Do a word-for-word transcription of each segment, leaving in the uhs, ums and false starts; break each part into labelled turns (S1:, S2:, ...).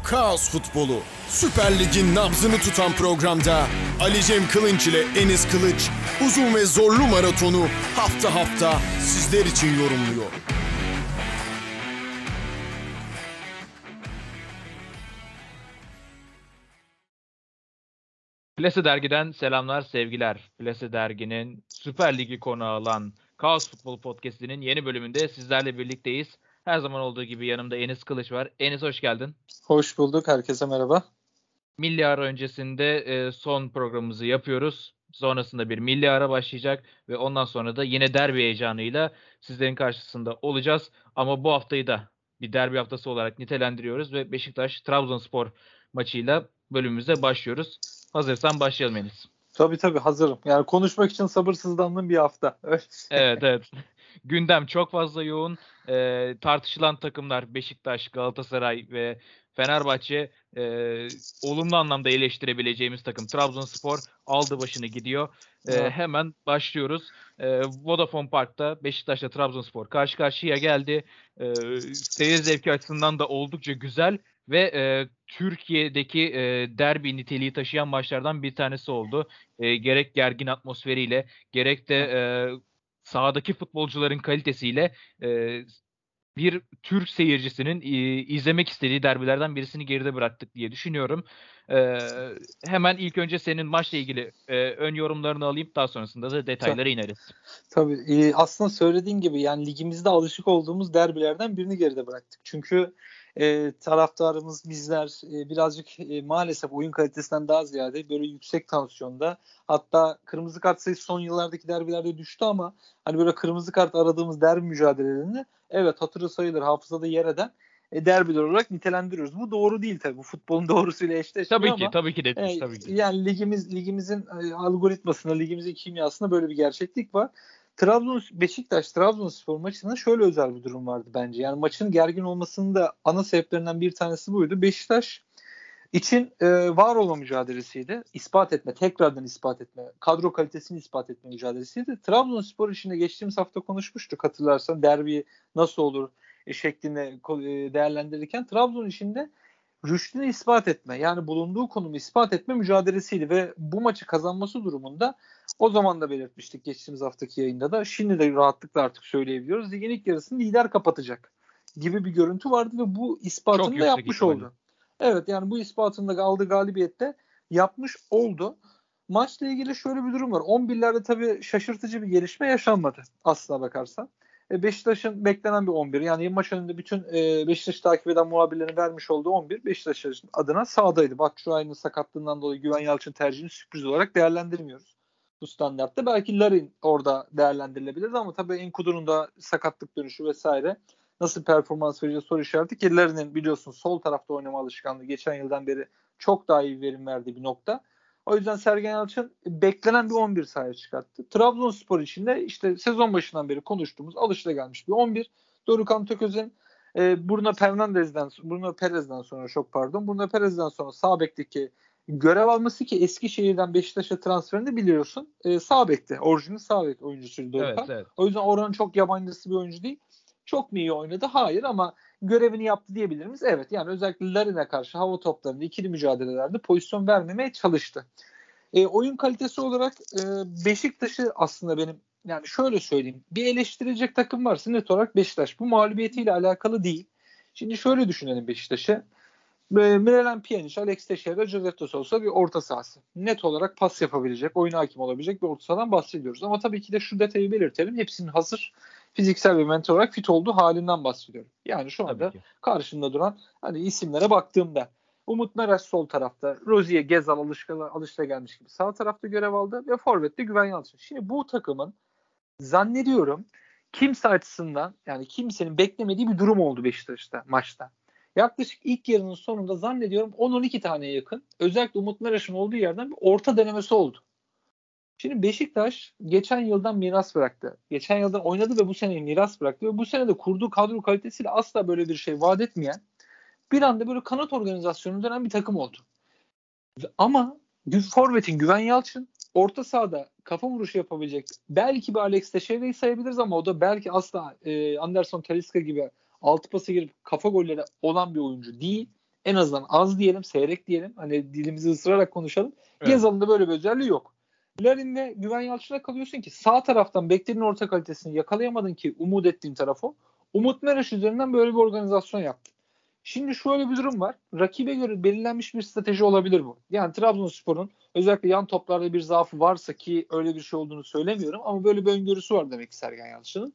S1: Kaos Futbolu, Süper Lig'in nabzını tutan programda Ali Cem Kılınç ile Enis Kılıç uzun ve zorlu maratonu hafta hafta sizler için yorumluyor.
S2: Plase Dergi'den selamlar, sevgiler. Plase Dergi'nin Süper Lig'i konu alan Kaos Futbol Podcast'inin yeni bölümünde sizlerle birlikteyiz. Her zaman olduğu gibi yanımda Enis Kılıç var. Enis hoş geldin.
S3: Hoş bulduk. Herkese merhaba.
S2: Milli ara öncesinde e, son programımızı yapıyoruz. Sonrasında bir milli ara başlayacak ve ondan sonra da yine derbi heyecanıyla sizlerin karşısında olacağız. Ama bu haftayı da bir derbi haftası olarak nitelendiriyoruz ve Beşiktaş-Trabzonspor maçıyla bölümümüze başlıyoruz. Hazırsan başlayalım Enis.
S3: Tabii tabii hazırım. Yani konuşmak için sabırsızlandığım bir hafta.
S2: Evet evet. Gündem çok fazla yoğun. Ee, tartışılan takımlar Beşiktaş, Galatasaray ve Fenerbahçe. Ee, olumlu anlamda eleştirebileceğimiz takım Trabzonspor aldı başını gidiyor. Ee,
S3: Evet.
S2: Hemen başlıyoruz. Ee, Vodafone Park'ta Beşiktaş'la Trabzonspor karşı karşıya geldi. Ee, seyir zevki açısından da oldukça güzel ve e, Türkiye'deki e, derbi niteliği taşıyan maçlardan bir tanesi oldu. E, gerek gergin atmosferiyle, gerek de e, sahadaki futbolcuların kalitesiyle e, bir Türk seyircisinin e, izlemek istediği derbilerden birisini geride bıraktık diye düşünüyorum. E, hemen ilk önce senin maçla ilgili e, ön yorumlarını alayım. Daha sonrasında da detaylara ineriz.
S3: Tabii. E, aslında söylediğin gibi yani ligimizde alışık olduğumuz derbilerden birini geride bıraktık. Çünkü e, taraftarımız bizler e, birazcık e, maalesef oyun kalitesinden daha ziyade böyle yüksek tansiyonda, hatta kırmızı kart sayısı son yıllardaki derbilerde düştü ama hani böyle kırmızı kart aradığımız derbi mücadelelerini evet hatırı sayılır, hafızada yer eden e, derbiler olarak nitelendiriyoruz. Bu doğru değil tabii. Bu futbolun doğrusuyla eşleşmiyor
S2: Tabii
S3: ama
S2: ki, tabii ki de,
S3: e,
S2: tabii ki.
S3: yani ligimiz ligimizin e, algoritmasında, ligimizin kimyasında böyle bir gerçeklik var. Trabzon Beşiktaş Trabzonspor maçında şöyle özel bir durum vardı bence. Yani maçın gergin olmasının da ana sebeplerinden bir tanesi buydu. Beşiktaş için e, var olma mücadelesiydi. İspat etme, tekrardan ispat etme, kadro kalitesini ispat etme mücadelesiydi. Trabzonspor için de geçtiğimiz hafta konuşmuştuk, hatırlarsan derbi nasıl olur e, şeklinde e, değerlendirirken Trabzon için de rüştünü ispat etme, yani bulunduğu konumu ispat etme mücadelesiydi ve bu maçı kazanması durumunda o zaman da belirtmiştik geçtiğimiz haftaki yayında da, şimdi de rahatlıkla artık söyleyebiliyoruz. Ligin ilk yarısını lider kapatacak gibi bir görüntü vardı ve bu ispatını da yapmış ihtimalle oldu. Evet, yani bu ispatını da aldığı galibiyette yapmış oldu. Maçla ilgili şöyle bir durum var. on birlerde tabii şaşırtıcı bir gelişme yaşanmadı aslına bakarsan. Beşiktaş'ın beklenen bir on bir. Yani maç önünde bütün e, Beşiktaş'ı takip eden muhabirlerin vermiş olduğu on bir Beşiktaş adına sahadaydı. Batshuayi'nin sakatlığından dolayı Güven Yalçın tercihini sürpriz olarak değerlendirmiyoruz bu standartta. Belki Larin orada değerlendirilebilirdi ama tabii Enkudu'nun da sakatlık dönüşü vesaire nasıl performans vereceği soru işareti ki Larin'in biliyorsun sol tarafta oynama alışkanlığı geçen yıldan beri çok daha iyi verim verdiği bir nokta. O yüzden Sergen Yalçın beklenen bir on bir sahaya çıkarttı. Trabzonspor için de işte sezon başından beri konuştuğumuz alışılagelmiş bir on bir. Dorukhan Töközen, e, Bruno Fernandes'den, Bruno Perez'den sonra çok pardon, Bruno Perez'den sonra sağ bekteki görev alması ki Eskişehir'den Beşiktaş'a transferini biliyorsun. E, sağ bekti. Orijinal sağ bek oyuncusuydu Dorukhan. Evet, evet. O yüzden oranın çok yabancısı bir oyuncu değil. Çok mu iyi oynadı? Hayır ama görevini yaptı diyebilir miyiz? Evet. Yani özellikle Larin'e karşı hava toplarında ikili mücadelelerde pozisyon vermemeye çalıştı. E, oyun kalitesi olarak e, Beşiktaş'ı aslında benim, yani şöyle söyleyeyim, bir eleştirecek takım varsa net olarak Beşiktaş. Bu mağlubiyetiyle alakalı değil. Şimdi şöyle düşünelim Beşiktaş'ı. Miralem Pjanic, Alex Teixeira, Josef de Sousa bir orta sahası. Net olarak pas yapabilecek, oyuna hakim olabilecek bir orta sahadan bahsediyoruz. Ama tabii ki de şu detayı belirtelim. Hepsinin hazır fiziksel ve mental olarak fit olduğu halinden bahsediyorum. Yani şu anda karşımda duran hani isimlere baktığımda Umut Meraş sol tarafta, Rozier, Gezal alışılagelmiş gibi sağ tarafta görev aldı ve forvette Güven Yalçın. Şimdi bu takımın zannediyorum kimse açısından, yani kimsenin beklemediği bir durum oldu Beşiktaş'ta maçta. Yaklaşık ilk yarının sonunda zannediyorum on on iki taneye yakın özellikle Umut Meraş'ın olduğu yerden bir orta denemesi oldu. Şimdi Beşiktaş geçen yıldan miras bıraktı. Geçen yıldan oynadı ve bu sene miras bıraktı ve bu sene de kurduğu kadro kalitesiyle asla böyle bir şey vaat etmeyen, bir anda böyle kanat organizasyonu dönen bir takım oldu. Ama forvetin Güven Yalçın, orta sahada kafa vuruşu yapabilecek belki bir Alex Teixeira'yı sayabiliriz ama o da belki asla e, Anderson Talisca gibi altı pası girip kafa golleri olan bir oyuncu değil. En azından az diyelim, seyrek diyelim. Hani dilimizi ısırarak konuşalım.
S2: Evet.
S3: Gezal'ın da böyle bir özelliği yok. Larin ve Güven Yalçın'a kalıyorsun ki sağ taraftan beklediğin orta kalitesini yakalayamadın ki umut ettiğin tarafı. Umut Meraş üzerinden böyle bir organizasyon yaptı. Şimdi şöyle bir durum var. Rakibe göre belirlenmiş bir strateji olabilir bu. Yani Trabzonspor'un özellikle yan toplarda bir zaafı varsa ki öyle bir şey olduğunu söylemiyorum ama böyle bir öngörüsü var demek ki Sergen Yalçın'ın.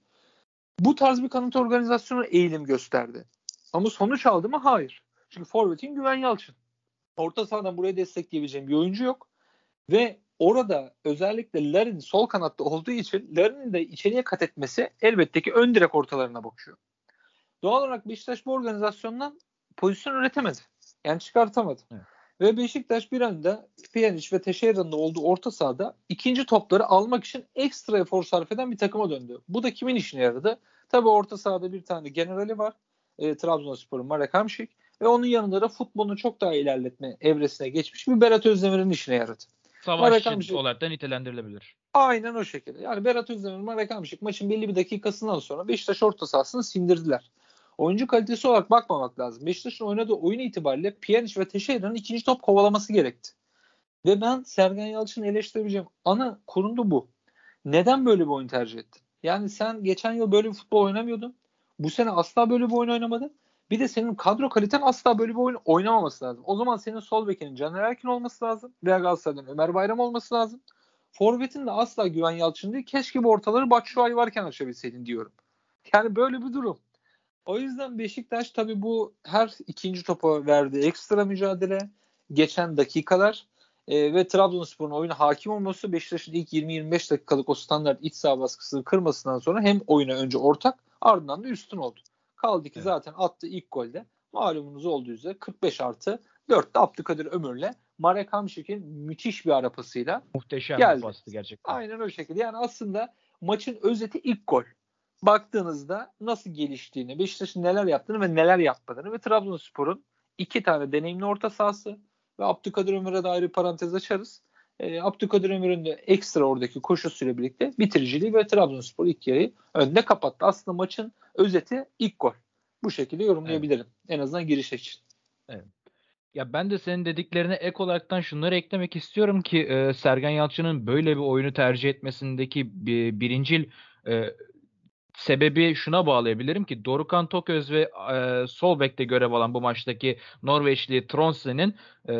S3: Bu tarz bir kanat organizasyonu eğilim gösterdi. Ama sonuç aldı mı? Hayır. Çünkü forvetin Güven Yalçın. Orta sahadan buraya destekleyebileceğim bir oyuncu yok. Ve orada özellikle Larin sol kanatta olduğu için Larin'in de içeriye kat etmesi elbette ki ön direk ortalarına bakıyor. Doğal olarak Beşiktaş bu organizasyondan pozisyon üretemedi. Yani çıkartamadı. Evet. Ve Beşiktaş bir anda Pjanic ve Teixeira'nın olduğu orta sahada ikinci topları almak için ekstra efor sarf eden bir takıma döndü. Bu da kimin işine yaradı? Tabii orta sahada bir tane generali var. E, Trabzonspor'un Marek Hamšík ve onun yanında da futbolunu çok daha ilerletme evresine geçmiş bir Berat Özdemir'in işine yaradı.
S2: Savaşçı olarak da nitelendirilebilir.
S3: Aynen o şekilde. Yani Berat Özdemir, Marek Hamšík maçın belli bir dakikasından sonra Beşiktaş orta sahasını sindirdiler. Oyuncu kalitesi olarak bakmamak lazım. Beşiktaş'ın oynadığı oyun itibariyle Pjanic ve Teixeira'nın ikinci top kovalaması gerekti. Ve ben Sergen Yalçın'ı eleştirebileceğim ana kurundu bu. Neden böyle bir oyun tercih ettin? Yani sen geçen yıl böyle bir futbol oynamıyordun. Bu sene asla böyle bir oyun oynamadın. Bir de senin kadro kaliten asla böyle bir oyun oynamaması lazım. O zaman senin sol bekinin Caner Erkin olması lazım. Veya Galatasaray'dan Ömer Bayram olması lazım. Forvet'in de asla Güven Yalçın değil. Keşke bu ortaları Batshuayi varken açabilseydin diyorum. Yani böyle bir durum. O yüzden Beşiktaş tabii bu her ikinci topa verdiği ekstra mücadele, geçen dakikalar e, ve Trabzonspor'un oyuna hakim olması Beşiktaş'ın ilk yirmi yirmi beş dakikalık o standart iç saha baskısını kırmasından sonra hem oyuna önce ortak ardından da üstün oldu. Kaldı ki evet. Zaten attığı ilk golde malumunuz olduğu üzere kırk beş artı dörtte Abdülkadir Ömür'le Marek Hamšík'in müthiş bir arapasıyla
S2: muhteşem
S3: geldi.
S2: Bir bastı gerçekten.
S3: Aynen o şekilde. Yani aslında maçın özeti ilk gol. Baktığınızda nasıl geliştiğini, Beşiktaş'ın neler yaptığını ve neler yapmadığını ve Trabzonspor'un iki tane deneyimli orta sahası ve Abdülkadir Ömür'e de ayrı parantez açarız. E, Abdülkadir Ömür'ün de ekstra oradaki koşusuyla birlikte bitiriciliği ve Trabzonspor ilk yarıyı önde kapattı. Aslında maçın özeti ilk gol. Bu şekilde yorumlayabilirim. Evet. En azından giriş için.
S2: Evet. Ya ben de senin dediklerine ek olaraktan şunları eklemek istiyorum ki e, Sergen Yalçın'ın böyle bir oyunu tercih etmesindeki bir, birincil e, sebebi şuna bağlayabilirim ki Dorukhan Toköz ve e, sol bekte görev alan bu maçtaki Norveçli Tronsen'in e,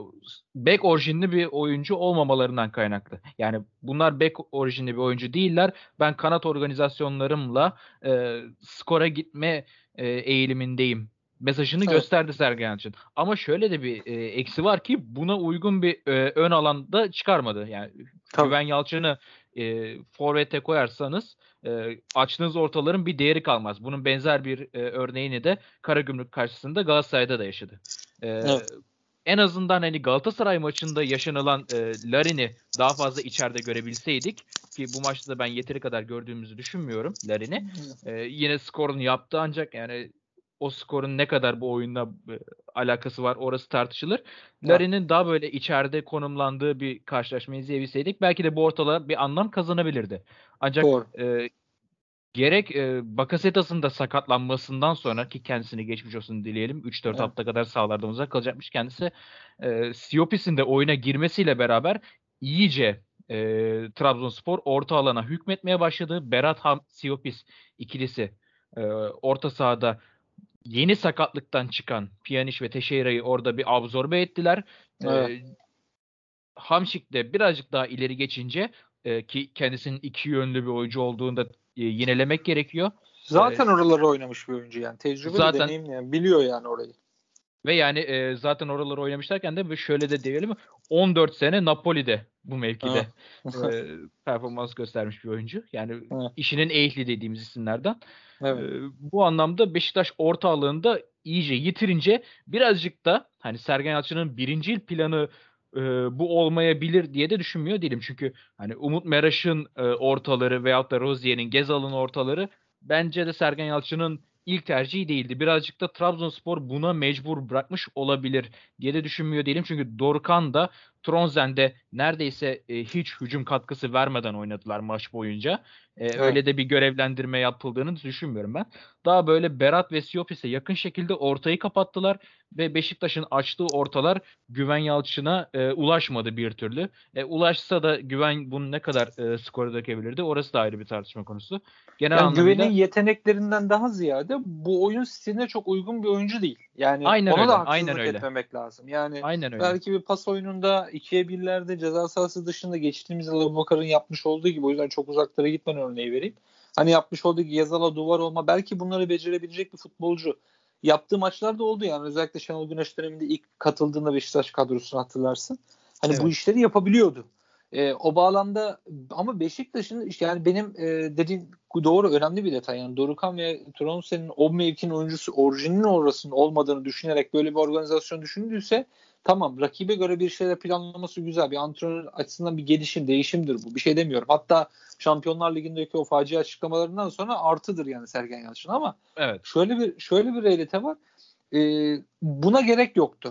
S2: bek orijinli bir oyuncu olmamalarından kaynaklı. Yani bunlar bek orijinli bir oyuncu değiller. Ben kanat organizasyonlarımla e, skora gitme e, eğilimindeyim mesajını evet. gösterdi Sergen Yalçın. Ama şöyle de bir e, eksi var ki buna uygun bir e, ön alanda çıkarmadı. Yani Tabii. Güven Yalçın'ı e, forvete koyarsanız e, açtığınız ortaların bir değeri kalmaz. Bunun benzer bir e, örneğini de Karagümrük karşısında Galatasaray'da da yaşadı. E, evet. En azından hani Galatasaray maçında yaşanılan e, Larin'i daha fazla içeride görebilseydik ki bu maçta da ben yeteri kadar gördüğümüzü düşünmüyorum Larin'i. E, yine skorunu yaptı ancak yani o skorun ne kadar bu oyunla e, alakası var orası tartışılır. Larin'in daha böyle içeride konumlandığı bir karşılaşma izleyebilseydik belki de bu ortalığa bir anlam kazanabilirdi. Ancak e, gerek e, Bakasetas'ın da sakatlanmasından sonra ki kendisini geçmiş olsun dileyelim. üç dört evet. hafta kadar sahalardan uzak kalacakmış kendisi. E, Siopis'in de oyuna girmesiyle beraber iyice e, Trabzonspor orta alana hükmetmeye başladı. Berat Ham Siopis ikilisi e, orta sahada yeni sakatlıktan çıkan Pjanic ve Teixeira'yı orada bir absorbe ettiler. Evet. Ee, Hamšík de birazcık daha ileri geçince e, ki kendisinin iki yönlü bir oyuncu olduğunu da e, yinelemek gerekiyor.
S3: Zaten ee, oraları oynamış bir oyuncu yani. Tecrübeli, zaten, deneyimli yani. Biliyor yani orayı.
S2: Ve yani e, zaten oraları oynamışlarken de şöyle de diyelim on dört sene Napoli'de bu mevkide e, performans göstermiş bir oyuncu. Yani evet. işinin ehli dediğimiz isimlerden. Evet. E, bu anlamda Beşiktaş orta alanında iyice yitirince birazcık da hani Sergen Yalçın'ın birincil planı e, bu olmayabilir diye de düşünmüyor değilim. Çünkü hani Umut Meraş'ın e, ortaları veyahut da Rozier'in Gezal'ın ortaları bence de Sergen Yalçın'ın ilk tercihi değildi. Birazcık da Trabzonspor buna mecbur bırakmış olabilir diye de düşünmüyor değilim. Çünkü Dorukhan da Tronsen'de neredeyse e, hiç hücum katkısı vermeden oynadılar maç boyunca. E,
S3: Evet.
S2: Öyle de bir görevlendirme yapıldığını düşünmüyorum ben. Daha böyle Berat ve Siopis'e yakın şekilde ortayı kapattılar ve Beşiktaş'ın açtığı ortalar Güven Yalçın'a e, ulaşmadı bir türlü. E, ulaşsa da Güven bunu ne kadar e, skora dökebilirdi? Orası da ayrı bir tartışma konusu. Genel
S3: Yani Güven'in
S2: anlamıyla
S3: yeteneklerinden daha ziyade bu oyun stiline çok uygun bir oyuncu değil. Yani
S2: aynen
S3: ona da
S2: öyle. Aynen
S3: haksızlık
S2: öyle.
S3: etmemek lazım. Yani
S2: Aynen öyle.
S3: belki bir pas oyununda ikiye birlerde ceza sahası dışında geçtiğimiz yıl Abubakar'ın yapmış olduğu gibi, o yüzden çok uzaklara gitmeden örneği vereyim. Hani yapmış olduğu Gezal'a duvar olma, belki bunları becerebilecek bir futbolcu. Yaptığı maçlarda oldu yani, özellikle Şenol Güneş döneminde ilk katıldığında Beşiktaş kadrosunu hatırlarsın. Hani
S2: Evet.
S3: bu işleri yapabiliyordu. E, o bağlamda ama Beşiktaş'ın yani benim e, dediğim doğru, önemli bir detay. Yani Dorukhan ve Tronsen'in o mevkinin oyuncusu orijinalinin orasının olmadığını düşünerek böyle bir organizasyon düşündüyse tamam, rakibe göre bir şeyler planlaması güzel. Bir antrenör açısından bir gelişim, değişimdir bu. Bir şey demiyorum. Hatta Şampiyonlar Ligi'ndeki o facia açıklamalarından sonra artıdır yani Sergen Yalçın, ama
S2: Evet.
S3: şöyle bir şöyle bir realite var. E, buna gerek yoktu.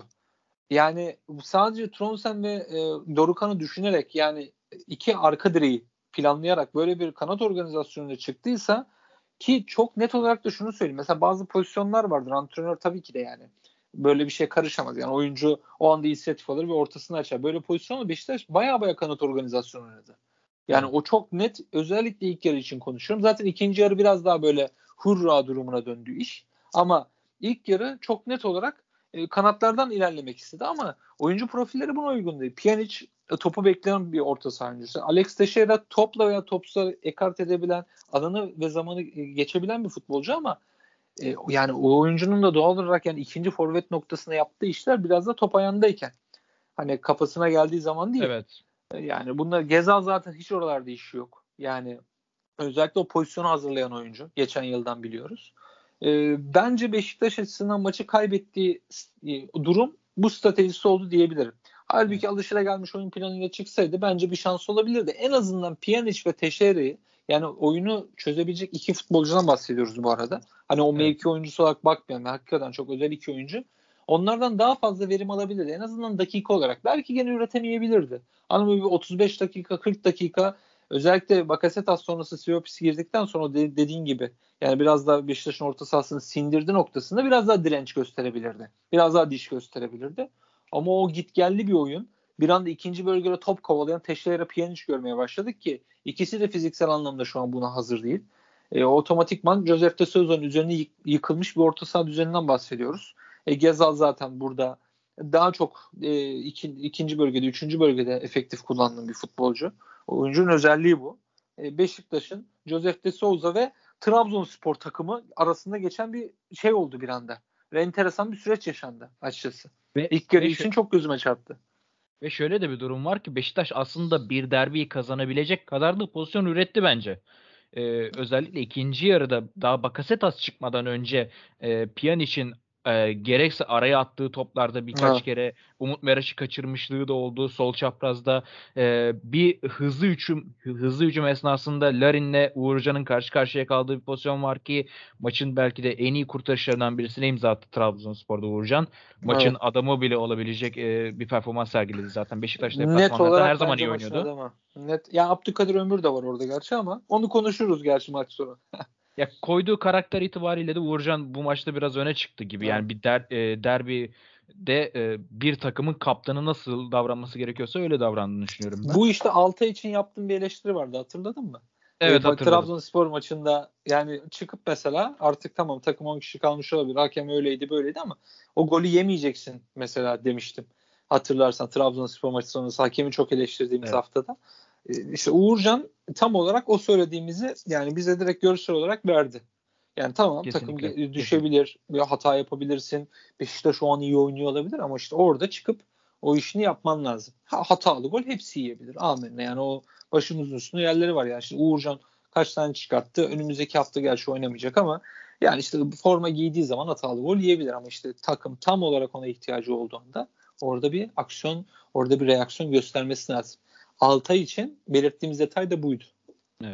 S3: Yani sadece Tronsen ve e, Dorukhan'ı düşünerek, yani iki arka direği planlayarak böyle bir kanat organizasyonuna çıktıysa, ki çok net olarak da şunu söyleyeyim. Mesela bazı pozisyonlar vardır. Antrenör tabii ki de yani böyle bir şey karışamaz. Yani oyuncu o anda inisiyatif alır ve ortasını açar. Böyle pozisyonla Beşiktaş baya baya kanat organizasyonu oynadı. Yani
S2: Evet.
S3: o çok net, özellikle ilk yarı için konuşuyorum. Zaten ikinci yarı biraz daha böyle hurra durumuna döndü iş. Ama ilk yarı çok net olarak e, kanatlardan ilerlemek istedi ama oyuncu profilleri buna uygun değil. Pjanic e, topu bekleyen bir orta saha oyuncusu. Alex Teixeira topla veya topsuz ekart edebilen, alanı ve zamanı e, geçebilen bir futbolcu ama e, yani o oyuncunun da doğal olarak yani ikinci forvet noktasına yaptığı işler biraz da top ayağındayken. Hani kafasına geldiği zaman değil.
S2: Evet.
S3: E, yani bunlar, Gezal zaten hiç oralarda işi yok. Yani özellikle o pozisyonu hazırlayan oyuncu. Geçen yıldan biliyoruz. E, bence Beşiktaş açısından maçı kaybettiği e, durum bu stratejisi oldu diyebilirim. Halbuki
S2: Evet.
S3: alışılagelmiş oyun planıyla çıksaydı bence bir şans olabilirdi. En azından Pjanic ve Teixeira'yı, yani oyunu çözebilecek iki futbolcudan bahsediyoruz bu arada. Hani o
S2: Evet.
S3: mevki oyuncusu olarak bakmıyorum. Hakikaten çok özel iki oyuncu. Onlardan daha fazla verim alabilirdi. En azından dakika olarak. Belki gene üretemeyebilirdi. Ama bir otuz beş dakika, kırk dakika, özellikle Bakasetas sonrası Siopis girdikten sonra de, dediğin gibi yani biraz daha Beşiktaş'ın orta sahasını sindirdi noktasında biraz daha direnç gösterebilirdi. Biraz daha diş gösterebilirdi. Ama o gitgelli bir oyun. Bir anda ikinci bölgede top kovalayan Teixeira, Pjanic görmeye başladık ki ikisi de fiziksel anlamda şu an buna hazır değil. E, otomatikman Josef de Souza'nın üzerine yık, yıkılmış bir orta saha düzeninden bahsediyoruz. E, Gezal zaten burada daha çok e, iki, ikinci bölgede, üçüncü bölgede efektif kullandığım bir futbolcu. Oyuncunun özelliği bu. E, Beşiktaş'ın Josef de Souza ve Trabzonspor takımı arasında geçen bir şey oldu bir anda. Ve enteresan bir süreç yaşandı açıkçası.
S2: Ve
S3: İlk yarı
S2: ve,
S3: için
S2: şö-
S3: çok gözüme çarptı.
S2: ve şöyle de bir durum var ki Beşiktaş aslında bir derbiyi kazanabilecek kadar da pozisyon üretti bence. Ee, özellikle ikinci yarıda daha Bakasetas çıkmadan önce e, Pjanic'in e, gerekse araya attığı toplarda birkaç
S3: Evet.
S2: kere Umut Meraş'ı kaçırmışlığı da oldu. Sol çaprazda e, bir hızlı hücum hızlı hücum esnasında Larin'le Uğurcan'ın karşı karşıya kaldığı bir pozisyon var ki maçın belki de en iyi kurtarışlarından birisine imza attı Trabzonspor'da Uğurcan.
S3: Evet.
S2: Maçın adamı bile olabilecek e, bir performans sergiledi zaten. Beşiktaş
S3: Net
S2: deplasmanlarda her
S3: olarak
S2: zaman
S3: bence
S2: iyi
S3: maçın
S2: oynuyordu.
S3: adamı. Net. Ya Abdülkadir Ömür de var orada gerçi ama onu konuşuruz gerçi maç sonu.
S2: Ya koyduğu karakter itibariyle de Uğurcan bu maçta biraz öne çıktı gibi.
S3: Evet.
S2: Yani bir der, e, derbide e, bir takımın kaptanı nasıl davranması gerekiyorsa öyle davrandığını düşünüyorum ben.
S3: Bu işte Altay için yaptığım bir eleştiri vardı, hatırladın mı?
S2: Evet,
S3: E,
S2: hatırladım.
S3: Trabzonspor maçında yani çıkıp mesela artık tamam takım on kişi kalmış olabilir. Hakem öyleydi böyleydi ama o golü yemeyeceksin mesela demiştim. Hatırlarsan Trabzonspor maçı sonrası hakemi çok eleştirdiğimiz
S2: Evet.
S3: haftada. E, işte Uğurcan tam olarak o söylediğimizi yani bize direkt görsel olarak verdi. Yani tamam takım
S2: Kesinlikle.
S3: ge-
S2: Kesinlikle.
S3: düşebilir, bir hata yapabilirsin. Beşiktaş şu an iyi oynuyor olabilir ama işte orada çıkıp o işini yapman lazım. Ha, hatalı gol hepsi yiyebilir. Amenna. Yani o başımızın üstünde yerleri var yani. Şimdi Uğurcan kaç tane çıkarttı? Önümüzdeki hafta gerçi oynamayacak ama yani işte forma giydiği zaman hatalı gol yiyebilir ama işte takım tam olarak ona ihtiyacı olduğunda orada bir aksiyon, orada bir reaksiyon göstermesi lazım. Altay için belirttiğimiz detay da buydu.
S2: Evet.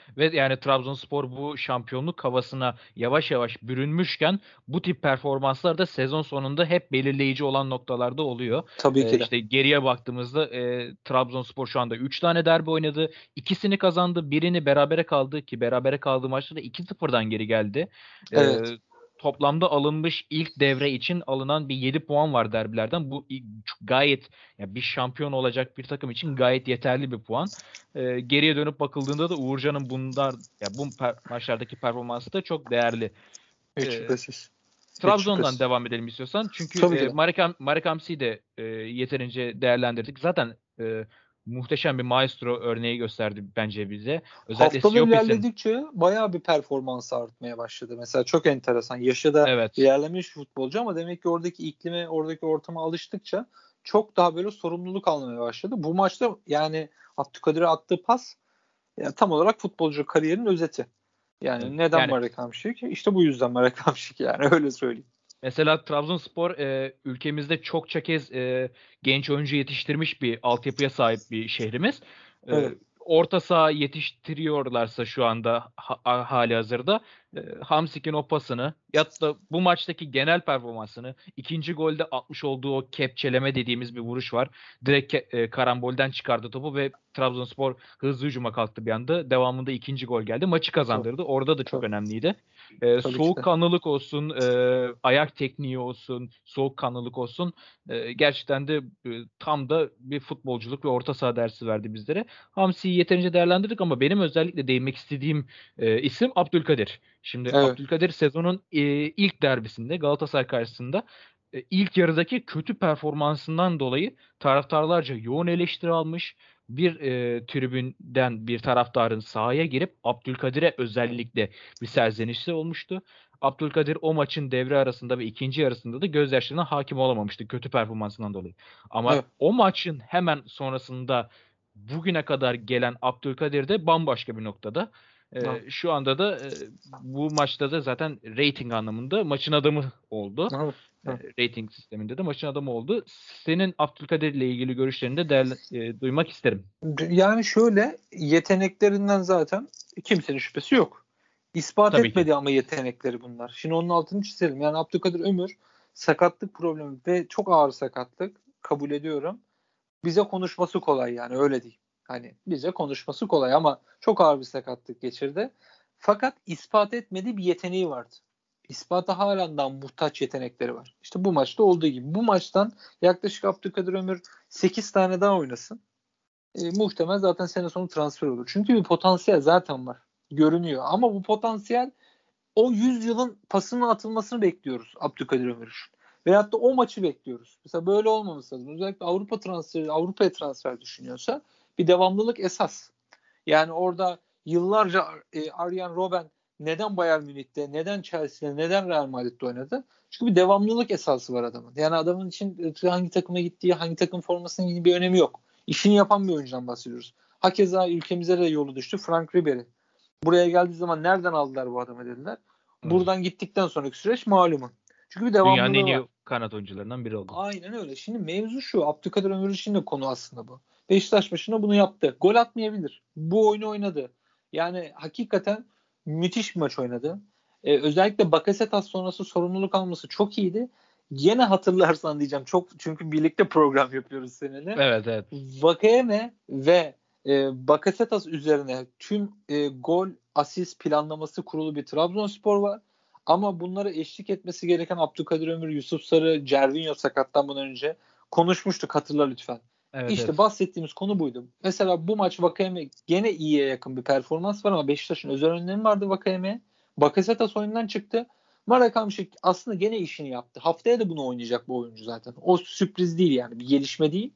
S2: Ve yani Trabzonspor bu şampiyonluk havasına yavaş yavaş bürünmüşken bu tip performanslar da sezon sonunda hep belirleyici olan noktalarda oluyor.
S3: Tabii
S2: Ee,
S3: ki de.
S2: işte geriye baktığımızda e, Trabzonspor şu anda üç tane derbi oynadı. İkisini kazandı. Birini berabere kaldı ki berabere kaldığı maçta da iki sıfırdan geri geldi. Ee,
S3: Evet.
S2: Toplamda alınmış ilk devre için alınan bir yedi puan var derbilerden. Bu gayet, ya bir şampiyon olacak bir takım için gayet yeterli bir puan. Ee, geriye dönüp bakıldığında da Uğurcan'ın bunlar ya bu per- maçlardaki performansı da çok değerli.
S3: Hiç
S2: Ee,
S3: şüphesiz. Hiç
S2: Trabzon'dan
S3: şüphesiz.
S2: devam edelim istiyorsan. Çünkü
S3: Tabii ki
S2: e,
S3: de.
S2: Marek, Ham- Marek Hamsi'yi de e, yeterince değerlendirdik. Zaten e, muhteşem bir maestro örneği gösterdi bence bize. Özellikle
S3: Haftalar
S2: Siopis'in.
S3: ilerledikçe bayağı bir performansı artmaya başladı. Mesela çok enteresan. Yaşı da
S2: Evet.
S3: ilerlemiş futbolcu ama demek ki oradaki iklime, oradaki ortama alıştıkça çok daha böyle sorumluluk almaya başladı. Bu maçta yani Abdülkadir'e attığı pas ya, tam olarak futbolcu kariyerinin özeti. Yani
S2: Evet.
S3: neden
S2: Yani
S3: Marek Hamšík? İşte bu yüzden Marek Hamšík yani öyle söyleyeyim.
S2: mesela Trabzonspor e, ülkemizde çokça kez e, genç oyuncu yetiştirmiş bir altyapıya sahip bir şehrimiz. E,
S3: Evet.
S2: Orta saha yetiştiriyorlarsa şu anda ha, hali hazırda e, Hamsik'in o pasını ya da bu maçtaki genel performansını, ikinci golde atmış olduğu o kepçeleme dediğimiz bir vuruş var. Direkt e, karambolden çıkardı topu ve Trabzonspor hızlı hücuma kalktı bir anda. Devamında ikinci gol geldi. Maçı
S3: Tabii,
S2: kazandırdı. Orada da çok
S3: tabii,
S2: önemliydi. E,
S3: tabii ki de.
S2: soğukkanlılık olsun, e, ayak tekniği olsun, soğukkanlılık olsun. E, gerçekten de e, tam da bir futbolculuk ve orta saha dersi verdi bizlere. Hamsi'yi yeterince değerlendirdik ama benim özellikle değinmek istediğim e, isim Abdülkadir. Şimdi
S3: Evet.
S2: Abdülkadir sezonun e, ilk derbisinde Galatasaray karşısında e, ilk yarıdaki kötü performansından dolayı taraftarlarca yoğun eleştiri almış. Bir e, tribünden bir taraftarın sahaya girip Abdülkadir'e özellikle bir serzenişte olmuştu. Abdülkadir o maçın devre arasında ve ikinci yarısında da gözyaşlarına hakim olamamıştı kötü performansından dolayı. Ama
S3: Evet.
S2: o maçın hemen sonrasında bugüne kadar gelen Abdülkadir de bambaşka bir noktada.
S3: Evet.
S2: Ee, şu anda da e, bu maçta da zaten rating anlamında maçın adamı oldu.
S3: Evet.
S2: E,
S3: Evet.
S2: rating sisteminde de maçın adamı oldu. Senin Abdülkadir ile ilgili görüşlerini de değerli, e, duymak isterim.
S3: Yani şöyle yeteneklerinden zaten kimsenin şüphesi yok. İspat
S2: Tabii ki.
S3: etmedi ama yetenekleri bunlar. Şimdi onun altını çizelim. Yani Abdülkadir Ömür sakatlık problemi ve çok ağır sakatlık kabul ediyorum. Bize konuşması kolay yani öyle değil. Hani bize konuşması kolay ama çok ağır bir sakatlık geçirdi. Fakat ispat etmediği bir yeteneği vardı. İspata halen daha muhtaç yetenekleri var. İşte bu maçta olduğu gibi. Bu maçtan yaklaşık Abdülkadir Ömür sekiz tane daha oynasın. E, muhtemel zaten sene sonu transfer olur. Çünkü bir potansiyel zaten var. Görünüyor. Ama bu potansiyel o yüz yılın pasının atılmasını bekliyoruz Abdülkadir Ömür için. Veyahut da o maçı bekliyoruz. Mesela böyle olmaması lazım. Özellikle Avrupa transferi, Avrupa'ya transfer düşünüyorsa bir devamlılık esas. Yani orada yıllarca e, Arjen Robben neden Bayern Münih'te, neden Chelsea'de, neden Real Madrid'de oynadı? Çünkü bir devamlılık esası var adamın. Yani adamın için hangi takıma gittiği, hangi takım formasının gibi bir önemi yok. İşini yapan bir oyuncudan bahsediyoruz. Hakeza ülkemize de yolu düştü. Frank Ribery. Buraya geldiği zaman nereden aldılar bu adamı dediler.
S2: Evet.
S3: Buradan gittikten sonraki süreç malumun. Çünkü bir
S2: Dünyanın en
S3: devamlılığı var.
S2: iyi kanat oyuncularından biri oldu.
S3: Aynen öyle. Şimdi mevzu şu. Abdülkadir Ömür için de konu aslında bu. Beşiktaş başına bunu yaptı. Gol atmayabilir. Bu oyunu oynadı. Yani hakikaten müthiş bir maç oynadı. Ee, özellikle Bakasetas sonrası sorumluluk alması çok iyiydi. Yine hatırlarsan diyeceğim. Çok çünkü birlikte program yapıyoruz seninle.
S2: Evet, evet.
S3: Vakayeme ve e, Bakasetas üzerine tüm e, gol, asist planlaması kurulu bir Trabzonspor var. Ama bunlara eşlik etmesi gereken Abdülkadir Ömür, Yusuf Sarı, Cervinho sakatlanmadan önce konuşmuştuk, hatırla lütfen.
S2: Evet,
S3: İşte
S2: evet.
S3: bahsettiğimiz konu buydu. Mesela bu maç Vakayeme gene iyiye yakın bir performans var ama Beşiktaş'ın özel önlemi vardı Vakayeme'ye. Bakasetas oyundan çıktı. Marek Hamšík aslında gene işini yaptı. Haftaya da bunu oynayacak bu oyuncu zaten. O sürpriz değil yani, bir gelişme değil.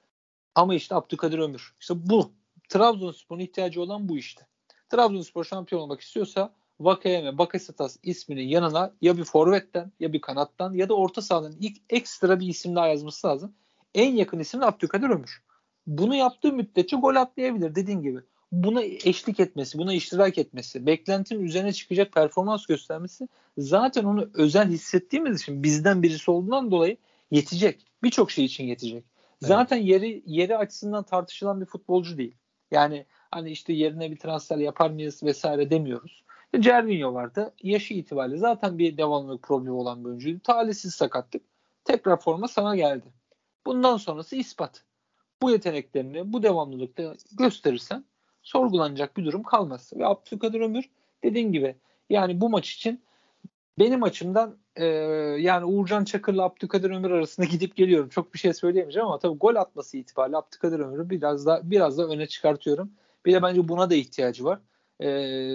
S3: Ama işte Abdülkadir Ömür. İşte bu. Trabzonspor'un ihtiyacı olan bu işte. Trabzonspor şampiyon olmak istiyorsa Vakayeme, Bakasetas isminin yanına ya bir forvetten ya bir kanattan ya da orta sahadan ilk ekstra bir isim daha yazması lazım. En yakın isim de Abdülkadir Ömür. Bunu yaptığı müddetçe gol atlayabilir dediğin gibi. Buna eşlik etmesi, buna iştirak etmesi, beklentinin üzerine çıkacak performans göstermesi zaten onu özel hissettiğimiz için bizden birisi olduğundan dolayı yetecek. Birçok şey için yetecek. Zaten yeri yeri açısından tartışılan bir futbolcu değil. Yani Hani işte yerine bir transfer yapar mıyız vesaire demiyoruz. Cervinho vardı. Yaşı itibariyle zaten bir devamlılık problemi olan bir oyuncuydu. Talihsiz sakatlık. Tekrar forma sana geldi. Bundan sonrası ispat. Bu yeteneklerini bu devamlılıkta gösterirsen sorgulanacak bir durum kalmaz. Ve Abdülkadir Ömür dediğim gibi yani bu maç için benim açımdan e, yani Uğurcan Çakır'la Abdülkadir Ömür arasında gidip geliyorum. Çok bir şey söyleyemeyeceğim ama tabii gol atması itibariyle Abdülkadir Ömür'ü biraz da biraz da öne çıkartıyorum. Bir de bence buna da ihtiyacı var. E,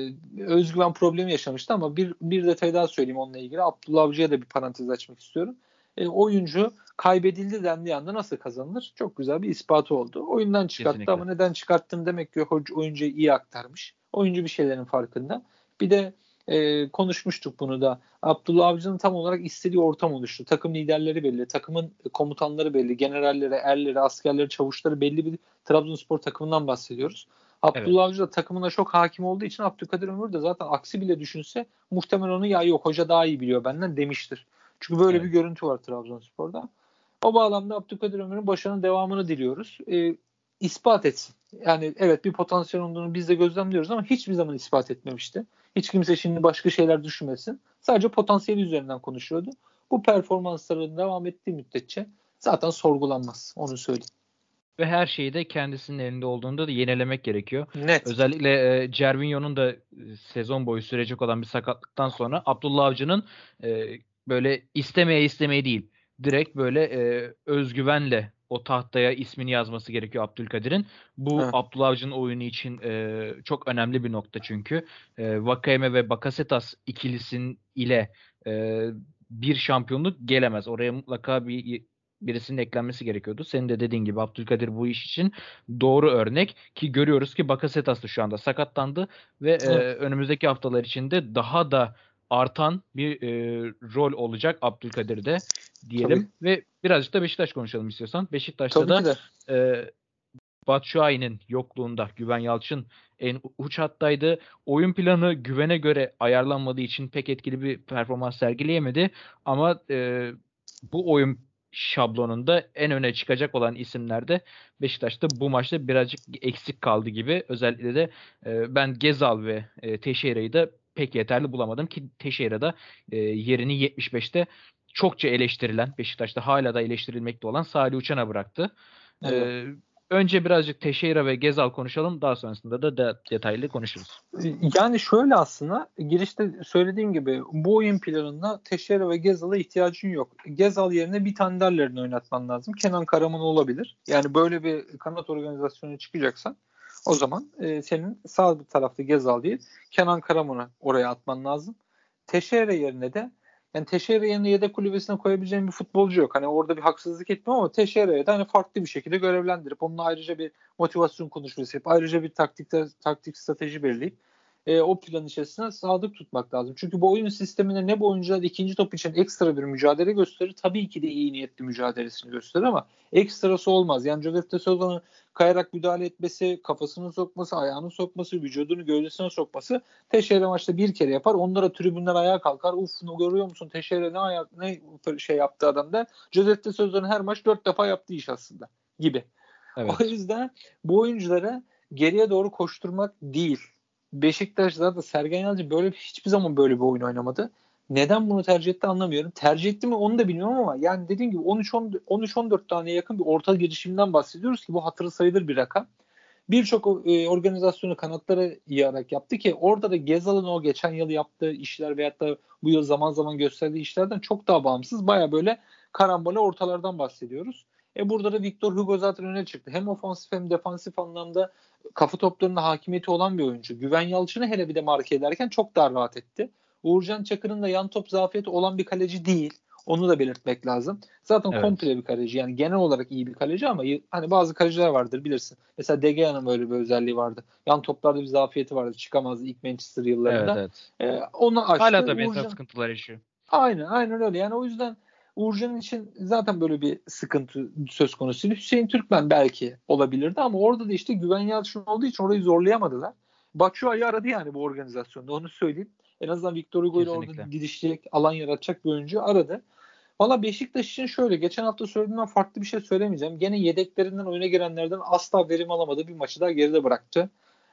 S3: özgüven problemi yaşamıştı ama bir bir detay daha söyleyeyim onunla ilgili. Abdullah Avcı'ya da bir parantez açmak istiyorum. E, oyuncu kaybedildi dendiği anda nasıl kazanılır? Çok güzel bir ispatı oldu. Oyundan çıkarttı
S2: Kesinlikle.
S3: ama neden çıkarttın demek ki oyuncuyu iyi aktarmış. Oyuncu bir şeylerin farkında. Bir de e, konuşmuştuk bunu da. Abdullah Avcı'nın tam olarak istediği ortam oluştu. Takım liderleri belli, takımın komutanları belli, generalleri, erleri, askerleri, çavuşları belli bir Trabzonspor takımından bahsediyoruz. Abdullah
S2: Evet.
S3: Avcı da takımına çok hakim olduğu için Abdülkadir Ömür de zaten aksi bile düşünse muhtemelen onu ya yok hoca daha iyi biliyor benden demiştir. Çünkü böyle
S2: Evet.
S3: bir görüntü var Trabzonspor'da. O bağlamda Abdülkadir Ömür'ün başarının devamını diliyoruz. E, ispat etsin. Yani evet bir potansiyel olduğunu biz de gözlemliyoruz ama hiçbir zaman ispat etmemişti. Hiç kimse şimdi başka şeyler düşünmesin. Sadece potansiyeli üzerinden konuşuyordu. Bu performansların devam ettiği müddetçe zaten sorgulanmaz. Onu söyleyeyim.
S2: Ve her şeyi de kendisinin elinde olduğunda da yenilemek gerekiyor.
S3: Net.
S2: Özellikle e, Cervinho'nun da e, sezon boyu sürecek olan bir sakatlıktan sonra Abdullah Avcı'nın e, böyle istemeye istemeye değil, direkt böyle e, özgüvenle o tahtaya ismini yazması gerekiyor Abdülkadir'in. Bu
S3: Evet.
S2: Abdullah Avcı'nın oyunu için e, çok önemli bir nokta çünkü. E, Vakayeme ve Bakasetas ikilisin ile e, bir şampiyonluk gelemez. Oraya mutlaka bir birisinin eklenmesi gerekiyordu. Senin de dediğin gibi Abdülkadir bu iş için doğru örnek ki görüyoruz ki Bakasetas da şu anda sakatlandı ve e,
S3: Evet.
S2: önümüzdeki haftalar içinde daha da artan bir e, rol olacak Abdülkadir'de diyelim.
S3: Tabii.
S2: Ve birazcık da Beşiktaş konuşalım istiyorsan. Beşiktaş'ta
S3: Tabii ki
S2: da
S3: de.
S2: e, Batshuayi'nin yokluğunda Güven Yalçın en uç hattaydı. Oyun planı Güven'e göre ayarlanmadığı için pek etkili bir performans sergileyemedi. Ama e, bu oyun şablonunda en öne çıkacak olan isimler de Beşiktaş'ta bu maçta birazcık eksik kaldı gibi. Özellikle de e, ben Gezal ve e, Teixeira'yı da pek yeterli bulamadım ki Teixeira da e, yerini yetmiş beşte çokça eleştirilen, Beşiktaş'ta hala da eleştirilmekte olan Salih Uçan'a bıraktı.
S3: Evet.
S2: E, Önce birazcık Teixeira ve Gezal konuşalım. Daha sonrasında da de- detaylı konuşuruz.
S3: Yani şöyle aslında girişte söylediğim gibi bu oyun planında Teixeira ve Gezal'a ihtiyacın yok. Gezal yerine bir tane derlerini oynatman lazım. Kenan Karaman olabilir. Yani böyle bir kanat organizasyonu çıkacaksan o zaman e, senin sağ bir tarafta Gezal değil Kenan Karaman'ı oraya atman lazım. Teixeira yerine de yani Teixeira yerine yedek kulübesine koyabileceğin bir futbolcu yok. Hani orada bir haksızlık etmem ama Teixeira'ya da hani farklı bir şekilde görevlendirip onunla ayrıca bir motivasyon konuşması yapıp ayrıca bir taktik taktik strateji belirleyip e, o plan içerisinde sadık tutmak lazım. Çünkü bu oyun sisteminde ne bu oyuncular ikinci top için ekstra bir mücadele gösterir. Tabii ki de iyi niyetli mücadelesini gösterir ama ekstrası olmaz. Yani Josef de Souza'nın kayarak müdahale etmesi, kafasını sokması, ayağını sokması, vücudunu gövdesine sokması Teixeira maçta bir kere yapar. Onlara tribünler ayağa kalkar. Uf ne görüyor musun Teixeira ne ayak ne şey yaptı adam da. Josef de Souza'nın her maç dört defa yaptığı iş aslında gibi.
S2: Evet.
S3: O yüzden bu oyunculara geriye doğru koşturmak değil. Beşiktaş zaten Sergen Yalçın böyle hiçbir zaman böyle bir oyun oynamadı. Neden bunu tercih etti anlamıyorum. Tercih etti mi onu da bilmiyorum ama yani dediğim gibi on üç on dört taneye yakın bir orta girişimden bahsediyoruz ki bu hatırı sayılır bir rakam. Birçok e, organizasyonu kanatlara yayarak yaptı ki orada da Gezal'ın o geçen yıl yaptığı işler veyahut da bu yıl zaman zaman gösterdiği işlerden çok daha bağımsız. Baya böyle karambole ortalardan bahsediyoruz. E burada da Victor Hugo zaten öne çıktı. Hem ofansif hem defansif anlamda kafa toplarında hakimiyeti olan bir oyuncu. Güven Yalçın'ı hele bir de marke ederken çok daha rahat etti. Uğurcan Çakır'ın da yan top zafiyeti olan bir kaleci değil. Onu da belirtmek lazım. Zaten
S2: Evet.
S3: komple bir kaleci. Yani genel olarak iyi bir kaleci ama hani bazı kaleciler vardır bilirsin. Mesela De Gea'nın böyle bir özelliği vardı. Yan toplarda bir zafiyeti vardı. Çıkamazdı ilk Manchester yıllarında.
S2: Evet,
S3: Ee,
S2: evet.
S3: onu aştı.
S2: Hala da benzer
S3: Uğurcan...
S2: sıkıntılar yaşıyor.
S3: Aynen, aynen öyle. Yani o yüzden Uğurcan için zaten böyle bir sıkıntı söz konusu. Hüseyin Türkmen belki olabilirdi ama orada da işte Güven Yalçın olduğu için orayı zorlayamadılar. Batshuayi aradı yani bu organizasyonda. Onu söyleyeyim. En azından Victor Hugo ile orada
S2: Kesinlikle.
S3: didişecek, alan yaratacak bir oyuncu aradı. Valla Beşiktaş için şöyle. Geçen hafta söylediğimden farklı bir şey söylemeyeceğim. Gene yedeklerinden oyuna girenlerden asla verim alamadığı bir maçı daha geride bıraktı.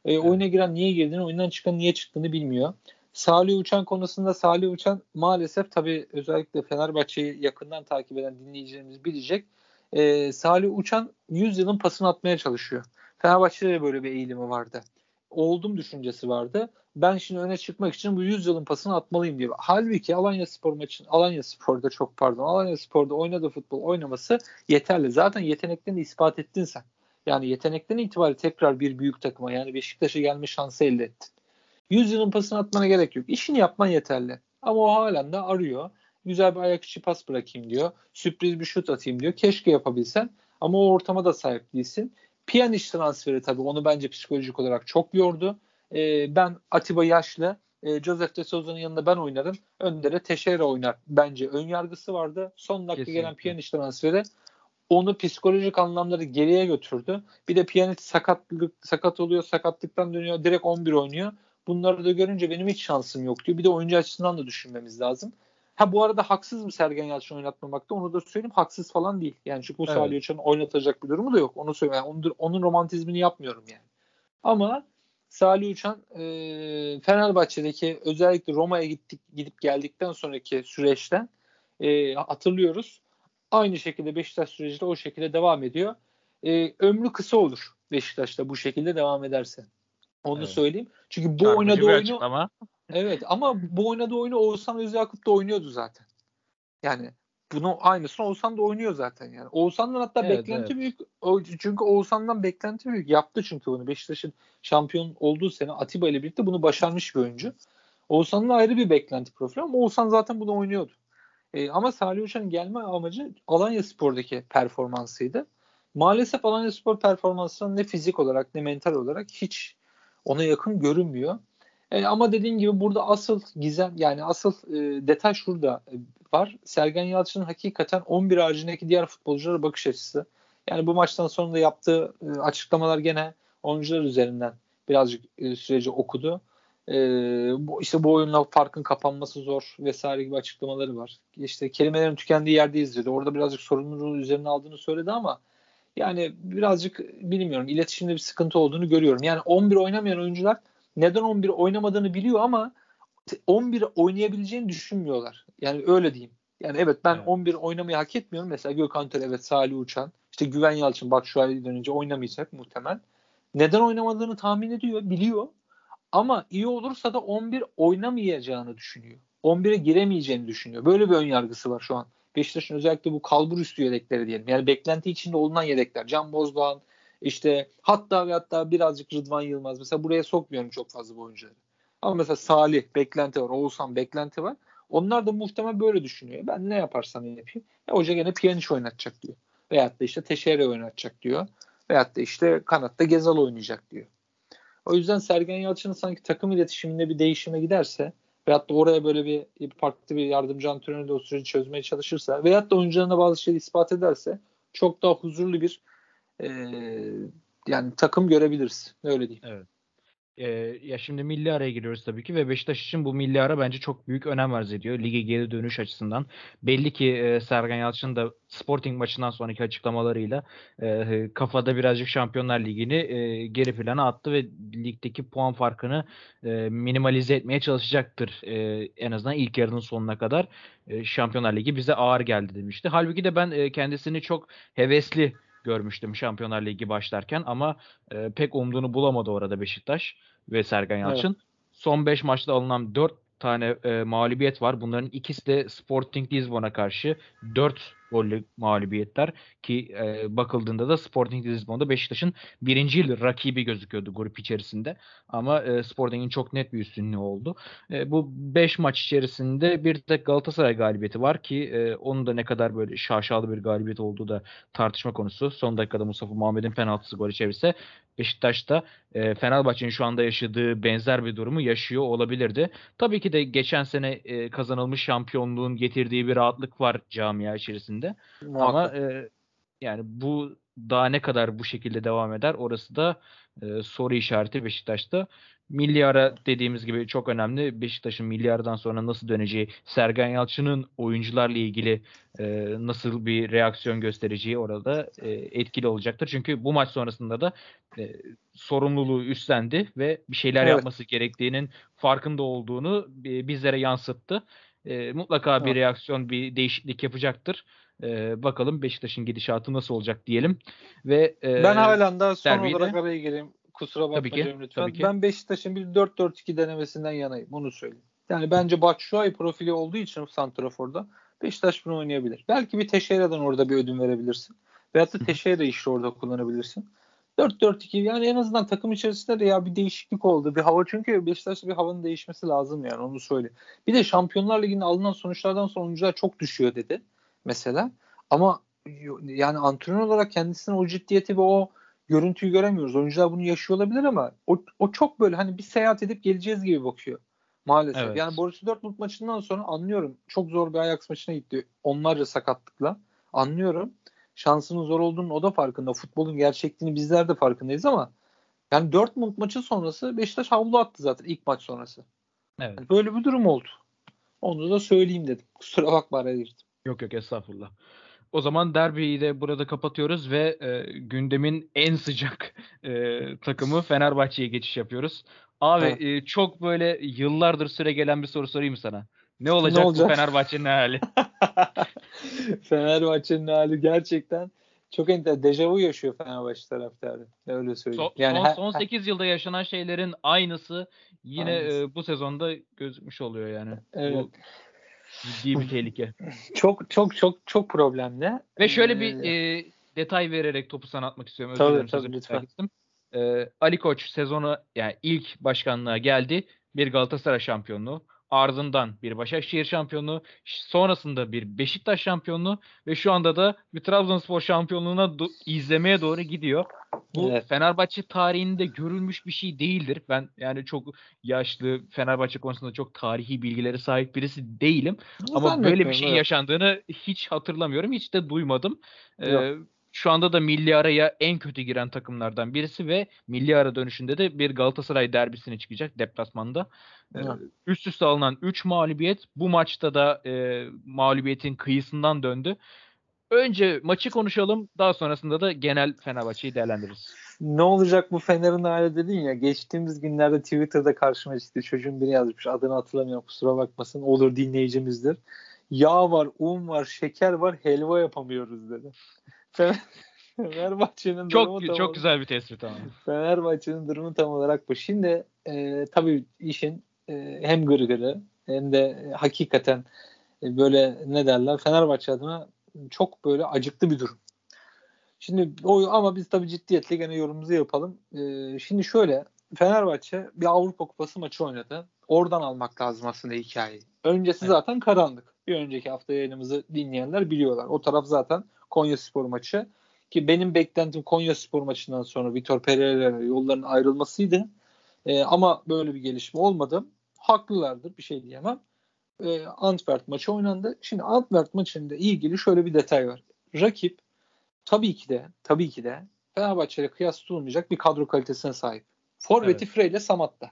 S3: E, evet. Oyuna giren niye girdiğini, oyundan çıkan niye çıktığını bilmiyor. Salih Uçan konusunda Salih Uçan maalesef tabii özellikle Fenerbahçe'yi yakından takip eden dinleyicilerimiz bilecek. E, Salih Uçan yüz yılın pasını atmaya çalışıyor. Fenerbahçe'de de böyle bir eğilimi vardı. Oldum düşüncesi vardı. Ben şimdi öne çıkmak için bu yüz yılın pasını atmalıyım diye. Halbuki Alanyaspor maçın Alanyaspor'da çok pardon Alanyaspor'da oynadığı futbol oynaması yeterli. Zaten yeteneklerini ispat ettin sen. Yani yetenekten itibariyle tekrar bir büyük takıma yani Beşiktaş'a gelme şansı elde ettin. yüz yılın pasını atmana gerek yok. İşini yapman yeterli. Ama o halen de arıyor. Güzel bir ayak içi pas bırakayım diyor. Sürpriz bir şut atayım diyor. Keşke yapabilsen ama o ortama da sahip değilsin. Pjanic transferi tabii onu bence psikolojik olarak çok yordu. Ee, ben Atiba yaşlı. E, Joseph de Souza'nın yanında ben oynarım. Önde Teixeira oynar. Bence ön yargısı vardı. Son dakika Kesinlikle. gelen Pjanic transferi onu psikolojik anlamda da geriye götürdü. Bir de Pjanic sakatlık, sakat oluyor. Sakatlıktan dönüyor. Direkt on bir oynuyor. Bunları da görünce benim hiç şansım yok diyor. Bir de oyuncu açısından da düşünmemiz lazım. Ha bu arada haksız mı Sergen Yalçın oynatmamakta? Onu da söyleyeyim. Haksız falan değil. Yani çünkü bu evet. Salih Uçan'ın oynatacak bir durumu da yok. Onu söyleyeyim. Yani onun, onun romantizmini yapmıyorum yani. Ama Salih Uçan e, Fenerbahçe'deki özellikle Roma'ya gittik gidip geldikten sonraki süreçten e, hatırlıyoruz. Aynı şekilde Beşiktaş süreci de o şekilde devam ediyor. E, ömrü kısa olur Beşiktaş'ta bu şekilde devam ederse. Onu evet. söyleyeyim. Çünkü bu
S2: Çarpıcı
S3: oynadığı
S2: bir
S3: oyunu
S2: açıklama.
S3: Evet ama bu oynadığı oyunu Oğuzhan Özyakup da oynuyordu zaten. Yani bunu aynısını Oğuzhan da oynuyor zaten yani. Oğuzhan'dan hatta evet, beklenti evet. büyük. O, çünkü Oğuzhan'dan beklenti büyük. Yaptı çünkü bunu. Beşiktaş'ın şampiyon olduğu sene Atiba ile birlikte bunu başarmış bir oyuncu. Oğuzhan'ın ayrı bir beklenti profili ama Oğuzhan zaten bunu oynuyordu. E, ama Salih Uçan'ın gelme amacı Alanyaspor'daki performansıydı. Maalesef Alanyaspor performansının ne fizik olarak ne mental olarak hiç ona yakın görünmüyor. E, ama dediğim gibi burada asıl gizem yani asıl e, detay şurada e, var. Sergen Yalçın'ın hakikaten on bir haricindeki diğer futbolculara bakış açısı. Yani bu maçtan sonra da yaptığı e, açıklamalar gene oyuncular üzerinden birazcık e, süreci okudu. E, bu, işte bu oyunla farkın kapanması zor vesaire gibi açıklamaları var. İşte kelimelerin tükendiği yerdeyiz dedi. Orada birazcık sorumluluğu üzerine aldığını söyledi ama yani birazcık bilmiyorum iletişimde bir sıkıntı olduğunu görüyorum. Yani on bir oynamayan oyuncular neden on bir oynamadığını biliyor ama on bir oynayabileceğini düşünmüyorlar. Yani öyle diyeyim. Yani evet ben evet. on bir oynamayı hak etmiyorum. Mesela Gökhan Töre, evet Salih Uçan, işte Güven Yalçın bak şu aydan önce oynamayacak muhtemel. Neden oynamadığını tahmin ediyor, biliyor. Ama iyi olursa da on bir oynamayacağını düşünüyor. on bire giremeyeceğini düşünüyor. Böyle bir ön yargısı var şu an. Beşiktaş'ın özellikle bu kalbur üstü yedekleri diyelim. Yani beklenti içinde olunan yedekler. Can Bozdoğan, işte hatta ve hatta birazcık Rıdvan Yılmaz. Mesela buraya sokmuyorum çok fazla bu oyuncuları. Ama mesela Salih beklenti var. Oğuzhan beklenti var. Onlar da muhtemelen böyle düşünüyor. Ben ne yaparsam yapayım. Ya hoca gene Pjanic oynatacak diyor. Veyahut da işte Teixeira oynatacak diyor. Veyahut da işte kanatta Gezal oynayacak diyor. O yüzden Sergen Yalçın'ın sanki takım iletişiminde bir değişime giderse veyahut da oraya böyle bir farklı bir yardımcı antrenörü de o süreci çözmeye çalışırsa veyahut da oyuncularına bazı şeyleri ispat ederse çok daha huzurlu bir e, yani takım görebiliriz. Öyle diyeyim.
S2: Evet. Ee, ya şimdi milli araya giriyoruz tabii ki ve Beşiktaş için bu milli ara bence çok büyük önem arz ediyor. Lige geri dönüş açısından. Belli ki e, Sergen Yalçın da Sporting maçından sonraki açıklamalarıyla e, kafada birazcık Şampiyonlar Ligi'ni e, geri plana attı ve ligdeki puan farkını e, minimalize etmeye çalışacaktır. E, en azından ilk yarının sonuna kadar e, Şampiyonlar Ligi bize ağır geldi demişti. Halbuki de ben e, kendisini çok hevesli görmüştüm Şampiyonlar Ligi başlarken ama e, pek umduğunu bulamadı orada Beşiktaş ve Sergen Yalçın. Evet. Son beş maçta alınan dört tane e, mağlubiyet var. Bunların ikisi de Sporting Lisbon'a karşı dört gollü mağlubiyetler ki e, bakıldığında da Sporting Lisbon'da Beşiktaş'ın birinci yıl rakibi gözüküyordu grup içerisinde. Ama e, Sporting'in çok net bir üstünlüğü oldu. E, bu beş maç içerisinde bir tek Galatasaray galibiyeti var ki e, onun da ne kadar böyle şaşalı bir galibiyet olduğu da tartışma konusu. Son dakikada Mustafa Muhammed'in penaltısı golü çevirse Beşiktaş'ta e, Fenerbahçe'nin şu anda yaşadığı benzer bir durumu yaşıyor olabilirdi. Tabii ki de geçen sene e, kazanılmış şampiyonluğun getirdiği bir rahatlık var camia içerisinde. Muhakkak. Ama e, yani bu daha ne kadar bu şekilde devam eder? Orası da e, soru işareti Beşiktaş'ta. Milli ara dediğimiz gibi çok önemli. Beşiktaş'ın milli aradan sonra nasıl döneceği, Sergen Yalçın'ın oyuncularla ilgili e, nasıl bir reaksiyon göstereceği orada e, etkili olacaktır. Çünkü bu maç sonrasında da e, sorumluluğu üstlendi ve bir şeyler
S3: Evet.
S2: yapması gerektiğinin farkında olduğunu e, bizlere yansıttı. E, mutlaka bir
S3: Evet.
S2: reaksiyon, bir değişiklik yapacaktır. Ee, bakalım Beşiktaş'ın gidişatı nasıl olacak diyelim. Ve e,
S3: Ben halen daha son
S2: derbiyi
S3: olarak
S2: de
S3: araya gireyim. Kusura
S2: tabii
S3: bakma
S2: ki
S3: Cem
S2: tabii
S3: lütfen.
S2: ki.
S3: Ben Beşiktaş'ın bir dört dört iki denemesinden yanayım. Onu söyleyeyim. Yani bence Batshuayi profili olduğu için santraforda Beşiktaş bunu oynayabilir. Belki bir Teixeira'dan orada bir ödün verebilirsin. Veyahut da Teixeira'yı işte orada kullanabilirsin. dört dört iki yani en azından takım içerisinde de ya bir değişiklik oldu. Bir hava, çünkü Beşiktaş'ta bir havanın değişmesi lazım yani, onu söyleyeyim. Bir de Şampiyonlar Ligi'nde alınan sonuçlardan sonra oyuncular çok düşüyor dedi mesela. Ama yani antrenör olarak kendisine o ciddiyeti ve o görüntüyü göremiyoruz. Oyuncular bunu yaşıyor olabilir ama o, o çok böyle hani bir seyahat edip geleceğiz gibi bakıyor maalesef. Yani
S2: Evet.
S3: Borussia Dortmund maçından sonra anlıyorum. Çok zor bir Ajax maçına gitti. Onlarca sakatlıkla. Anlıyorum. Şansının zor olduğunun o da farkında. Futbolun gerçekliğini bizler de farkındayız ama yani Dortmund maçı sonrası Beşiktaş havlu attı zaten ilk maç sonrası.
S2: Evet.
S3: Yani böyle bir durum oldu. Onu da söyleyeyim dedim. Kusura bakma, araya girdim.
S2: Yok yok, estağfurullah. O zaman derbiyi de burada kapatıyoruz ve e, gündemin en sıcak e, takımı Fenerbahçe'ye geçiş yapıyoruz. Abi
S3: Evet.
S2: e, çok böyle yıllardır süre gelen bir soru sorayım sana. Ne
S3: Ne
S2: olacak bu
S3: olacak?
S2: Fenerbahçe'nin hali?
S3: Fenerbahçe'nin hali gerçekten çok enter. Dejavu yaşıyor Fenerbahçe taraftarı. Öyle söyleyeyim.
S2: So-
S3: Yani
S2: son
S3: her,
S2: son
S3: her
S2: sekiz yılda yaşanan şeylerin aynısı yine
S3: aynısı.
S2: e, bu sezonda gözükmüş oluyor yani.
S3: Evet.
S2: Bu ciddi bir tehlike.
S3: Çok çok çok çok problemli.
S2: Ve şöyle bir
S3: Ee,
S2: e, detay vererek topu sana atmak istiyorum. Özür
S3: tabii
S2: dilerim,
S3: tabii
S2: sözünü
S3: lütfen.
S2: kestim. E, Ali Koç sezonu, yani ilk başkanlığa geldi. Bir Galatasaray şampiyonluğu. Ardından bir Başakşehir şampiyonluğu. Sonrasında bir Beşiktaş şampiyonluğu. Ve şu anda da bir Trabzonspor şampiyonluğuna do- izlemeye doğru gidiyor. Bu
S3: Evet.
S2: Fenerbahçe tarihinde görülmüş bir şey değildir. Ben yani çok yaşlı, Fenerbahçe konusunda çok tarihi bilgilere sahip birisi değilim. Ama böyle bir
S3: Zannetmiyorum,
S2: şeyin
S3: evet.
S2: yaşandığını hiç hatırlamıyorum. Hiç de duymadım.
S3: Yok.
S2: Ee, şu anda da milli araya en kötü giren takımlardan birisi ve milli ara dönüşünde de bir Galatasaray derbisine çıkacak deplasmanda. Ee,
S3: Yok.
S2: üst üste alınan üç mağlubiyet. Bu maçta da e, mağlubiyetin kıyısından döndü. Önce maçı konuşalım. Daha sonrasında da genel Fenerbahçe'yi değerlendiririz.
S3: Ne olacak bu Fener'in hali dedin ya. Geçtiğimiz günlerde Twitter'da karşıma çıktı. Çocuğun biri yazmış. Adını hatırlamıyorum. Kusura bakmasın. Olur, dinleyicimizdir. Yağ var, un var, şeker var. Helva yapamıyoruz dedi. Fener, Fenerbahçe'nin durumu
S2: Çok
S3: tam
S2: çok
S3: olarak
S2: güzel bir tespit ama.
S3: Fenerbahçe'nin durumu tam olarak bu. Şimdi e, tabii işin e, hem gırgırı hem de e, hakikaten e, böyle ne derler, Fenerbahçe adına çok böyle acıklı bir durum. Şimdi o, ama biz tabii ciddiyetle gene yorumumuzu yapalım. E, şimdi şöyle, Fenerbahçe bir Avrupa Kupası maçı oynadı. Oradan almak lazım aslında hikayeyi. Öncesi
S2: Evet.
S3: zaten karanlık. Bir önceki hafta yayınımızı dinleyenler biliyorlar. O taraf zaten Konyaspor maçı. Ki benim beklentim Konyaspor maçından sonra Vitor Pereira'yla yolların ayrılmasıydı. E, ama böyle bir gelişme olmadı. Haklılardır, bir şey diyemem. E, Antwerp maçı oynandı. Şimdi Antwerp maçında ilgili şöyle bir detay var. Rakip tabii ki de tabii ki de Fenerbahçe ile kıyas tutulmayacak bir kadro kalitesine sahip. Forvet'i
S2: Evet.
S3: Frey ile Samatta.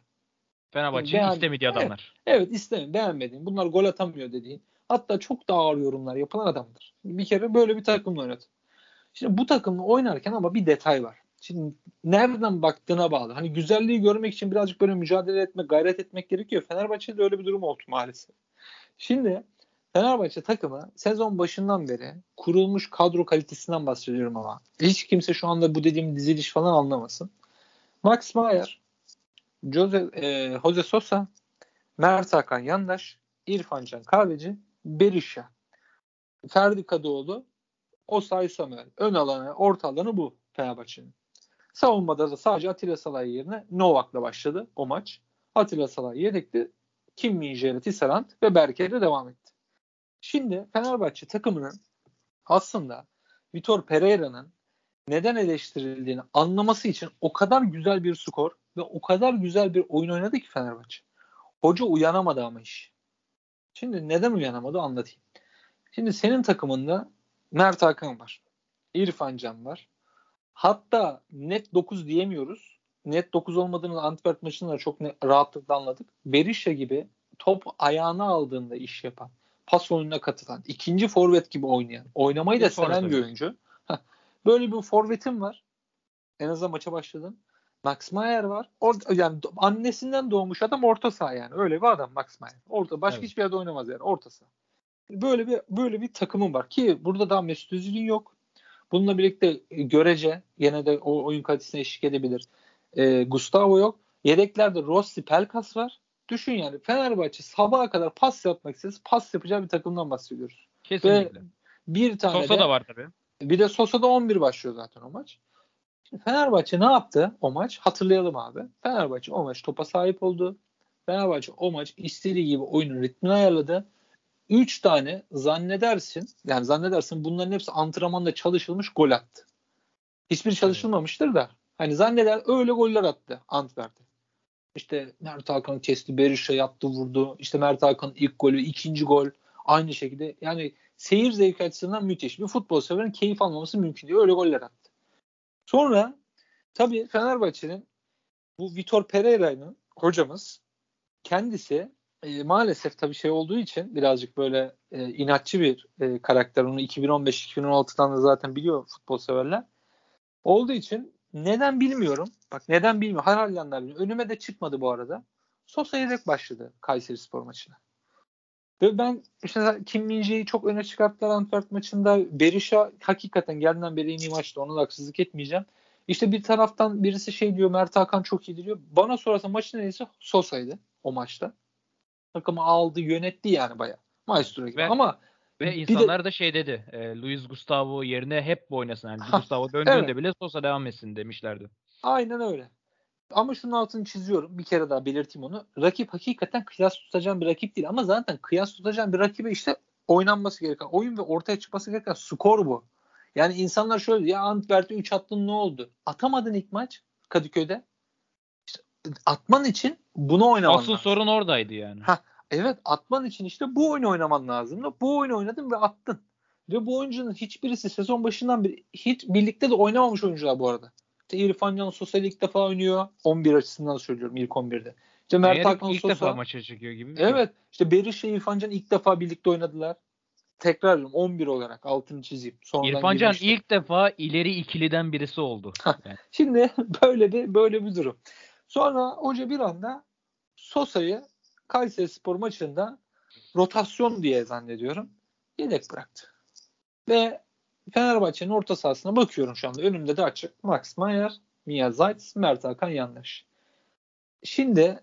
S3: Şimdi
S2: Fenerbahçe'nin
S3: beğen,
S2: istemediği
S3: evet,
S2: adamlar.
S3: evet istemem, beğenmediğin. Bunlar gol atamıyor dediğin. Hatta çok da ağır yorumlar yapılan adamdır. Bir kere böyle bir takımla oynadı. Şimdi bu takımla oynarken ama bir detay var. Şimdi nereden baktığına bağlı. Hani güzelliği görmek için birazcık böyle mücadele etmek, gayret etmek gerekiyor. Fenerbahçe'de öyle bir durum oldu maalesef. Şimdi Fenerbahçe takımı sezon başından beri kurulmuş kadro kalitesinden bahsediyorum ama hiç kimse şu anda bu dediğim diziliş falan anlamasın. Max Meyer, Jose, e, Jose Sosa, Mert Hakan Yandaş, İrfan Can Kahveci, Berisha, Ferdi Kadıoğlu, Osayi Samuel. Ön alanı, orta alanı bu Fenerbahçe'nin. Savunmada da sadece Atilla Salay yerine Novak'la başladı o maç. Atilla Salay yedekti. Kim Min-jae, Tisserand ve Berke de devam etti. Şimdi Fenerbahçe takımının aslında Vitor Pereira'nın neden eleştirildiğini anlaması için o kadar güzel bir skor ve o kadar güzel bir oyun oynadı ki Fenerbahçe. Hoca uyanamadı ama iş. Şimdi neden uyanamadı anlatayım. Şimdi senin takımında Mert Hakan var. İrfan Can var. Hatta net dokuz diyemiyoruz. Net dokuz olmadığını Antwerp maçında çok ne, rahatlıkla anladık. Berisha gibi top ayağına aldığında iş yapan, pas oyununa katılan, ikinci forvet gibi oynayan, oynamayı da seven bir oyuncu. Heh, böyle bir forvetim var. En azından maça başladın. Max Meyer var. Orada, yani annesinden doğmuş adam orta saha yani. Öyle bir adam Max Meyer. Orta, başka evet. hiçbir yerde oynamaz yani. Orta saha. Böyle bir böyle bir takımım var ki burada daha Mesut Özil'in yok. Bununla birlikte görece gene de o oyun kalitesine eşlik edebilir. E, Gustavo yok. Yedeklerde Rossi, Pelkas var. Düşün yani Fenerbahçe sabaha kadar pas yapmak istese pas yapacağı bir takımdan bahsediyoruz.
S2: Kesinlikle.
S3: Ve bir tane
S2: Sosa
S3: de,
S2: da var tabii.
S3: Bir de Sosa'da on bir başlıyor zaten o maç. Şimdi Fenerbahçe ne yaptı o maç? Hatırlayalım abi. Fenerbahçe o maç topa sahip oldu. Fenerbahçe o maç istediği gibi oyunun ritmini ayarladı. Üç tane zannedersin yani zannedersin bunların hepsi antrenmanda çalışılmış gol attı. Hiçbir çalışılmamıştır da hani zanneder öyle goller attı Antwerp'te. İşte Mert Hakan kesti, Berisha yaptı, vurdu. İşte Mert Hakan'ın ilk golü, ikinci gol aynı şekilde. Yani seyir zevki açısından müthiş. Bir futbol severin keyif almaması mümkün değil. Öyle goller attı. Sonra tabii Fenerbahçe'nin bu Vitor Pereira'nın hocamız kendisi e, maalesef tabii şey olduğu için birazcık böyle e, inatçı bir e, karakter. Onu iki bin on beş iki bin on altıdan da zaten biliyor futbol severler. Olduğu için neden bilmiyorum. Bak neden bilmiyorum. Haralyanlar bilmiyor. Önüme de çıkmadı bu arada. Sosa yedek başladı Kayserispor maçına. Ve ben işte Kim Min-jae'yi çok öne çıkarttılar Antwerp maçında. Berisha hakikaten geldiğinden beri en iyi maçtı. Ona da haksızlık etmeyeceğim. İşte bir taraftan birisi şey diyor Mert Hakan çok iyi diyor. Bana sorarsa maçın en iyisi Sosa'ydı o maçta. Takımı aldı yönetti yani bayağı. Maestro gibi.
S2: Ve,
S3: ama
S2: ve insanlar de, da şey dedi. E, Luis Gustavo yerine hep bu oynasın. Yani ha, Gustavo döndüğünde evet. bile Sosa devam etsin demişlerdi.
S3: Aynen öyle. Ama şunun altını çiziyorum. Bir kere daha belirteyim onu. Rakip hakikaten kıyas tutacağım bir rakip değil. Ama zaten kıyas tutacağım bir rakibe işte oynanması gereken oyun ve ortaya çıkması gereken skor bu. Yani insanlar şöyle ya Antwerp'te üç attın ne oldu? Atamadın ilk maç Kadıköy'de. İşte atman için bunu oynaman
S2: Asıl
S3: lazım.
S2: sorun oradaydı yani.
S3: Ha, evet atman için işte bu oyunu oynaman lazımdı. Bu oyunu oynadın ve attın. Ve bu oyuncunun hiçbirisi sezon başından beri hiç birlikte de oynamamış oyuncular bu arada. İşte İrfan Can Sosa ilk defa oynuyor. on bir açısından söylüyorum ilk on birde. İşte Mert Hakan
S2: ilk
S3: Sosa.
S2: defa maça çıkıyor gibi bir
S3: evet.
S2: şey.
S3: İşte Berisha İrfan Can ilk defa birlikte oynadılar. Tekrar ediyorum on bir olarak altını çizeyim. Sonradan
S2: İrfan Can
S3: girmiştim.
S2: ilk defa ileri ikiliden birisi oldu. Yani.
S3: Şimdi böyle bir böyle bir durum. Sonra hoca bir anda Sosa'yı Kayserispor maçında rotasyon diye zannediyorum yedek bıraktı. Ve Fenerbahçe'nin orta sahasına bakıyorum şu anda. Önümde de açık. Max Meyer, Mia Zayt, Mert Hakan Yandaş. Şimdi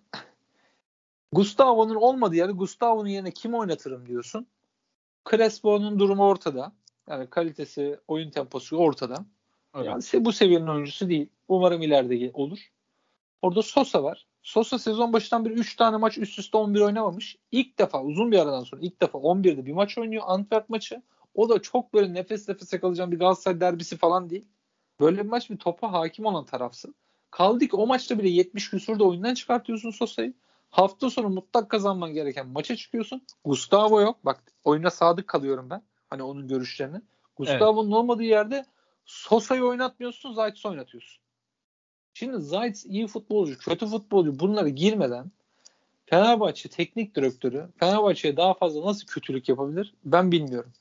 S3: Gustavo'nun olmadığı yerde Gustavo'nun yerine kim oynatırım diyorsun. Crespo'nun durumu ortada. Yani kalitesi, oyun temposu ortada. Evet. Yani bu seviyenin oyuncusu değil. Umarım ileride olur. Orada Sosa var. Sosa sezon başından beri üç tane maç üst üste on bir oynamamış. İlk defa uzun bir aradan sonra ilk defa on birde bir maç oynuyor. Antwerp maçı. O da çok böyle nefes nefese kalacağım bir Galatasaray derbisi falan değil. Böyle bir maç bir topa hakim olan tarafsın. Kaldı ki o maçta bile yetmiş küsurda oyundan çıkartıyorsun Sosa'yı. Hafta sonu mutlak kazanman gereken maça çıkıyorsun. Gustavo yok. Bak oyuna sadık kalıyorum ben. Hani onun görüşlerine. Gustavo'nun evet. olmadığı yerde Sosa'yı oynatmıyorsun, Zayt'ı oynatıyorsun. Şimdi Zayt iyi futbolcu, kötü futbolcu bunlara girmeden Fenerbahçe teknik direktörü Fenerbahçe'ye daha fazla nasıl kötülük yapabilir ben bilmiyorum.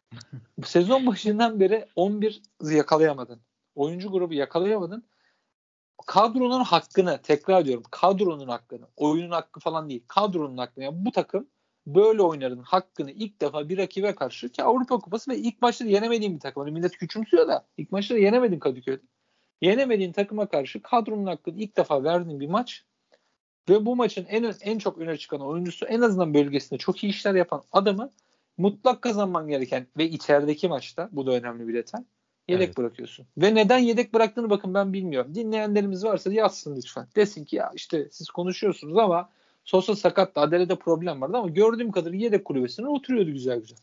S3: Sezon başından beri on bir yakalayamadın. Oyuncu grubu yakalayamadın. Kadronun hakkını tekrar diyorum. Kadronun hakkını. Oyunun hakkı falan değil. Kadronun hakkını. Yani bu takım böyle oynarın hakkını ilk defa bir rakibe karşı ki Avrupa Kupası ve ilk maçta yenemediğin bir takım. Hani millet küçümsüyor da ilk maçta yenemedin Kadıköy'de. Yenemediğin takıma karşı kadronun hakkını ilk defa verdiğin bir maç ve bu maçın en en çok öne çıkan oyuncusu en azından bölgesinde çok iyi işler yapan adamı mutlak kazanman gereken ve içerideki maçta bu da önemli bir detay. Yedek evet. bırakıyorsun. Ve neden yedek bıraktığını bakın ben bilmiyorum. Dinleyenlerimiz varsa yazsın lütfen. Desin ki ya işte siz konuşuyorsunuz ama Sosa sakattı. Adelede problem vardı ama gördüğüm kadarıyla yedek kulübesine oturuyordu güzel güzel.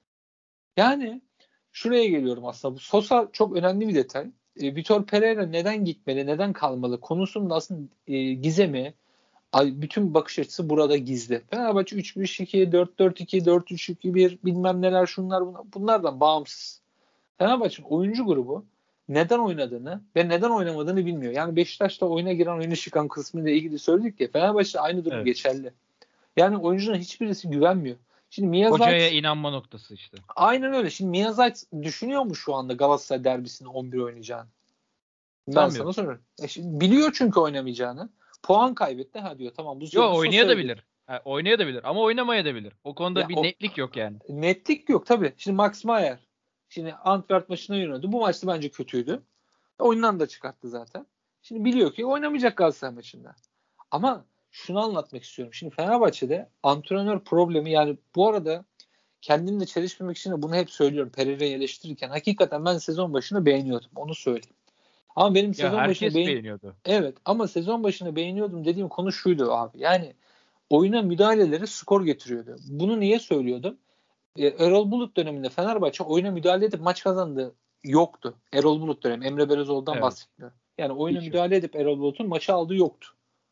S3: Yani şuraya geliyorum aslında. Bu Sosa çok önemli bir detay. E, Vitor Pereira neden gitmeli, neden kalmalı konusunda aslında e, gizemi, bütün bakış açısı burada gizli. Fenerbahçe üç bir iki, dört dört iki, dört üç iki bir bilmem neler şunlar bunlar, bunlardan bağımsız. Fenerbahçe'nin oyuncu grubu neden oynadığını ve neden oynamadığını bilmiyor. Yani Beşiktaş'ta oyuna giren, oyuna çıkan kısmıyla ilgili söyledik ya, Fenerbahçe'de aynı durum
S2: Evet.
S3: geçerli. Yani oyuncunun hiçbirisi güvenmiyor. Şimdi Mia
S2: Hocaya
S3: Zayt,
S2: inanma noktası işte.
S3: aynen öyle. Şimdi Mia Zayt düşünüyor mu şu anda Galatasaray derbisinde on bir oynayacağını? Ben
S2: Sanmıyorum.
S3: sana soruyorum. E şimdi biliyor çünkü oynamayacağını. Puan kaybetti. Ha diyor tamam bu
S2: Yo,
S3: sezon
S2: oynayabilir. Ha, oynayabilir ama oynamayabilir. O konuda
S3: Ya
S2: bir
S3: o-
S2: netlik yok yani.
S3: Netlik yok tabii. Şimdi Max Meyer şimdi Antwerp maçına yöneldi. Bu maçta bence kötüydü. Oyundan da çıkarttı zaten. Şimdi biliyor ki oynamayacak Galatasaray maçında. Ama şunu anlatmak istiyorum. Şimdi Fenerbahçe'de antrenör problemi, yani bu arada kendimle çelişmemek için de bunu hep söylüyorum. Pereira'yı eleştirirken hakikaten ben sezon başını beğeniyordum. Onu söyleyeyim. Ama benim
S2: Ya
S3: sezon başını
S2: herkes
S3: beğen
S2: beğeniyordu.
S3: Evet ama sezon başını beğeniyordum dediğim konu şuydu abi. Yani oyuna müdahaleleri skor getiriyordu. Bunu niye söylüyordum? E, Erol Bulut döneminde Fenerbahçe oyuna müdahale edip maç kazandı yoktu. Erol Bulut dönemi. Emre Belözoğlu'dan
S2: Evet.
S3: bahsetmiyorum. Yani oyuna
S2: Hiç yok.
S3: müdahale edip Erol Bulut'un maçı aldığı yoktu.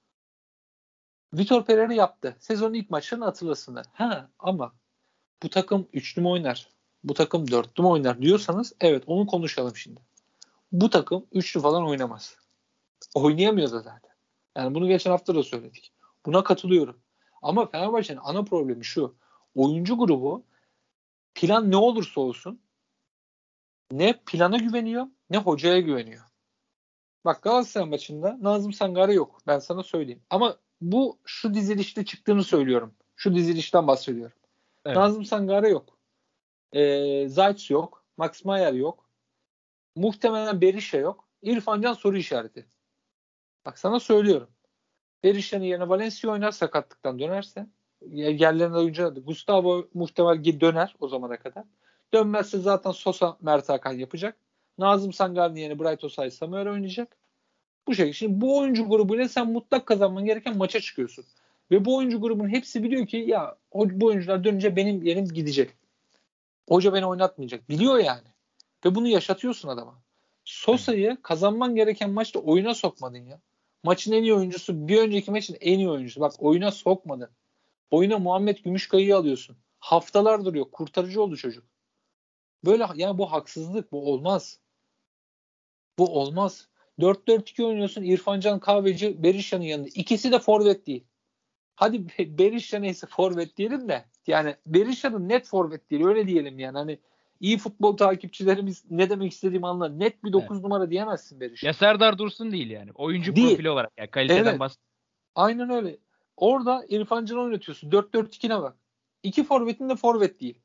S3: Vitor Pereira yaptı. Sezonun ilk maçlarını hatırlasınlar. Ha ama bu takım üçlü mü oynar? Bu takım dörtlü mü oynar diyorsanız evet onu konuşalım şimdi. Bu takım üçlü falan oynamaz. Oynayamıyor da zaten. Yani bunu geçen hafta da söyledik. Buna katılıyorum. Ama Fenerbahçe'nin ana problemi şu. Oyuncu grubu plan ne olursa olsun ne plana güveniyor ne hocaya güveniyor. Bak Galatasaray maçında Nazım Sangare yok. Ben sana söyleyeyim. Ama bu şu dizilişte çıktığını söylüyorum. Şu dizilişten bahsediyorum.
S2: Evet.
S3: Nazım Sangare yok. Ee, Zayt yok. Max Meyer yok. Muhtemelen Berisha yok. İrfan Can soru işareti. Bak sana söylüyorum. Berisha'nın yerine Valencia oynar sakatlıktan dönerse. Yerlerinde oyuncu adı. Gustavo muhtemel döner o zamana kadar. Dönmezse zaten Sosa Mert Hakan yapacak. Nazım Sangar'ın yerine Bright Osay Samuel oynayacak. Bu şekilde. Şimdi bu oyuncu grubuyla sen mutlak kazanman gereken maça çıkıyorsun. Ve bu oyuncu grubunun hepsi biliyor ki ya bu oyuncular dönünce benim yerim gidecek. Hoca beni oynatmayacak. Biliyor yani. Ve bunu yaşatıyorsun adama. Sosa'yı kazanman gereken maçta oyuna sokmadın ya. Maçın en iyi oyuncusu, bir önceki maçın en iyi oyuncusu. Bak oyuna sokmadın. Oyuna Muhammed Gümüşkayı'yı alıyorsun. Haftalar duruyor. Kurtarıcı oldu çocuk. Böyle yani bu haksızlık. Bu olmaz. Bu olmaz. dört dört iki oynuyorsun. İrfan Can Kahveci, Berisha'nın yanında. İkisi de forvet değil. Hadi Berisha neyse forvet diyelim de. Yani Berisha'nın net forvet değil. Öyle diyelim yani. Hani iyi futbol takipçilerimiz ne demek istediğimi anlar. Net bir dokuz
S2: Evet.
S3: numara diyemezsin Berisha.
S2: Ya Serdar Dursun değil yani. Oyuncu
S3: Değil.
S2: profili olarak yani kaliteden
S3: Evet.
S2: bahs.
S3: Aynen öyle. Orada İrfan Can'ı oynatıyorsun. dört dört ikine bak. İki forvetin de forvet değil.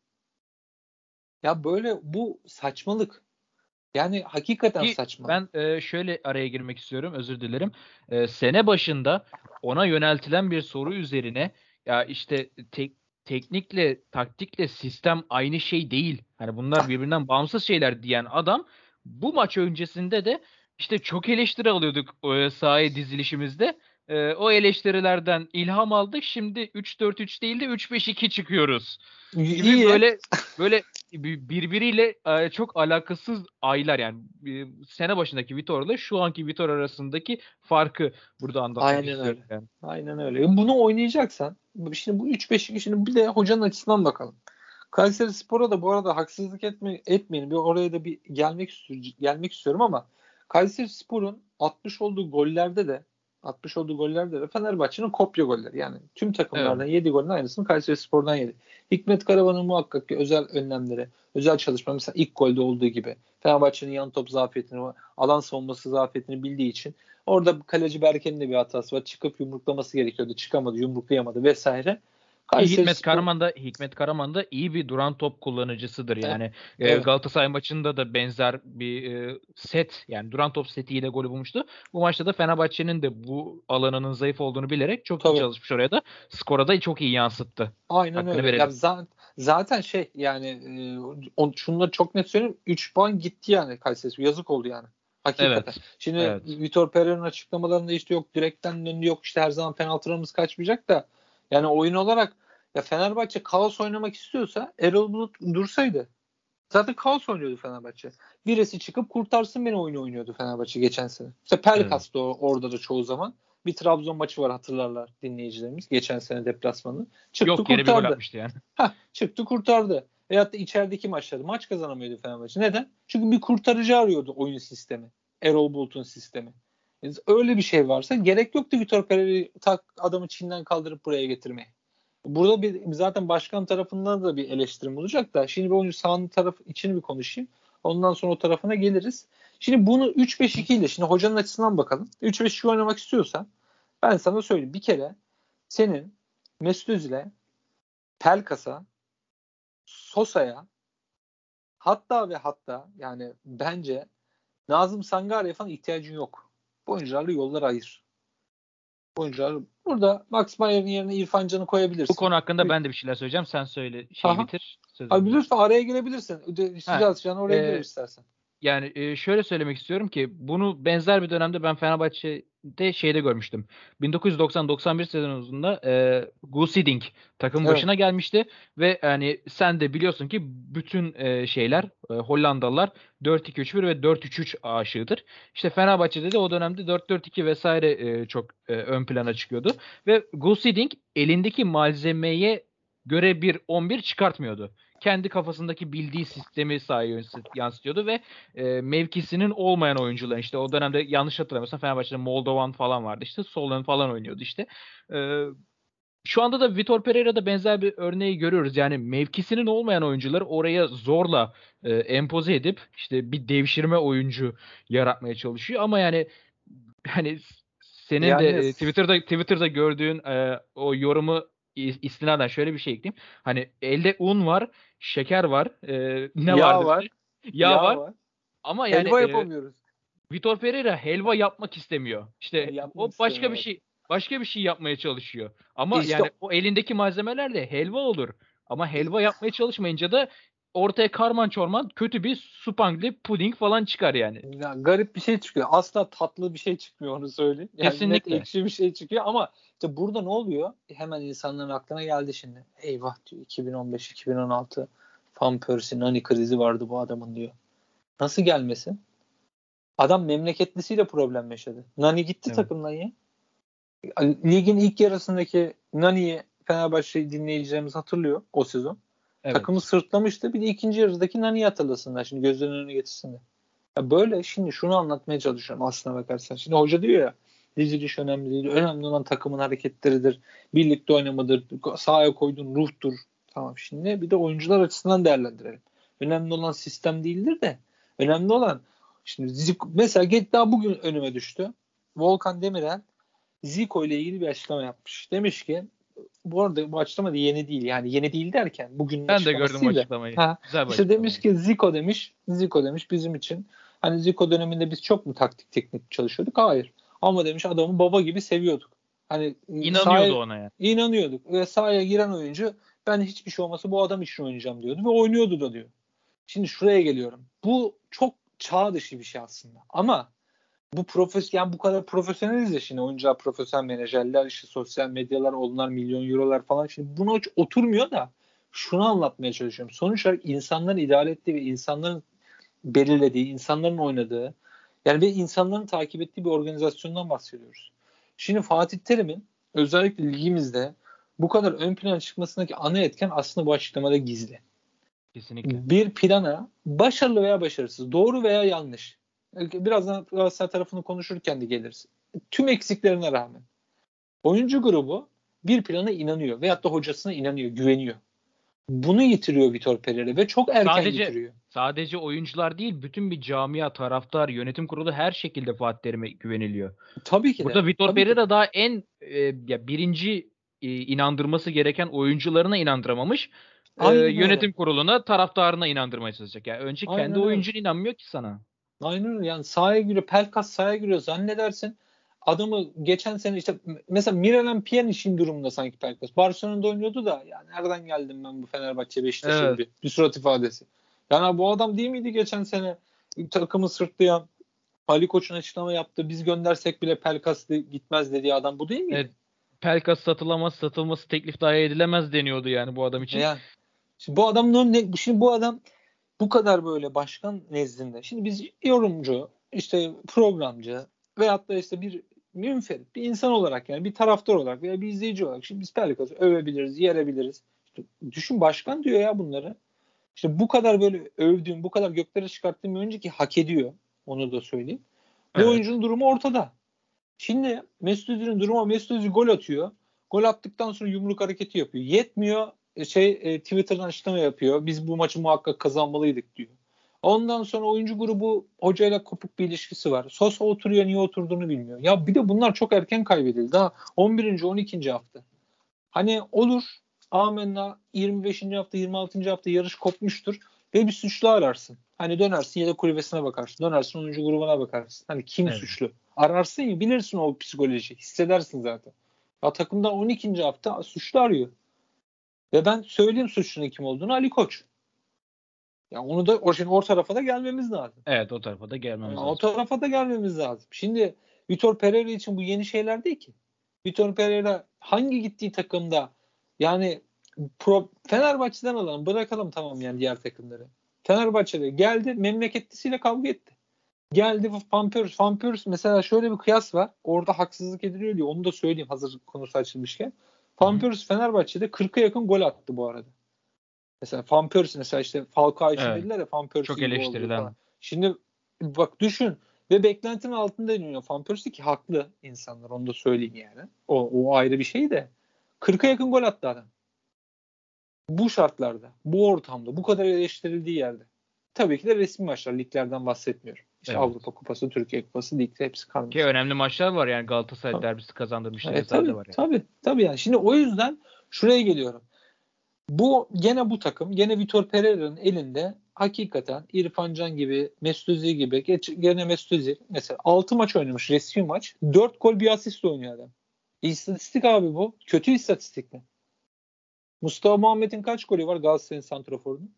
S3: Ya böyle bu saçmalık. Yani hakikaten
S2: Ki
S3: saçma.
S2: ben e, şöyle araya girmek istiyorum, özür dilerim. E, sene başında ona yöneltilen bir soru üzerine ya işte tek, teknikle, taktikle sistem aynı şey değil. Hani bunlar birbirinden bağımsız şeyler diyen adam bu maç öncesinde de işte çok eleştiri alıyorduk e, sahaya dizilişimizde. E, o eleştirilerden ilham aldık. Şimdi üç dört üç değil de üç beş iki çıkıyoruz gibi
S3: İyi.
S2: böyle böyle birbiriyle e, çok alakasız aylar yani e, sene başındaki Vitor'la şu anki Vitor arasındaki farkı burada anlatmak
S3: Aynen
S2: istiyorum
S3: öyle.
S2: yani.
S3: Aynen öyle. Bunu oynayacaksan şimdi bu üç beş iki şimdi bir de hocanın açısından bakalım. Kayseri Spor'a da bu arada haksızlık etme, etmeyin. Bir oraya da bir gelmek istiyorum, gelmek istiyorum ama Kayseri Spor'un atmış olduğu gollerde de atmış olduğu gollerde de Fenerbahçe'nin kopya golleri. Yani tüm takımlardan
S2: Evet.
S3: yedi golün aynısını Kayseri Spor'dan yedi. Hikmet Karavan'ın muhakkak ki özel önlemleri, özel çalışma mesela ilk golde olduğu gibi Fenerbahçe'nin yan top zafiyetini, alan savunması zafiyetini bildiği için orada kaleci Berke'nin de bir hatası var. Çıkıp yumruklaması gerekiyordu. Çıkamadı, yumruklayamadı vesaire.
S2: Ki
S3: Kayseri
S2: Hikmet
S3: Spor
S2: Karaman da Hikmet Karaman da iyi bir duran top kullanıcısıdır. Yani e,
S3: evet.
S2: Galatasaray maçında da benzer bir e, set yani duran top setiyle gol bulmuştu. Bu maçta da Fenerbahçe'nin de bu alanının zayıf olduğunu bilerek çok iyi
S3: Tabii.
S2: çalışmış oraya da. Skora da çok iyi yansıttı.
S3: Aynen
S2: Hakkını
S3: öyle.
S2: verelim.
S3: Ya za- zaten şey yani e, on, şunu da çok net söyleyeyim. üç puan gitti yani Kayseri. Yazık oldu yani. Hakikaten.
S2: Evet.
S3: Şimdi
S2: Evet.
S3: Vitor Pereira'nın açıklamalarında işte yok direkten döndü yok işte her zaman penaltılarımız kaçmayacak da yani oyun olarak ya Fenerbahçe kaos oynamak istiyorsa Erol Bulut dursaydı. Zaten kaos oynuyordu Fenerbahçe. Birisi çıkıp kurtarsın beni oyunu oynuyordu Fenerbahçe geçen sene. İşte Pelkas da evet. Orada da çoğu zaman. Bir Trabzon maçı var hatırlarlar dinleyicilerimiz. Geçen sene deplasmanı. Çıktı
S2: Yok yere bir gol
S3: kurtardı.
S2: atmıştı yani.
S3: Heh, çıktı kurtardı. Veyahut da içerideki maçlarda maç kazanamıyordu Fenerbahçe. Neden? Çünkü bir kurtarıcı arıyordu oyun sistemi. Erol Bulut'un sistemi. Yani öyle bir şey varsa gerek yoktu Vitor Pereira'yı tak adamı Çin'den kaldırıp buraya getirmeye. Burada bir zaten başkan tarafından da bir eleştirim olacak da şimdi bir oyuncu sahanın tarafı için bir konuşayım. Ondan sonra o tarafına geliriz. Şimdi bunu üç beş iki ile şimdi hocanın açısından bakalım. üç beş iki oynamak istiyorsan ben sana söyleyeyim. Bir kere senin Mesut Özil'e, Pelkas'a, Sosa'ya hatta ve hatta yani bence Nazım Sangare'ye falan ihtiyacın yok. Bu oyuncularla yollar ayır. Bu oyuncular burada Max Mayer'in yerine İrfan Can'ı koyabilirsin.
S2: Bu konu hakkında ben de bir şeyler söyleyeceğim. Sen söyle şeyi
S3: Aha.
S2: bitir.
S3: Abi lütfen araya girebilirsin. Sıcağı sıcağına oraya
S2: e,
S3: girer istersen.
S2: Yani e, şöyle söylemek istiyorum ki bunu benzer bir dönemde ben Fenerbahçe'de şeyde görmüştüm. bin dokuz yüz doksan doksan bir sezonunda e, Gus Hiddink takımın
S3: Evet.
S2: başına gelmişti ve yani sen de biliyorsun ki bütün e, şeyler e, Hollandalılar dört iki üç bir ve dört üç üç aşığıdır. İşte Fenerbahçe'de de o dönemde dört dört iki vesaire e, çok e, ön plana çıkıyordu ve Gus Hiddink elindeki malzemeye göre bir on bir çıkartmıyordu. Kendi kafasındaki bildiği sistemi sahaya yansıtıyordu ve e, mevkisinin olmayan oyuncular işte o dönemde yanlış hatırlamıyorsam Fenerbahçe'de Moldovan falan vardı işte sol ön falan oynuyordu işte. E, Şu anda da Vitor Pereira'da benzer bir örneği görüyoruz. Yani mevkisinin olmayan oyuncuları oraya zorla e, empoze edip işte bir devşirme oyuncu yaratmaya çalışıyor ama yani hani senin
S3: Yani
S2: de e, Twitter'da Twitter'da gördüğün e, o yorumu istinaden şöyle bir şey ekleyeyim. Hani elde un var, şeker var, e, ne
S3: yağ
S2: vardı?
S3: var.
S2: Yağ
S3: Yağ
S2: var.
S3: var.
S2: Ama yani
S3: Helva
S2: e,
S3: yapamıyoruz.
S2: Vitor Pereira helva yapmak istemiyor. İşte
S3: Yapmak
S2: o başka bir
S3: istemiyorum.
S2: şey başka bir şey yapmaya çalışıyor. Ama
S3: İşte
S2: yani o elindeki malzemelerle helva olur. Ama helva yapmaya çalışmayınca da ortaya karman çorman kötü bir supangli puding falan çıkar yani.
S3: ya, garip bir şey çıkıyor. Asla tatlı bir şey çıkmıyor onu söyleyeyim. Yani net
S2: Kesinlikle.
S3: ekşi bir şey çıkıyor ama işte burada ne oluyor? Hemen insanların aklına geldi şimdi. Eyvah diyor iki bin on beş iki bin on altı Van Persie Nani krizi vardı bu adamın diyor. Nasıl gelmesin? Adam memleketlisiyle problem yaşadı. Nani gitti
S2: Evet.
S3: takımdan ya. Ligin ilk yarısındaki Nani'yi Fenerbahçe dinleyicilerimiz hatırlıyor o sezon.
S2: Evet.
S3: Takımı sırtlamıştı. Bir de ikinci yarıdaki Nani'yi hatırlasınlar. Şimdi gözlerinin önüne getirsinler. Ya böyle şimdi şunu anlatmaya çalışıyorum aslına bakarsan. Şimdi hoca diyor ya diziliş önemli değil. Önemli olan takımın hareketleridir. Birlikte oynamadır. Sahaya koyduğun ruhtur. Tamam şimdi bir de oyuncular açısından değerlendirelim. Önemli olan sistem değildir de önemli olan şimdi Zico, mesela daha bugün önüme düştü. Volkan Demirel Zico ile ilgili bir açıklama yapmış. Demiş ki bu arada bu açıklama da yeni değil. Yani yeni değil derken bugünün
S2: Ben de gördüm o
S3: açıklamasıyla.
S2: açıklamayı.
S3: Ha,
S2: Güzel bir
S3: işte
S2: açıklama.
S3: demiş ki Zico demiş. Zico demiş bizim için. Hani Zico döneminde biz çok mu taktik teknik çalışıyorduk? Hayır. Ama demiş adamı baba gibi seviyorduk. Hani
S2: İnanıyordu
S3: sahaya,
S2: ona yani.
S3: İnanıyorduk. Ve sahaya giren oyuncu ben hiçbir şey olmasa bu adam için oynayacağım diyordu. Ve oynuyordu da diyor. Şimdi şuraya geliyorum. Bu çok çağ dışı bir şey aslında. Ama bu profes yani bu kadar profesyoneliz ya şimdi oyuncular, profesyonel menajerler, işte sosyal medyalar, onlar milyon eurolar falan. Şimdi buna hiç oturmuyor da şunu anlatmaya çalışıyorum. Sonuç olarak insanların idare ettiği ve insanların belirlediği, insanların oynadığı yani bir insanların takip ettiği bir organizasyondan bahsediyoruz. Şimdi Fatih Terim'in özellikle ligimizde bu kadar ön plana çıkmasındaki ana etken aslında bu açıklamada gizli.
S2: Kesinlikle.
S3: Bir plana başarılı veya başarısız, doğru veya yanlış. Birazdan Galatasaray tarafını konuşurken de geliriz. Tüm eksiklerine rağmen oyuncu grubu bir plana inanıyor veyahut da hocasına inanıyor, güveniyor. Bunu yitiriyor Vitor Pereira ve çok erken
S2: Sadece
S3: yitiriyor.
S2: sadece oyuncular değil, bütün bir camia, taraftar, yönetim kurulu her şekilde Fatih Terim'e güveniliyor.
S3: Tabii ki de.
S2: Burada Vitor
S3: tabii
S2: Pereira
S3: ki.
S2: daha en e, ya birinci e, inandırması gereken oyuncularına inandıramamış. E,
S3: Aynen
S2: yönetim
S3: öyle.
S2: kuruluna, taraftarına inandırmaya çalışacak. Yani önce kendi
S3: Aynen öyle.
S2: oyuncun inanmıyor ki sana.
S3: Aynen öyle. Yani sahaya giriyor, Pelkas sahaya giriyor zannedersin. Adamı geçen sene işte mesela Miralem Pjanic'in durumunda sanki Pelkas. Barcelona'da oynuyordu da ya nereden geldim ben bu Fenerbahçe Beşiktaş'a
S2: Evet.
S3: gibi bir surat ifadesi. Yani bu adam değil miydi geçen sene takımı sırtlayan Ali Koç'un açıklama yaptı. Biz göndersek bile Pelkas de gitmez dediği adam bu değil miydi?
S2: Evet. Pelkas satılamaz, satılması teklif dahi edilemez deniyordu yani bu adam için.
S3: Yani şimdi bu adam ne şimdi bu adam bu kadar böyle başkan nezdinde. Şimdi biz yorumcu, işte programcı veyahut da işte bir münferit, bir insan olarak yani bir taraftar olarak veya bir izleyici olarak şimdi biz Pelkas'ı övebiliriz, yerebiliriz. İşte düşün başkan diyor ya bunları. İşte bu kadar böyle övdüğüm, bu kadar göklere çıkarttığım bir oyuncu ki hak ediyor. Onu da söyleyeyim. Bu
S2: Evet.
S3: oyuncunun durumu ortada. Şimdi Mesut Özil'in durumu, Mesut Özil gol atıyor. Gol attıktan sonra yumruk hareketi yapıyor. Yetmiyor. Şey e, Twitter'dan açıklama yapıyor. Biz bu maçı muhakkak kazanmalıydık diyor. Ondan sonra oyuncu grubu hocayla kopuk bir ilişkisi var. Sosa oturuyor, niye oturduğunu bilmiyor. Ya bir de bunlar çok erken kaybedildi. Daha on birinci on ikinci hafta. Hani olur, amenna yirmi beşinci hafta yirmi altıncı hafta yarış kopmuştur ve bir suçlu ararsın. Hani dönersin yedek kulübesine bakarsın. Dönersin oyuncu grubuna bakarsın. Hani kim
S2: Evet.
S3: suçlu? Ararsın ya, bilirsin o psikoloji. Hissedersin zaten. Ya takımda on ikinci hafta suçlu arıyor. Ve ben söyleyeyim suçlunun kim olduğunu, Ali Koç. Ya onu da o şimdi o tarafa da gelmemiz lazım.
S2: Evet, o tarafa da
S3: Yani
S2: gelmemiz
S3: o
S2: lazım.
S3: tarafa da gelmemiz lazım. Şimdi Vitor Pereira için bu yeni şeyler değil ki. Vitor Pereira hangi gittiği takımda, yani pro, Fenerbahçe'den alalım, bırakalım tamam yani diğer takımları. Fenerbahçe'de geldi, memleketlisiyle kavga etti. Geldi Van Persie. Van Persie mesela şöyle bir kıyas var. Orada haksızlık ediliyor diyor. Onu da söyleyeyim hazır konusu açılmışken. Van Persie Fenerbahçe'de kırka yakın gol attı bu arada. Mesela Van Persie mesela işte Falcao için
S2: Evet.
S3: dediler ya Van Persie
S2: Çok
S3: gibi oldu
S2: eleştirilen.
S3: falan. Şimdi bak düşün ve beklentinin altında dönüyor Van Persie ki haklı insanlar, onu da söyleyeyim yani. O, o ayrı bir şey de. kırka yakın gol attı adam. Bu şartlarda, bu ortamda, bu kadar eleştirildiği yerde. Tabii ki de resmi maçlar, liglerden bahsetmiyorum. İşte
S2: Evet.
S3: Avrupa Kupası, Türkiye Kupası, ligde hepsi
S2: Ki
S3: kalmış.
S2: önemli maçlar var yani, Galatasaray
S3: Tabii.
S2: derbisi kazandırmıştı
S3: E,
S2: vesaire
S3: tabii,
S2: de var yani.
S3: tabii, tabii yani. Şimdi o yüzden şuraya geliyorum. Bu gene bu takım, gene Vitor Pereira'nın elinde hakikaten İrfan Can gibi, Mesut Özil gibi, geç, gene Mesut Özil mesela altı maç oynamış, resmi maç. dört gol bir asist oynuyor adam. İstatistik abi bu. Kötü istatistik mi? Mustafa Muhammed'in kaç golü var Galatasaray'ın santraforunun?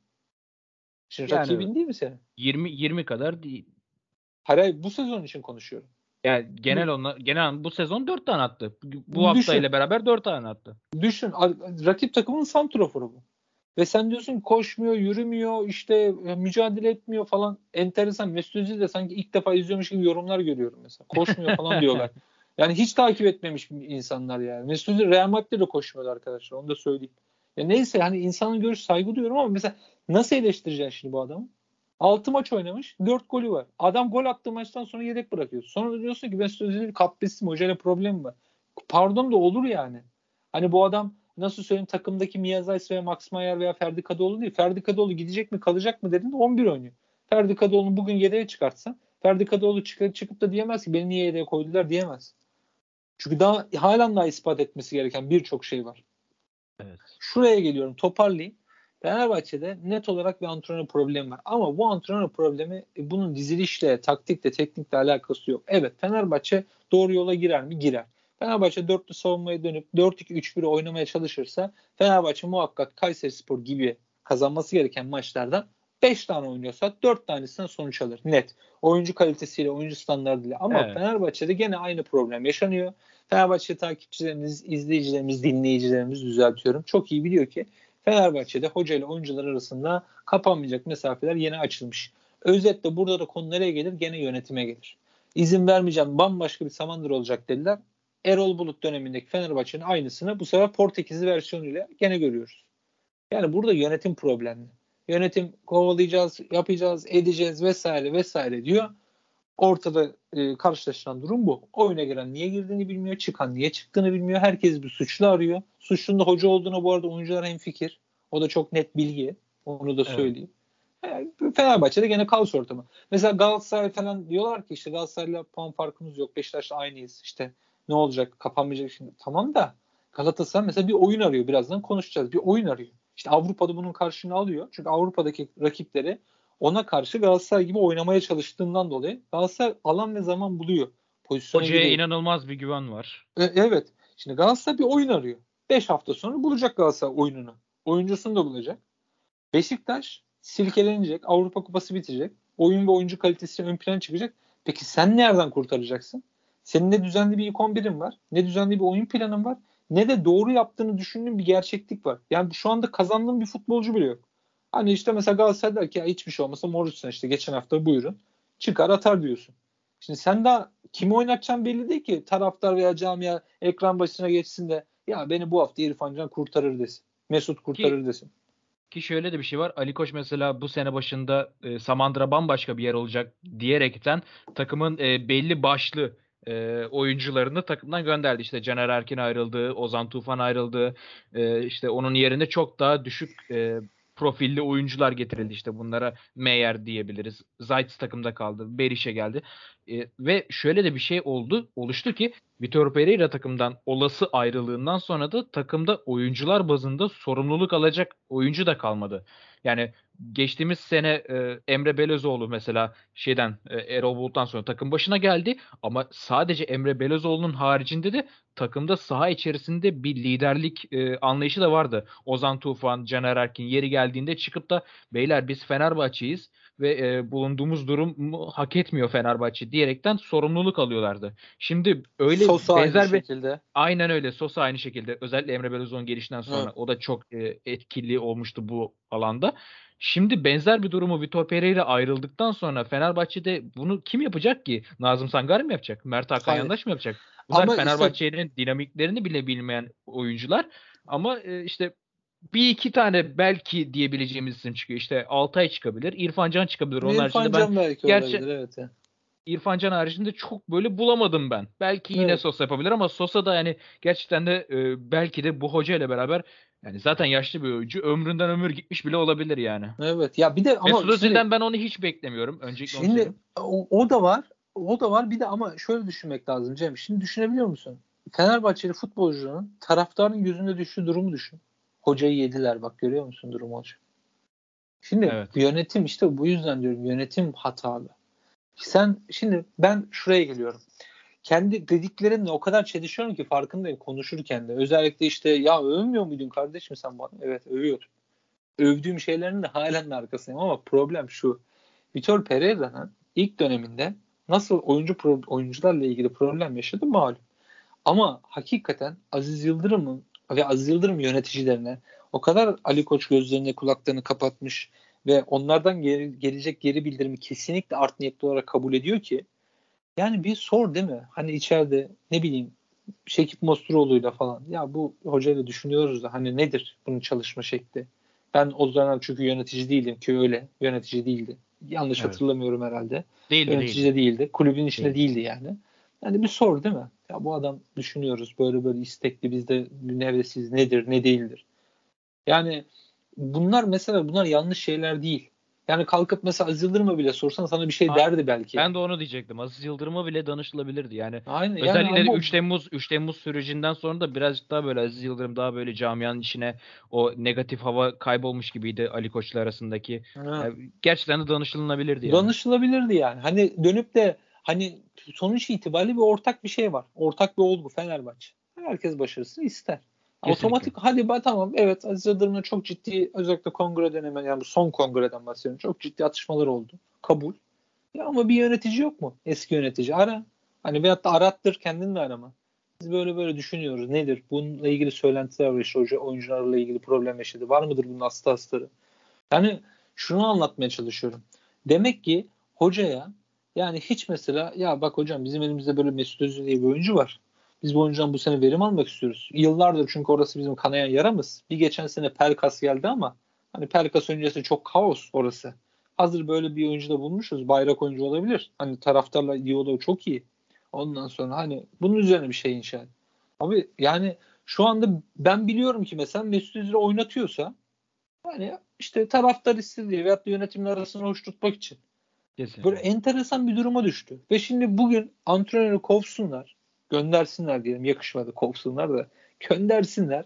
S3: Şimdi
S2: Yani
S3: rakibin değil mi senin?
S2: yirmi yirmi kadar değil.
S3: Hayır, bu sezon için konuşuyorum.
S2: Yani genel
S3: Bu,
S2: ona genel bu sezon dört tane attı. Bu hafta
S3: düşün.
S2: ile beraber dört tane attı.
S3: Düşün. Rakip takımın santraforu bu. Ve sen diyorsun ki koşmuyor, yürümüyor, işte mücadele etmiyor falan. Enteresan. Mesut Özil de sanki ilk defa izliyormuş gibi yorumlar görüyorum mesela. Koşmuyor falan diyorlar. Yani hiç takip etmemiş insanlar yani. Mesut Özil Real Madrid'de de koşmuyordu arkadaşlar. Onu da söyleyeyim. Ya neyse hani insanın görüşü, saygı duyuyorum ama mesela nasıl eleştireceksin şimdi bu adamı? altı maç oynamış. dört golü var. Adam gol attığı maçtan sonra yedek bırakıyor. Sonra da diyorsun ki Mesut Özil'in kaprisli mi? Hocayla problemi var. Pardon da olur yani. Hani bu adam nasıl söyleyeyim, takımdaki Mia Zayt veya Max Meyer veya Ferdi Kadıoğlu değil. Ferdi Kadıoğlu gidecek mi kalacak mı dediğinde on bir oynuyor. Ferdi Kadıoğlu'nu bugün yedeğe çıkartsan Ferdi Kadıoğlu çıkıp, çıkıp da diyemez ki beni niye yedeğe koydular diyemez. Çünkü daha halen daha ispat etmesi gereken birçok şey var.
S2: Evet.
S3: Şuraya geliyorum, toparlayayım. Fenerbahçe'de net olarak bir antrenör problemi var. Ama bu antrenör problemi e, bunun dizilişle, taktikle, teknikle alakası yok. Evet, Fenerbahçe doğru yola girer mi? Girer. Fenerbahçe dörtlü savunmaya dönüp dört iki üç bir oynamaya çalışırsa Fenerbahçe muhakkak Kayserispor gibi kazanması gereken maçlardan beş tane oynuyorsa dört tanesinden sonuç alır. Net. Oyuncu kalitesiyle, oyuncu standartıyla. Ama
S2: Evet.
S3: Fenerbahçe'de gene aynı problem yaşanıyor. Fenerbahçe takipçilerimiz, izleyicilerimiz, dinleyicilerimiz, düzeltiyorum, çok iyi biliyor ki Fenerbahçe'de hoca ile oyuncular arasında kapanmayacak mesafeler yeni açılmış. Özetle burada da konu nereye gelir? Gene yönetime gelir. İzin vermeyeceğim, bambaşka bir Samandır olacak dediler. Erol Bulut dönemindeki Fenerbahçe'nin aynısını bu sefer Portekizli versiyonuyla gene görüyoruz. Yani burada yönetim problemli. Yönetim kovalayacağız, yapacağız, edeceğiz vesaire vesaire diyor. Ortada e, karşılaşılan durum bu. Oyuna giren niye girdiğini bilmiyor, çıkan niye çıktığını bilmiyor. Herkes bir suçlu arıyor. Suçlunun da hoca olduğuna bu arada oyuncular hemfikir. O da çok net bilgi. Onu da söyleyeyim. Evet. Yani Fenerbahçe'de gene kaos ortamı. Mesela Galatasaray falan diyorlar ki işte Galatasaray'la puan farkımız yok. Beşiktaş'la aynıyız. İşte ne olacak? Kapanmayacak şimdi. Tamam da Galatasaray mesela bir oyun arıyor. Birazdan konuşacağız. Bir oyun arıyor. İşte Avrupa'da bunun karşılığını alıyor. Çünkü Avrupa'daki rakipleri ona karşı Galatasaray gibi oynamaya çalıştığından dolayı Galatasaray alan ve zaman buluyor. Pozisyona
S2: Hocaya
S3: giriyor.
S2: inanılmaz bir güven var.
S3: E, evet. Şimdi Galatasaray bir oyun arıyor. beş hafta sonra bulacak Galatasaray oyununu. Oyuncusunu da bulacak. Beşiktaş silkelenecek. Avrupa Kupası bitecek. Oyun ve oyuncu kalitesi ön plana çıkacak. Peki sen nereden kurtaracaksın? Senin ne düzenli bir ilk on birin var, ne düzenli bir oyun planın var, ne de doğru yaptığını düşündüğün bir gerçeklik var. Yani şu anda kazandığın bir futbolcu bile yok. Hani işte mesela Galatasaray der ki ya hiçbir şey olmasa Morris'ten işte geçen hafta buyurun çıkar atar diyorsun. Şimdi sen daha kimi oynatacaksın belli değil ki, taraftar veya camia ekran başına geçsin de ya beni bu hafta İrfan Can kurtarır desin. Mesut
S2: Ki
S3: kurtarır desin.
S2: Ki şöyle de bir şey var. Ali Koç mesela bu sene başında e, Samandıra bambaşka bir yer olacak diyerekten takımın e, belli başlı e, oyuncularını takımdan gönderdi. İşte Caner Erkin ayrıldı, Ozan Tufan ayrıldı. E, işte onun yerine çok daha düşük e, profilli oyuncular getirildi. İşte bunlara Meyer diyebiliriz. Zayt takımda kaldı. Berişe geldi. E, ve şöyle de bir şey oldu, oluştu ki Vitor Pereira takımdan olası ayrılığından sonra da takımda oyuncular bazında sorumluluk alacak oyuncu da kalmadı. Yani geçtiğimiz sene e, Emre Belözoğlu mesela şeyden e, Erol Bulut'tan sonra takım başına geldi ama sadece Emre Belözoğlu'nun haricinde de takımda saha içerisinde bir liderlik e, anlayışı da vardı. Ozan Tufan, Caner Erkin yeri geldiğinde çıkıp da beyler biz Fenerbahçe'yiz ve e, bulunduğumuz durumu hak etmiyor Fenerbahçe diyerekten sorumluluk alıyorlardı. Şimdi öyle
S3: Sosa aynı
S2: benzer bir
S3: şekilde.
S2: aynen öyle. Sosa aynı şekilde. Özellikle Emre Belözoğlu'nun gelişinden sonra
S3: Evet.
S2: o da çok e, etkili olmuştu bu alanda. Şimdi benzer bir durumu Vitor Pereira ayrıldıktan sonra Fenerbahçe'de bunu kim yapacak ki? Nazım Sangare mi yapacak? Mert Hakan
S3: Hayır.
S2: Yandaş mı yapacak? Bunlar
S3: Ama işte
S2: Fenerbahçe'nin dinamiklerini bile bilmeyen oyuncular. Ama e, işte bir iki tane belki diyebileceğimiz isim çıkıyor. İşte Altay çıkabilir, İrfan Can çıkabilir. Onun
S3: İrfan
S2: haricinde ben
S3: Can belki
S2: gerçi
S3: olabilir, evet. Ya.
S2: İrfan Can haricinde çok böyle bulamadım ben. Belki yine
S3: Evet.
S2: Sosa yapabilir ama Sosa da yani gerçekten de e, belki de bu hoca ile beraber yani zaten yaşlı bir oyuncu. Ömründen ömür gitmiş bile olabilir yani.
S3: Evet. Ya bir de ama
S2: Mesut
S3: şimdi
S2: Özil'den ben onu hiç beklemiyorum. Öncelikle onu
S3: şimdi
S2: söyleyeyim.
S3: o, o da var. O da var. Bir de ama şöyle düşünmek lazım Cem. Şimdi düşünebiliyor musun? Fenerbahçeli futbolcunun taraftarın gözünde düştüğü durumu düşün. Hocayı yediler, bak görüyor musun durumu hocam? Şimdi
S2: Evet.
S3: yönetim, işte bu yüzden diyorum yönetim hatalı. Sen şimdi, ben şuraya geliyorum. Kendi dediklerinle o kadar çelişiyorum ki farkındayım konuşurken de. Özellikle işte ya övmüyor muydun kardeşim sen bana? Evet, övüyordum. Övdüğüm şeylerin de halen de arkasındayım ama problem şu. Vitor Pereira'nın ilk döneminde nasıl oyuncu pro- oyuncularla ilgili problem yaşadı malum. Ama hakikaten Aziz Yıldırım'ın ve Aziz Yıldırım yöneticilerine o kadar Ali Koç gözlerini kulaklarını kapatmış ve onlardan geri, gelecek geri bildirimi kesinlikle art niyetli olarak kabul ediyor ki, yani bir sor değil mi? Hani içeride ne bileyim Şekip Mosturoğlu'yla falan, ya bu hocayla düşünüyoruz da hani nedir bunun çalışma şekli? Ben o zaman çünkü yönetici değilim ki, öyle yönetici değildi. Yanlış
S2: Evet.
S3: hatırlamıyorum herhalde.
S2: Değildi
S3: Yönetici
S2: değildi.
S3: de değildi. Kulübün içinde
S2: Değil.
S3: değildi yani. Yani bir sor değil mi? Ya bu adam düşünüyoruz böyle böyle istekli, bizde hevesiz, nedir ne değildir. Yani bunlar mesela, bunlar yanlış şeyler değil. Yani kalkıp mesela Aziz Yıldırım'a bile sorsan sana bir şey
S2: Aynen.
S3: derdi belki
S2: Ben
S3: yani.
S2: de onu diyecektim. Aziz Yıldırım'a bile danışılabilirdi. Yani
S3: Aynen yani,
S2: özellikle de
S3: ama
S2: üç Temmuz üç Temmuz sürecinden sonra da birazcık daha böyle Aziz Yıldırım daha böyle camianın içine o negatif hava kaybolmuş gibiydi Ali Koç'la arasındaki.
S3: ha,
S2: Yani gerçekten de danışılabilirdi yani.
S3: danışılabilirdi yani. Hani dönüp de hani sonuç itibariyle bir ortak bir şey var. Ortak bir olgu Fenerbahçe. Herkes başarısını ister.
S2: Kesinlikle.
S3: Otomatik hadi ba tamam, evet Aziz Yıldırım'la çok ciddi, özellikle kongre dönemi, yani bu son kongreden bahsediyorum. Çok ciddi atışmalar oldu. Kabul. Ya ama bir yönetici yok mu? Eski yönetici ara. Hani veyahut da arattır, kendin de arama. Biz böyle böyle düşünüyoruz. Nedir? Bununla ilgili söylentiler var, işte hoca oyuncularla ilgili problem yaşadı. Var mıdır bunun hasta hastaları? Yani şunu anlatmaya çalışıyorum. Demek ki hocaya, yani hiç mesela ya bak hocam bizim elimizde böyle Mesut Özil diye bir oyuncu var. Biz bu oyuncudan bu sene verim almak istiyoruz. Yıllardır, çünkü orası bizim kanayan yaramız. Bir geçen sene Pelkas geldi ama hani Pelkas öncesi çok kaos orası. Hazır böyle bir oyuncu da bulmuşuz. Bayrak oyuncu olabilir. Hani taraftarla diyaloğu çok iyi. Ondan sonra hani bunun üzerine bir şey inşa et. Abi yani şu anda ben biliyorum ki mesela Mesut Özil'i oynatıyorsa, yani işte taraftar istediği veyahut da yönetimin arasını hoş tutmak için. Böyle
S2: Kesinlikle.
S3: enteresan bir duruma düştü. Ve şimdi bugün antrenörü kovsunlar. Göndersinler diyelim. Yakışmadı kovsunlar da. Göndersinler.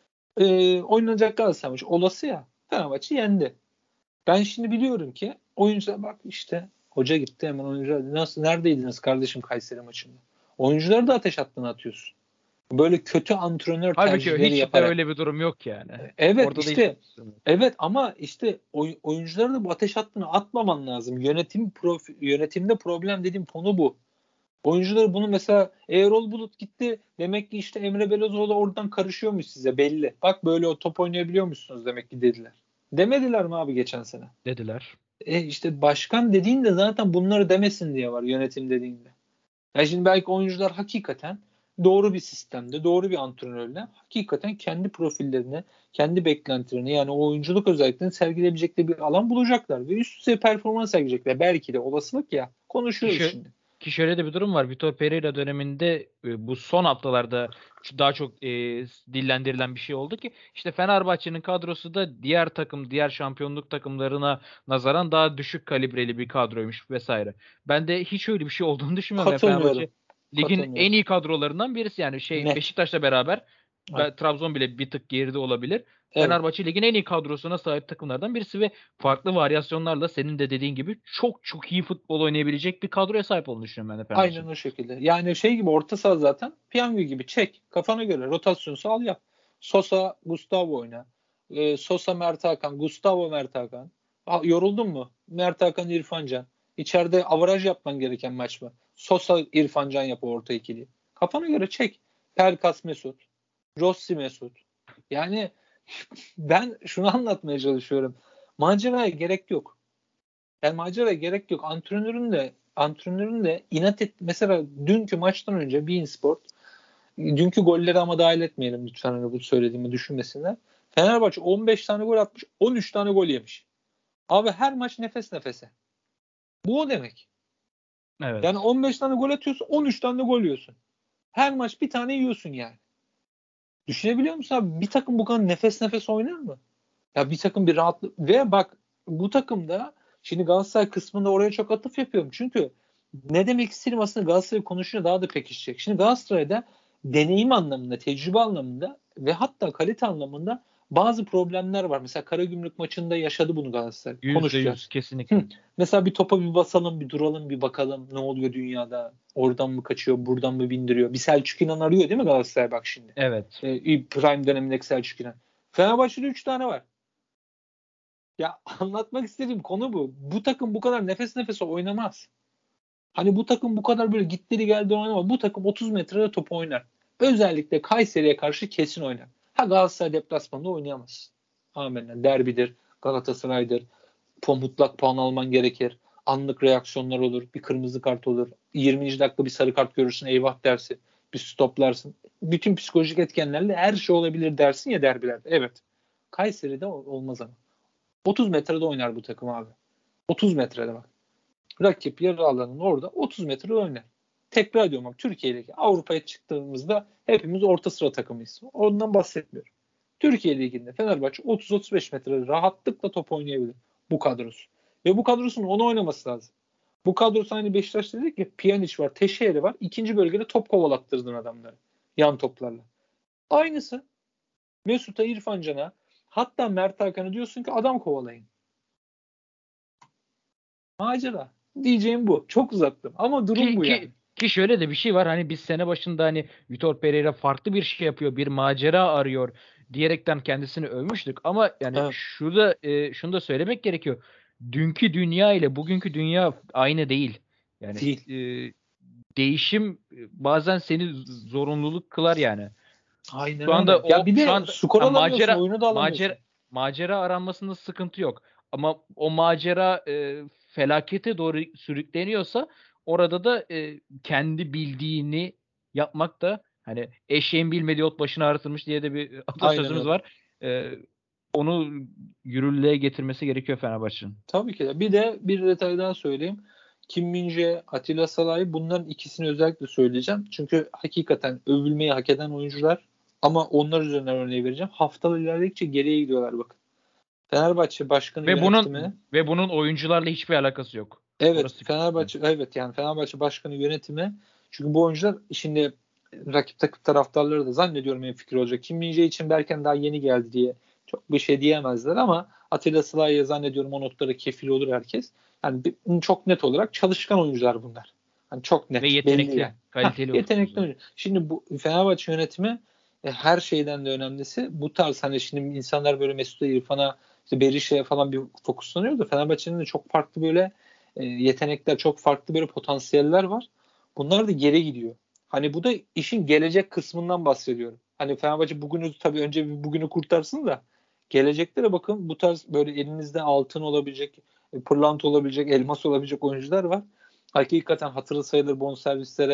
S3: Ee, oynanacak Galatasaray maçı olası ya. Fenerbahçe yendi. Ben şimdi biliyorum ki oyuncular, bak işte hoca gitti hemen oyuncular. Nasıl, neredeydiniz kardeşim Kayseri maçında? Oyuncuları da ateş hattına atıyorsun. Böyle kötü antrenör
S2: Halbuki
S3: tercihleri
S2: hiç de
S3: yaparak.
S2: öyle bir durum yok yani.
S3: Evet
S2: Orada da hiç
S3: işte, evet ama işte oy, oyuncuları da bu ateş hattına atmaman lazım. Yönetim profi, yönetimde problem dediğim konu bu. Oyuncuları bunu mesela, Erol Bulut gitti demek ki işte Emre Belözoğlu oradan karışıyormuş size belli. Bak böyle o top oynayabiliyormuşsunuz demek ki dediler. Demediler mi abi geçen sene?
S2: dediler.
S3: E işte başkan dediğinde zaten bunları demesin diye var, yönetim dediğinde. Ya şimdi belki oyuncular hakikaten doğru bir sistemde, doğru bir antrenörle hakikaten kendi profillerini, kendi beklentilerini yani o oyunculuk özelliklerini sergileyebilecekleri bir alan bulacaklar ve üst düzey performans sergileyecekler. Belki de olasılık ya. Konuşuyoruz
S2: Ki, şö-
S3: şimdi.
S2: ki şöyle de bir durum var. Vitor Pereira döneminde e, bu son haftalarda şu daha çok e, dillendirilen bir şey oldu ki işte Fenerbahçe'nin kadrosu da diğer takım, diğer şampiyonluk takımlarına nazaran daha düşük kalibreli bir kadroymuş vesaire. Ben de hiç öyle bir şey olduğunu düşünmüyorum. Yani
S3: Katılmıyorum.
S2: Fenerbahçe ligin en
S3: Katılmıyorum.
S2: iyi kadrolarından birisi. Yani şey
S3: Net.
S2: Beşiktaş'la beraber
S3: Evet.
S2: ben, Trabzon bile bir tık geride olabilir.
S3: Evet.
S2: Fenerbahçe ligin en iyi kadrosuna sahip takımlardan birisi ve farklı varyasyonlarla senin de dediğin gibi çok çok iyi futbol oynayabilecek bir kadroya sahip olduğunu düşünüyorum ben de Fenerbahçe.
S3: Aynen o şekilde. Yani şey gibi orta saha zaten piyango gibi çek. Kafana göre rotasyonu al yap. Sosa, Gustavo oyna. Ee, Sosa, Mert Hakan. Gustavo, Mert Hakan. Ha, yoruldun mu? Mert Hakan, İrfan Can. İçeride avaraj yapman gereken maç mı? Sosa, İrfan Can yap orta ikili. Kafana göre çek. Pelkas Mesut. Rossi Mesut. Yani ben şunu anlatmaya çalışıyorum. Maceraya gerek yok. Yani maceraya gerek yok. Antrenörün de antrenörün de inat et. Mesela dünkü maçtan önce Bein Sport dünkü golleri ama dahil etmeyelim lütfen hani bu söylediğimi düşünmesinler. Fenerbahçe on beş tane gol atmış. on üç tane gol yemiş. Abi her maç nefes nefese. Bu o demek.
S2: Evet.
S3: Yani on beş tane gol atıyorsun, on üç tane de gol yiyorsun. Her maç bir tane yiyorsun yani. Düşünebiliyor musun abi? Bir takım bu kadar nefes nefes oynar mı? Ya bir takım bir rahatlık ve bak bu takımda şimdi Galatasaray kısmında oraya çok atıf yapıyorum. Çünkü ne demek istedim aslında Galatasaray konuşunca daha da pekişecek. Şimdi Galatasaray'da deneyim anlamında, tecrübe anlamında ve hatta kalite anlamında bazı problemler var. Mesela Karagümrük maçında yaşadı bunu Galatasaray.
S2: yüzde
S3: Konuşacağız.
S2: yüz kesinlikle.
S3: Hı. Mesela bir topa bir basalım, bir duralım, bir bakalım ne oluyor dünyada. Oradan mı kaçıyor, buradan mı bindiriyor? Bir Selçuk İnan arıyor değil mi Galatasaray bak şimdi?
S2: Evet.
S3: Ee, Prime dönemindeki Selçuk İnan. Fenerbahçe'de üç tane var. Ya anlatmak istediğim konu bu. Bu takım bu kadar nefes nefese oynamaz. Hani bu takım bu kadar böyle gitleri geldi oynamaz. Bu takım otuz metrede top oynar. Özellikle Kayseri'ye karşı kesin oynar. Ha Galatasaray deplasmanında oynayamaz. Amenna. Derbidir, Galatasaray'dır. Mutlak puan alman gerekir. Anlık reaksiyonlar olur. Bir kırmızı kart olur. yirminci dakika bir sarı kart görürsün. Eyvah dersin. Bir stoplarsın. Bütün psikolojik etkenlerle her şey olabilir dersin ya derbilerde. Evet. Kayseri'de olmaz ama. otuz metrede oynar bu takım abi. otuz metrede bak. Rakip yarı alanın orada otuz metrede oynar. Tekrar ediyorum bak Türkiye'deki Avrupa'ya çıktığımızda hepimiz orta sıra takımıyız. Ondan bahsetmiyorum. Türkiye Ligi'nde Fenerbahçe otuz otuz beş metrede rahatlıkla top oynayabilir. Bu kadrosu. Ve bu kadrosunun onu oynaması lazım. Bu kadrosu hani Beşiktaş'ta dedik ya Pjanic var, Teşehir'i var. İkinci bölgede top kovalattırdın adamları. Yan toplarla. Aynısı. Mesut'a, İrfan Can'a hatta Mert Hakan'a diyorsun ki adam kovalayın. Macera. Diyeceğim bu. Çok uzattım. Ama durum
S2: Ki,
S3: bu
S2: ki,
S3: yani.
S2: ki şöyle de bir şey var. Hani biz sene başında hani Vitor Pereira farklı bir şey yapıyor, bir macera arıyor diyerekten kendisini övmüştük. Ama yani
S3: Evet.
S2: şurada e, şunu da söylemek gerekiyor. Dünkü dünya ile bugünkü dünya aynı değil. Yani
S3: Değil.
S2: e, değişim e, bazen seni zorunluluk kılar yani.
S3: Aynen
S2: Şu anda
S3: öyle. Ya
S2: o
S3: bir
S2: şu
S3: de
S2: anda
S3: skor
S2: ha,
S3: alamıyorsun.
S2: macera
S3: Oyunu da
S2: macera
S3: alamıyorsun.
S2: macera aranmasında sıkıntı yok. Ama o macera e, felakete doğru sürükleniyorsa orada da e, kendi bildiğini yapmak da hani eşeğin bilmediği ot başına ağrıtılmış diye de bir
S3: Aynen
S2: atasözümüz
S3: öyle.
S2: var. E, onu yürürlüğe getirmesi gerekiyor Fenerbahçe'nin.
S3: Tabii ki de. Bir de bir detay daha söyleyeyim. Kim Min-jae, Atilla Salay bunların ikisini özellikle söyleyeceğim. Çünkü hakikaten övülmeyi hak eden oyuncular ama onlar üzerinden örneği vereceğim. Haftalar ilerledikçe geriye gidiyorlar bakın. Fenerbahçe başkanı
S2: Ve
S3: yönetimi
S2: bunun ve bunun oyuncularla hiçbir alakası yok.
S3: evet
S2: Orası
S3: Fenerbahçe evet yani Fenerbahçe başkanı yönetimi çünkü bu oyuncular şimdi rakip takım taraftarları da zannediyorum en fikir olacak. Kim Min-jae için Berken daha yeni geldi diye çok bir şey diyemezler ama Atilla Sıla'ya zannediyorum o notlara kefil olur herkes. Yani çok net olarak çalışkan oyuncular bunlar. Hani çok net
S2: ve
S3: belli
S2: yetenekli,
S3: yani.
S2: kaliteli
S3: Heh, yetenekli
S2: futbolcular.
S3: oyuncu. Şimdi bu Fenerbahçe yönetimi e, her şeyden de önemlisi bu tarz hani şimdi insanlar böyle Mesut'a, İrfan'a, işte Berişe'ye falan bir fokuslanıyor da Fenerbahçe'nin de çok farklı böyle e, yetenekler, çok farklı böyle potansiyeller var. Bunlar da geri gidiyor. Hani bu da işin gelecek kısmından bahsediyorum. Hani Fenerbahçe bugünü tabii önce bir bugünü kurtarsın da geleceklere bakın bu tarz böyle elinizde altın olabilecek, pırlanta olabilecek, elmas olabilecek oyuncular var. Hakikaten hatırı sayılır bonservislere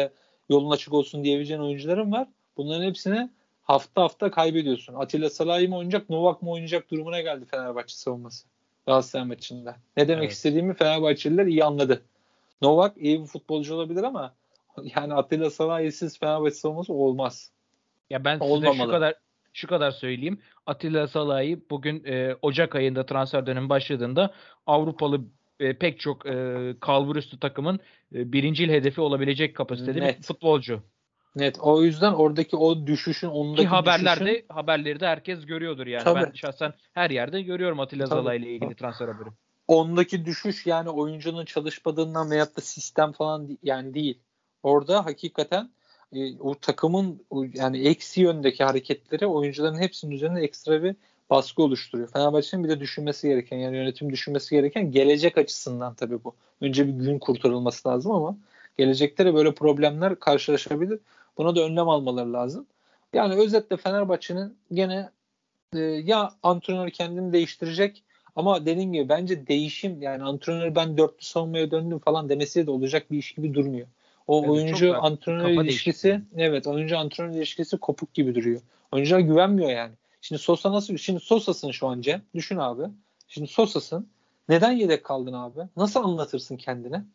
S3: yolun açık olsun diyebileceğin oyuncuların var. Bunların hepsini hafta hafta kaybediyorsun. Atilla Salahi mi oynayacak, Novak mı oynayacak durumuna geldi Fenerbahçe savunması Galatasaray maçında. Ne demek
S2: Evet.
S3: istediğimi Fenerbahçeliler iyi anladı. Novak iyi bir futbolcu olabilir ama yani Atilla Salahi'siz Fenerbahçe savunması olmaz.
S2: Ya ben size
S3: Olmamalı.
S2: şu kadar şu kadar söyleyeyim. Atilla Salahi bugün e, Ocak ayında transfer dönemi başladığında Avrupalı e, pek çok e, kalburüstü takımın e, birincil hedefi olabilecek kapasitede
S3: Net.
S2: bir futbolcu.
S3: Net. O yüzden oradaki o düşüşün, ondaki
S2: Ki haberlerde
S3: düşüşün...
S2: haberleri de herkes görüyordur yani.
S3: Tabii.
S2: Ben şahsen her yerde görüyorum Atilla
S3: Tabii.
S2: Salahi ile ilgili transfer haberi.
S3: Ondaki düşüş yani oyuncunun çalışmadığından veyahut da sistem falan di- yani değil. Orada hakikaten e, o takımın o, yani eksi yöndeki hareketleri oyuncuların hepsinin üzerine ekstra bir baskı oluşturuyor. Fenerbahçe'nin bir de düşünmesi gereken, yani yönetim düşünmesi gereken gelecek açısından tabii bu. Önce bir gün kurtarılması lazım ama gelecekte de böyle problemler karşılaşabilir. Buna da önlem almaları lazım. Yani özetle Fenerbahçe'nin gene e, ya antrenör kendini değiştirecek ama dediğim gibi bence değişim, yani antrenör ben dörtlü savunmaya döndüm falan demesi de olacak bir iş gibi durmuyor. O
S2: Evet, çok
S3: oyuncu
S2: daha
S3: antrenör
S2: kafa
S3: ilişkisi
S2: değişikliği.
S3: evet oyuncu antrenör ilişkisi kopuk gibi duruyor. Oyuncular güvenmiyor yani. Şimdi Sosa nasıl? Şimdi Sosa'sın şu an Cem. Düşün abi. Şimdi Sosa'sın. Neden yedek kaldın abi? Nasıl anlatırsın kendine?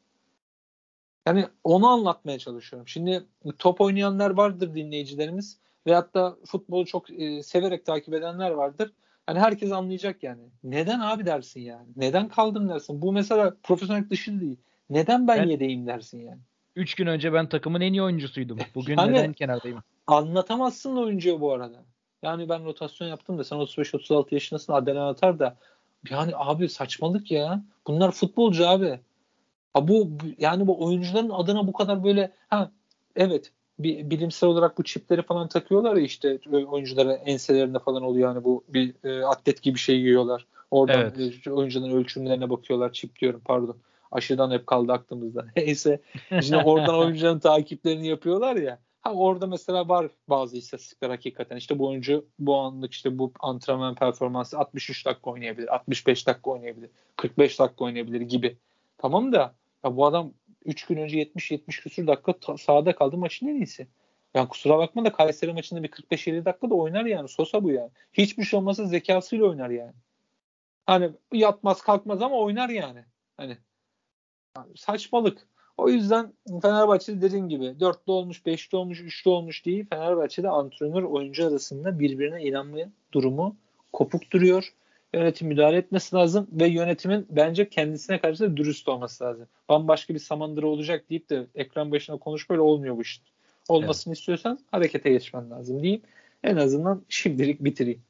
S3: Yani onu anlatmaya çalışıyorum. Şimdi top oynayanlar vardır dinleyicilerimiz veyahut da futbolu çok e, severek takip edenler vardır. Hani herkes anlayacak yani. Neden abi dersin yani? Neden kaldım dersin? Bu mesela profesyonel dışı değil. Neden ben,
S2: Ben
S3: yedeğim dersin yani?
S2: üç gün önce ben takımın en iyi oyuncusuydum. Bugün
S3: Yani
S2: neden kenardayım?
S3: anlatamazsın da oyuncuya bu arada. Yani ben rotasyon yaptım da sen otuz beş otuz altı yaşındasın, Adelen atar da yani abi saçmalık ya. Bunlar futbolcu abi. Ha bu yani bu oyuncuların adına bu kadar böyle ha evet bir bilimsel olarak bu çipleri falan takıyorlar ya işte oyunculara enselerinde falan oluyor yani bu bir e, atlet gibi şey giyiyorlar. Oradan
S2: Evet.
S3: e, oyuncuların ölçümlerine bakıyorlar. Çip diyorum pardon. Aşıdan hep kaldı aklımızda. Neyse. Şimdi oradan oyuncuların takiplerini yapıyorlar ya. Ha orada mesela var bazı istatistikler hakikaten. İşte bu oyuncu bu anlık işte bu antrenman performansı altmış üç dakika oynayabilir. altmış beş dakika oynayabilir. kırk beş dakika oynayabilir gibi. Tamam da ya bu adam üç gün önce yetmiş yetmiş küsur dakika ta- sahada kaldı, maçın en iyisi. Yani kusura bakma da Kayseri maçında bir kırk beş elli dakika da oynar yani. Sosa bu yani. Hiçbir şey olmasa zekasıyla oynar yani. Hani yatmaz kalkmaz ama oynar yani. Hani yani saçmalık. O yüzden Fenerbahçe'de dediğim gibi dörtlü olmuş, beşli olmuş, üçlü olmuş değil. Fenerbahçe'de antrenör oyuncu arasında birbirine inanma durumu kopuk duruyor. Yönetim müdahale etmesi lazım ve yönetimin bence kendisine karşı da dürüst olması lazım. Bambaşka bir Samandıra olacak deyip de ekran başına konuş, böyle olmuyor bu iş. Olmasını
S2: Evet.
S3: istiyorsan harekete geçmen lazım diyeyim. En azından şimdilik bitireyim.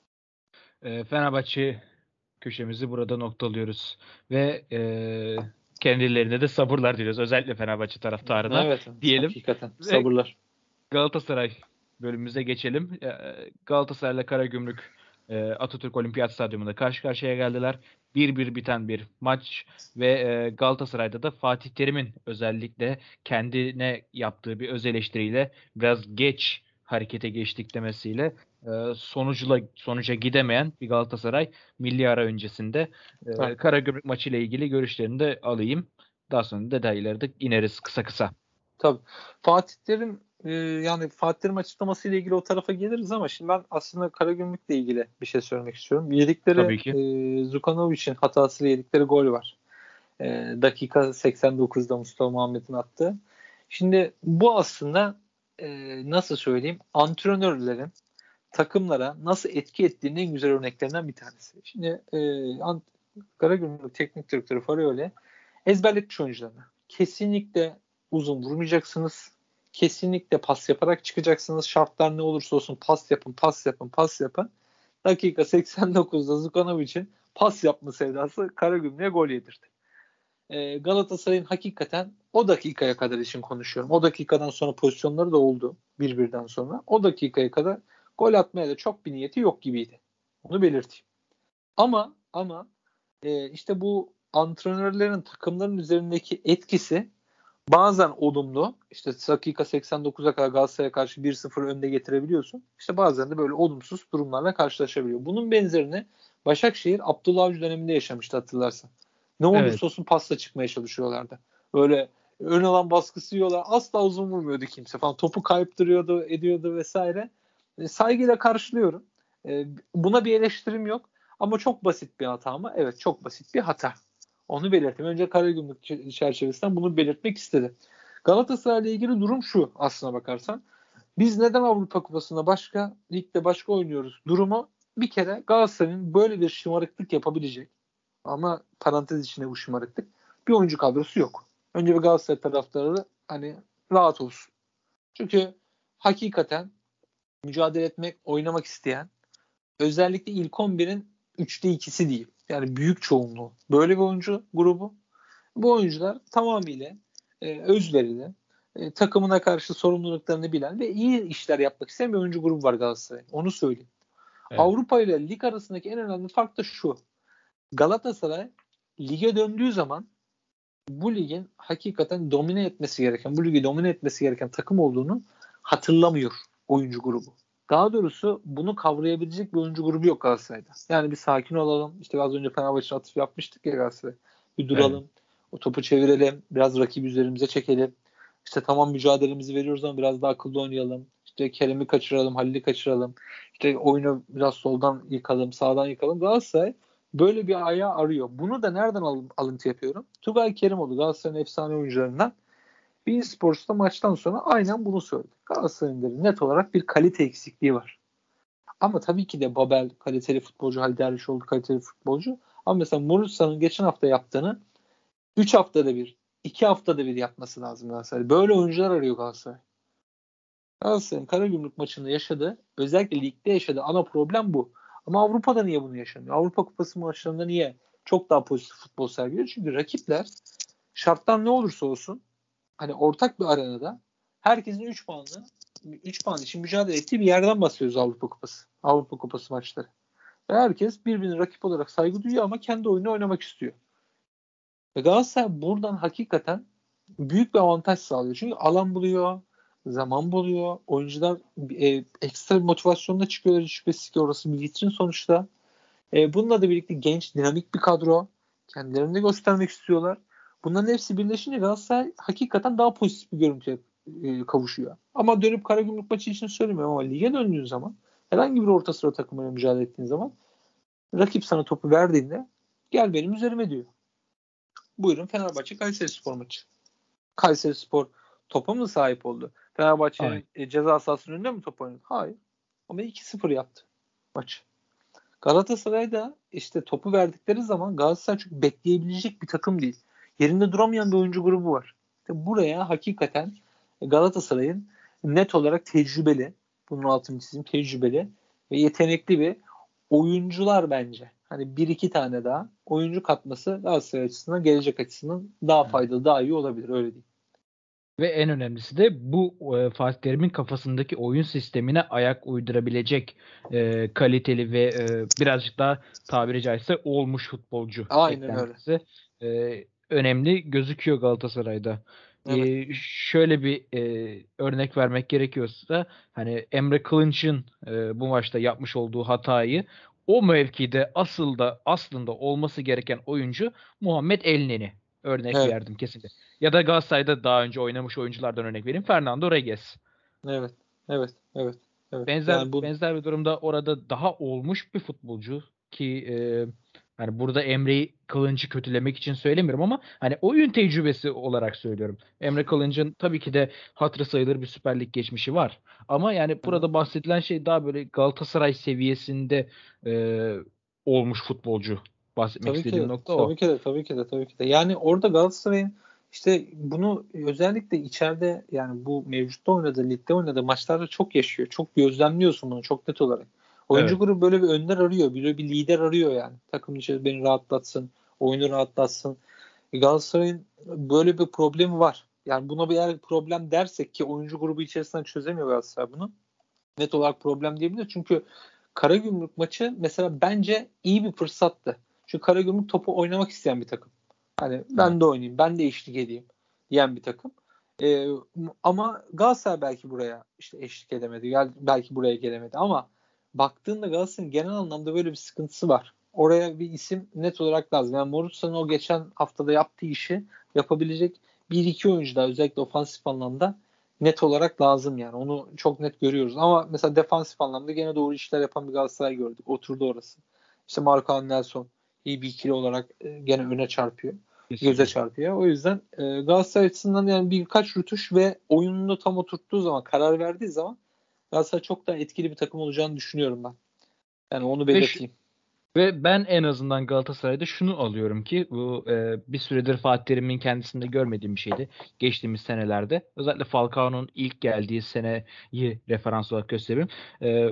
S2: E, Fenerbahçe köşemizi burada noktalıyoruz. Ve e, kendilerine de sabırlar diliyoruz. Özellikle Fenerbahçe taraftarına
S3: Evet,
S2: diyelim.
S3: hakikaten
S2: Ve
S3: sabırlar.
S2: Galatasaray bölümümüze geçelim. E, Galatasaray'la Karagümrük e, Atatürk Olimpiyat Stadyumunda karşı karşıya geldiler. bir bir biten bir maç ve e, Galatasaray'da da Fatih Terim'in özellikle kendine yaptığı bir öz eleştiriyle biraz geç harekete geçtik demesiyle e, sonucula, sonuca gidemeyen bir Galatasaray milli ara öncesinde e,
S3: Evet.
S2: Karagümrük maçı ile ilgili görüşlerini de alayım. Daha sonra detayları da ineriz kısa kısa.
S3: Tabii. Fatih Terim e, yani Fatih Terim açıklaması ile ilgili o tarafa geliriz ama şimdi ben aslında Karagümrük'le ilgili bir şey söylemek istiyorum. Yedikleri
S2: Tabii ki.
S3: e, Zukanovic'in hatasıyla yedikleri gol var. E, dakika seksen dokuzda Mustafa Muhammed'in attığı. Şimdi bu aslında e, nasıl söyleyeyim, antrenörlerin takımlara nasıl etki ettiğinin en güzel örneklerinden bir tanesi. Şimdi e, Ant- Karagümrük Teknik Direktörü Farioli ezberletmiş oyuncularına. Kesinlikle uzun vurmayacaksınız. Kesinlikle pas yaparak çıkacaksınız. Şartlar ne olursa olsun pas yapın, pas yapın, pas yapın. Dakika seksen dokuzda Zukanovic'in pas yapma sevdası Karagümrük'e gol yedirdi. Ee, Galatasaray'ın hakikaten o dakikaya kadar için konuşuyorum. O dakikadan sonra pozisyonları da oldu birbirden sonra. O dakikaya kadar gol atmaya da çok bir niyeti yok gibiydi. Onu belirteyim. Ama ama e, işte bu antrenörlerin takımların üzerindeki etkisi bazen olumlu. İşte dakika seksen dokuza kadar Galatasaray'a karşı bir sıfır önde getirebiliyorsun. İşte bazen de böyle olumsuz durumlarla karşılaşabiliyor. Bunun benzerini Başakşehir Abdullah Avcı döneminde yaşamıştı hatırlarsan. Ne
S2: Evet.
S3: olursa olsun pasla çıkmaya çalışıyorlardı. Böyle ön alan baskısı yiyorlar. Asla uzun vurmuyordu kimse falan. Topu kayıptırıyordu, ediyordu vesaire. E, saygıyla karşılıyorum. E, buna bir eleştirim yok. Ama çok basit bir hata mı? Evet, çok basit bir hata. Onu belirteyim. Önce Karagümrük çerçevesinden bunu belirtmek istedim. Galatasaray'la ilgili durum şu aslına bakarsan. Biz neden Avrupa Kupası'nda başka, ligde başka oynuyoruz? Durumu bir kere Galatasaray'ın böyle bir şımarıklık yapabilecek, ama parantez içinde bu şımarıklık, bir oyuncu kadrosu yok. Önce bir Galatasaray taraftarı hani rahat olsun. Çünkü hakikaten mücadele etmek, oynamak isteyen, özellikle ilk on birin üçte ikisi değil. Yani büyük çoğunluğu. Böyle bir oyuncu grubu. Bu oyuncular tamamıyla e, özverili, e, takımına karşı sorumluluklarını bilen ve iyi işler yapmak isteyen bir oyuncu grubu var Galatasaray'ın. Onu söyleyeyim.
S2: Evet.
S3: Avrupa ile lig arasındaki en önemli fark da şu. Galatasaray lige döndüğü zaman bu ligin hakikaten domine etmesi gereken, bu ligi domine etmesi gereken takım olduğunu hatırlamıyor oyuncu grubu. Daha doğrusu bunu kavrayabilecek bir oyuncu grubu yok Galatasaray'da. Yani bir sakin olalım. İşte az önce Fenerbahçe atıf yapmıştık ya Galatasaray. Bir duralım. Evet. O topu çevirelim. Biraz rakip üzerimize çekelim. İşte tamam mücadelemizi veriyoruz ama biraz daha akıllı oynayalım. İşte Kerem'i kaçıralım, Halil'i kaçıralım. İşte oyunu biraz soldan yıkalım, sağdan yıkalım. Galatasaray böyle bir ayağı arıyor. Bunu da nereden al- alıntı yapıyorum? Tugay Kerimoğlu, Galatasaray'ın efsane oyuncularından. beIN Sports'ta maçtan sonra aynen bunu söyledi. Galatasaray'ın net olarak bir kalite eksikliği var. Ama tabii ki de Babel kaliteli futbolcu, Halil Dervişoğlu kaliteli futbolcu. Ama mesela Morutsa'nın geçen hafta yaptığını üç haftada bir, iki haftada bir yapması lazım Galatasaray. Böyle oyuncular arıyor Galatasaray. Galatasaray'ın Karagümrük maçında yaşadığı, özellikle ligde yaşadığı ana problem bu. Ama Avrupa'da niye bunu yaşamıyor? Avrupa Kupası maçlarında niye çok daha pozitif futbol sergiliyor? Çünkü rakipler şartlar ne olursa olsun hani ortak bir arenada herkesin üç puanlı üç puan için mücadele ettiği bir yerden bahsediyoruz Avrupa Kupası. Avrupa Kupası maçları. Ve herkes birbirine rakip olarak saygı duyuyor ama kendi oyunu oynamak istiyor. Ve Galatasaray buradan hakikaten büyük bir avantaj sağlıyor. Çünkü alan buluyor, zaman buluyor. Oyuncular e, ekstra bir motivasyonla çıkıyorlar. Hiç şüphesiz ki orası bir vitrin sonuçta. E, bununla da birlikte genç, dinamik bir kadro. Kendilerini de göstermek istiyorlar. Bunların hepsi birleşince Galatasaray hakikaten daha pozitif bir görüntüye e, kavuşuyor. Ama dönüp Karagümrük maçı için söylemiyorum ama lige döndüğün zaman, herhangi bir orta sıra takımıyla mücadele ettiğin zaman rakip sana topu verdiğinde gel benim üzerime diyor. Buyurun Fenerbahçe Kayserispor maçı. Kayserispor topa mı sahip oldu? Fenerbahçe'nin e, ceza sahasının önünde mi top oynadı? Hayır. Ama iki sıfır yaptı maç. Galatasaray'da işte topu verdikleri zaman Galatasaray çok bekleyebilecek bir takım değil. Yerinde duramayan bir oyuncu grubu var. İşte buraya hakikaten Galatasaray'ın net olarak tecrübeli, bunun altını çizeyim, tecrübeli ve yetenekli bir oyuncular bence. Hani bir iki tane daha oyuncu katması Galatasaray açısından, gelecek açısından daha faydalı, daha iyi olabilir, öyle diyeyim.
S2: Ve en önemlisi de bu e, Fatih Terim'in kafasındaki oyun sistemine ayak uydurabilecek e, kaliteli ve e, birazcık daha tabiri caizse olmuş futbolcu.
S3: Aynen öyle.
S2: E, önemli gözüküyor Galatasaray'da.
S3: Evet.
S2: E, şöyle bir e, örnek vermek gerekiyorsa hani Emre Kılınç'ın e, bu maçta yapmış olduğu hatayı o mevkide asıl da aslında olması gereken oyuncu Muhammed Elneny. Örnek
S3: Evet.
S2: verdim kesinlikle. Ya da Galatasaray'da daha önce oynamış oyunculardan örnek vereyim. Fernando Reguez.
S3: Evet. Evet. Evet. Evet.
S2: Benzer
S3: Yani bu
S2: benzer bir durumda orada daha olmuş bir futbolcu ki e, hani burada Emre Kılınç'ı kötülemek için söylemiyorum ama hani oyun tecrübesi olarak söylüyorum. Emre Kılınç'ın tabii ki de hatırı sayılır bir Süper Lig geçmişi var. Ama yani burada bahsedilen şey daha böyle Galatasaray seviyesinde e, olmuş futbolcu. Bahsetmek
S3: tabii ki
S2: istediğim
S3: de,
S2: nokta o.
S3: tabii ki de, tabii ki de, tabii ki de. Yani orada Galatasaray'ın işte bunu özellikle içeride, yani bu mevcutta oynadığı, ligde oynadığı maçlarda çok yaşıyor. Çok gözlemliyorsun bunu çok net olarak. Oyuncu
S2: Evet.
S3: grubu böyle bir önder arıyor. Böyle bir lider arıyor yani. Takım içerisinde beni rahatlatsın, oyunu rahatlatsın. Galatasaray'ın böyle bir problemi var. Yani buna bir eğer problem dersek, ki oyuncu grubu içerisinden çözemiyor Galatasaray bunu. Net olarak problem diyebilir. Çünkü Karagümrük maçı mesela bence iyi bir fırsattı. Çünkü Karagümrük topu oynamak isteyen bir takım. Hani ben
S2: Evet.
S3: de oynayayım, ben de eşlik edeyim diyen bir takım. Ee, ama Galatasaray belki buraya işte eşlik edemedi. Belki buraya gelemedi ama baktığında Galatasaray'ın genel anlamda böyle bir sıkıntısı var. Oraya bir isim net olarak lazım. Yani Morutsa'nın o geçen haftada yaptığı işi yapabilecek bir iki oyuncu daha özellikle ofansif anlamda net olarak lazım yani. Onu çok net görüyoruz. Ama mesela defansif anlamda gene doğru işler yapan bir Galatasaray gördük. Oturdu orası. İşte Marco Nelson iyi bir ikili olarak e, gene öne çarpıyor. Kesinlikle. Göze çarpıyor. O yüzden e, Galatasaray açısından yani birkaç rütuş ve oyununu tam oturttuğu zaman, karar verdiği zaman Galatasaray çok daha etkili bir takım olacağını düşünüyorum ben. Yani onu belirteyim.
S2: Ve ben en azından Galatasaray'da şunu alıyorum ki bu e, bir süredir Fatih Terim'in kendisinde görmediğim bir şeydi. Geçtiğimiz senelerde. Özellikle Falcao'nun ilk geldiği seneyi referans olarak göstereyim. E,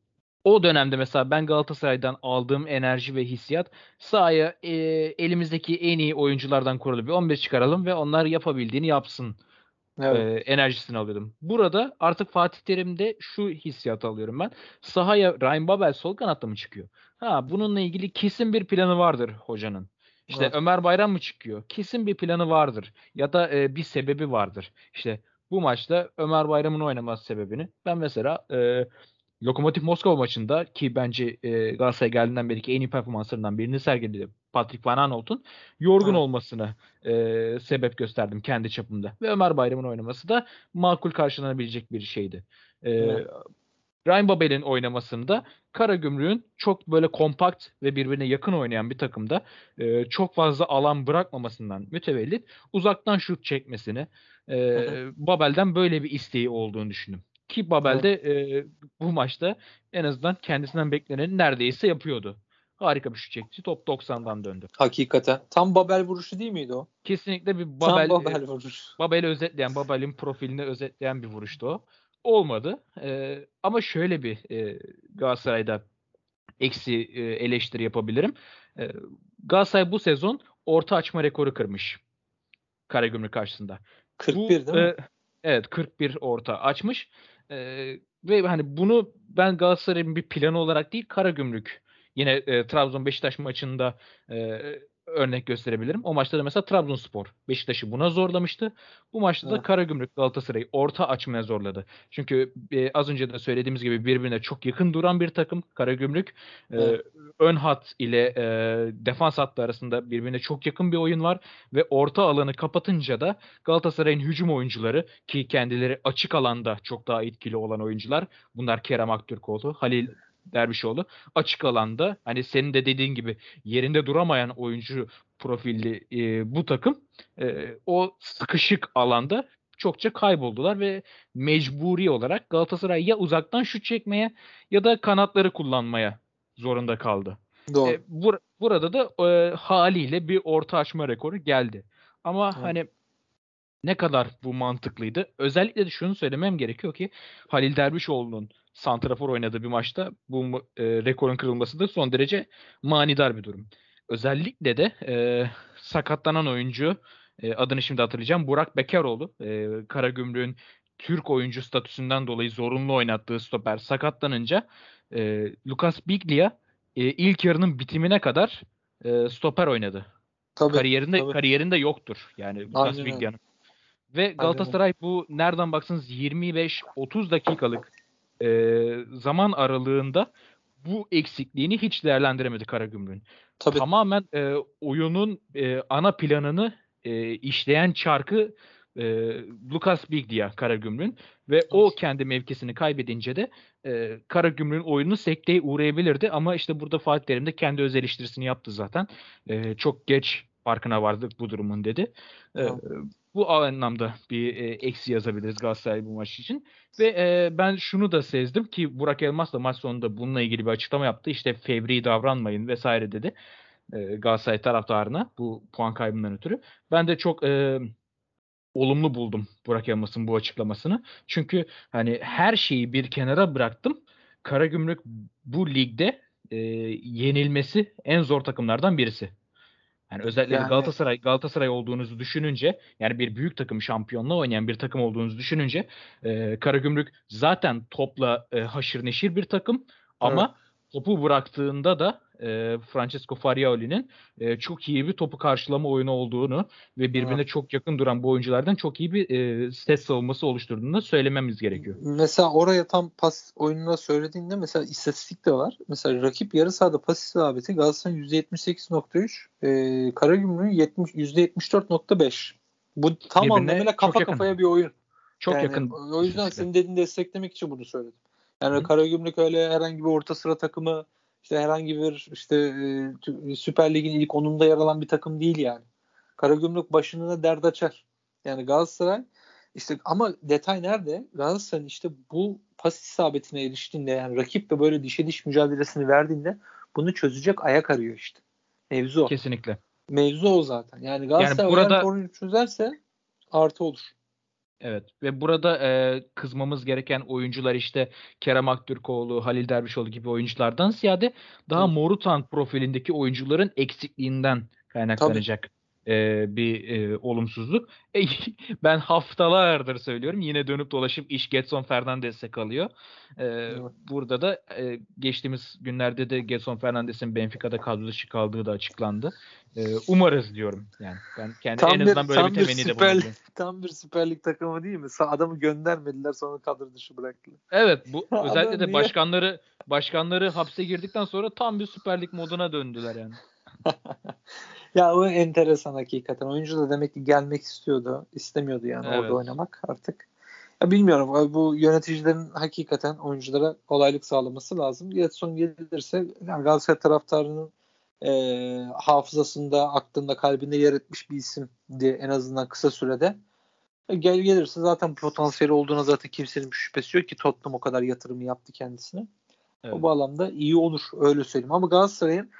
S2: o dönemde mesela ben Galatasaray'dan aldığım enerji ve hissiyat sahaya e, elimizdeki en iyi oyunculardan kurulu bir on beş çıkaralım ve onlar yapabildiğini yapsın. Evet. E, enerjisini alıyordum. Burada artık Fatih Terim'de şu hissiyatı alıyorum ben. Sahaya Ryan Babel sol kanatta mı çıkıyor? Ha, bununla ilgili kesin bir planı vardır hocanın. İşte evet. Ömer Bayram mı çıkıyor? Kesin bir planı vardır. Ya da e, bir sebebi vardır. İşte bu maçta Ömer Bayram'ın oynaması sebebini ben mesela e, Lokomotiv Moskova maçında ki bence e, Galatasaray geldiğinden beri en iyi performanslarından birini sergiledi. Patrick Van Aanholt'un yorgun evet. olmasına e, sebep gösterdim kendi çapımda. Ve Ömer Bayram'ın oynaması da makul karşılanabilecek bir şeydi. E, evet. Ryan Babel'in oynamasında Karagümrük'ün çok böyle kompakt ve birbirine yakın oynayan bir takımda e, çok fazla alan bırakmamasından mütevellit uzaktan şut çekmesini e, Babel'den böyle bir isteği olduğunu düşündüm. Ki Babel de e, bu maçta en azından kendisinden bekleneni neredeyse yapıyordu. Harika bir şut çekti. Top doksandan döndü.
S3: Hakikaten. Tam Babel vuruşu değil miydi o?
S2: Kesinlikle bir Babel,
S3: Tam Babel vuruşu.
S2: Babel'i özetleyen, Babel'in profilini özetleyen bir vuruştu o. Olmadı. Ee, ama şöyle bir e, Galatasaray'da eksi e, eleştiri yapabilirim. E, Galatasaray bu sezon orta açma rekoru kırmış. Karagümrük karşısında.
S3: kırk bir bu, değil mi? E,
S2: evet kırk bir orta açmış. E, ve hani bunu ben Galatasaray'ın bir planı olarak değil Karagümrük yine e, Trabzon Beşiktaş maçında e, örnek gösterebilirim. O maçta da mesela Trabzonspor Beşiktaş'ı buna zorlamıştı. Bu maçta evet. da Karagümrük Galatasaray'ı orta açmaya zorladı. Çünkü e, az önce de söylediğimiz gibi birbirine çok yakın duran bir takım Karagümrük. Evet. E, ön hat ile e, defans hattı arasında birbirine çok yakın bir oyun var ve orta alanı kapatınca da Galatasaray'ın hücum oyuncuları ki kendileri açık alanda çok daha etkili olan oyuncular. Bunlar Kerem Aktürkoğlu, Halil Dervişoğlu. Açık alanda hani senin de dediğin gibi yerinde duramayan oyuncu profilli e, bu takım e, o sıkışık alanda çokça kayboldular ve mecburi olarak Galatasaray ya uzaktan şut çekmeye ya da kanatları kullanmaya zorunda kaldı.
S3: Doğru.
S2: E, bur- burada da e, haliyle bir orta açma rekoru geldi. Ama evet. hani ne kadar bu mantıklıydı? Özellikle de şunu söylemem gerekiyor ki Halil Dervişoğlu'nun santrafor oynadığı bir maçta bu e, rekorun kırılması da son derece manidar bir durum. Özellikle de e, sakatlanan oyuncu e, adını şimdi hatırlayacağım. Burak Bekaroğlu. E, Karagümrük'ün Türk oyuncu statüsünden dolayı zorunlu oynattığı stoper sakatlanınca e, Lucas Biglia e, ilk yarının bitimine kadar e, stoper oynadı.
S3: Tabii,
S2: kariyerinde
S3: tabii.
S2: kariyerinde yoktur yani Lucas Biglia'nın. Ve Galatasaray bu nereden baksanız yirmi beş otuz dakikalık e, zaman aralığında bu eksikliğini hiç değerlendiremedi Karagümrük'ün. Tamamen e, oyunun e, ana planını e, işleyen çarkı e, Lucas Biglia Karagümrük'ün ve o kendi mevkisini kaybedince de e, Karagümrük'ün oyunu sekteye uğrayabilirdi ama işte burada Fatih Terim de kendi öz eleştirisini yaptı zaten. E, çok geç farkına vardık bu durumun dedi. E, bu anlamda bir e, eksi yazabiliriz Galatasaray bu maç için. Ve e, ben şunu da sezdim ki Burak Elmas da maç sonunda bununla ilgili bir açıklama yaptı. İşte fevri davranmayın vesaire dedi e, Galatasaray taraftarına bu puan kaybından ötürü. Ben de çok e, olumlu buldum Burak Elmas'ın bu açıklamasını. Çünkü hani her şeyi bir kenara bıraktım. Karagümrük bu ligde e, yenilmesi en zor takımlardan birisi. Yani özellikle yani, Galatasaray Galatasaray olduğunuzu düşününce yani bir büyük takım şampiyonluğa oynayan bir takım olduğunuzu düşününce e, Karagümrük zaten topla e, haşır neşir bir takım ama evet. topu bıraktığında da e, Francesco Farioli'nin e, çok iyi bir topu karşılama oyunu olduğunu ve birbirine evet. çok yakın duran bu oyunculardan çok iyi bir e, set savunması oluşturduğunu da söylememiz gerekiyor.
S3: Mesela oraya tam pas oyununa söylediğinde mesela istatistik de var. Mesela rakip yarı sahada pas isabeti Galatasaray'ın yüzde yetmiş sekiz nokta üç, e, Karagümrük'ün yüzde yetmiş dört nokta beş. Bu tam
S2: Birbirine
S3: anlamıyla
S2: çok
S3: kafa
S2: yakın.
S3: kafaya bir oyun.
S2: Çok
S3: Yani
S2: yakın.
S3: o yüzden
S2: kesinlikle.
S3: senin dediğini desteklemek için bunu söyledim. Yani
S2: Hı.
S3: Karagümrük öyle herhangi bir orta sıra takımı, işte herhangi bir işte e, Süper Lig'in ilk onunda yer alan bir takım değil yani. Karagümrük başına dert açar. Yani Galatasaray işte ama detay nerede? Galatasaray'ın işte bu pas isabetine eriştiğinde yani rakiple böyle dişe diş mücadelesini verdiğinde bunu çözecek ayak arıyor işte. Mevzu o.
S2: Kesinlikle.
S3: Mevzu o zaten. Yani
S2: Yani
S3: Galatasaray eğer
S2: burada
S3: sorunu çözerse artı olur.
S2: evet ve burada e, kızmamız gereken oyuncular işte Kerem Aktürkoğlu, Halil Dervişoğlu gibi oyunculardan ziyade daha
S3: Tabii.
S2: Morutank profilindeki oyuncuların eksikliğinden
S3: Tabii.
S2: kaynaklanacak e, bir e, olumsuzluk. E, ben haftalardır söylüyorum yine dönüp dolaşıp iş Gedson Fernandes'e kalıyor. E,
S3: Evet.
S2: burada da e, geçtiğimiz günlerde de Gedson Fernandes'in Benfica'da kadro dışı kaldığı da açıklandı. E, umarız diyorum yani ben kendi en
S3: Tam bir
S2: azından böyle bir
S3: tam bir
S2: temennide
S3: süper
S2: bulunabilirim.
S3: tam bir Süper Lig takımı değil mi? Sa- Adamı göndermediler sonra kadro dışı bıraktılar.
S2: Evet bu özellikle
S3: Adam
S2: de
S3: niye?
S2: başkanları başkanları hapse girdikten sonra tam bir Süper Lig moduna döndüler yani.
S3: Ya o enteresan hakikaten. Oyuncu da demek ki gelmek istiyordu. İstemiyordu yani orada
S2: Evet.
S3: oynamak artık. Ya bilmiyorum. Bu yöneticilerin hakikaten oyunculara kolaylık sağlaması lazım. Gedson gelirse yani Galatasaray taraftarının e, hafızasında, aklında, kalbinde yer etmiş bir isim diye en azından kısa sürede. E, gel gelirse zaten potansiyeli olduğuna zaten kimsenin bir şüphesi yok ki Tottenham o kadar yatırım yaptı kendisine.
S2: Evet.
S3: O bağlamda iyi olur öyle söyleyeyim. Ama Galatasaray'ın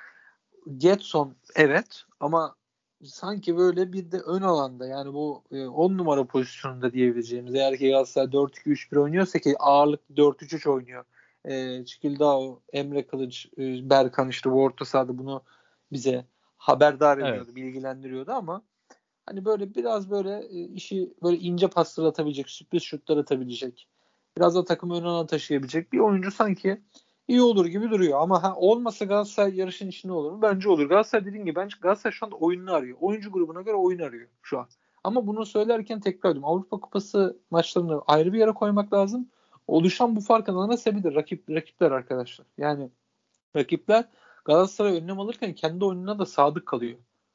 S3: Gedson evet ama sanki böyle bir de ön alanda yani bu on numara pozisyonunda diyebileceğimiz eğer ki Galatasaray dört iki üç bir oynuyorsa ki ağırlık dört üç üç oynuyor. E, Çikildao, Emre Kılıç, e, Berkan işte bu orta sahada bunu bize haberdar ediyordu,
S2: Evet.
S3: bilgilendiriyordu ama hani böyle biraz böyle e, işi böyle ince paslar atabilecek, sürpriz şutlar atabilecek. Biraz da takımı ön alana taşıyabilecek bir oyuncu sanki iyi olur gibi duruyor. Ama ha, olmasa Galatasaray yarışın içinde olur mu? Bence olur. Galatasaray dediğim gibi bence Galatasaray şu anda oyununu arıyor. Oyuncu grubuna göre oyun arıyor şu an. Ama bunu söylerken tekrar ediyorum. Avrupa Kupası maçlarını ayrı bir yere koymak lazım. Oluşan bu farkın ana sebebi de rakip, rakipler arkadaşlar. Yani rakipler Galatasaray önlem alırken kendi oyununa da sadık kalıyor.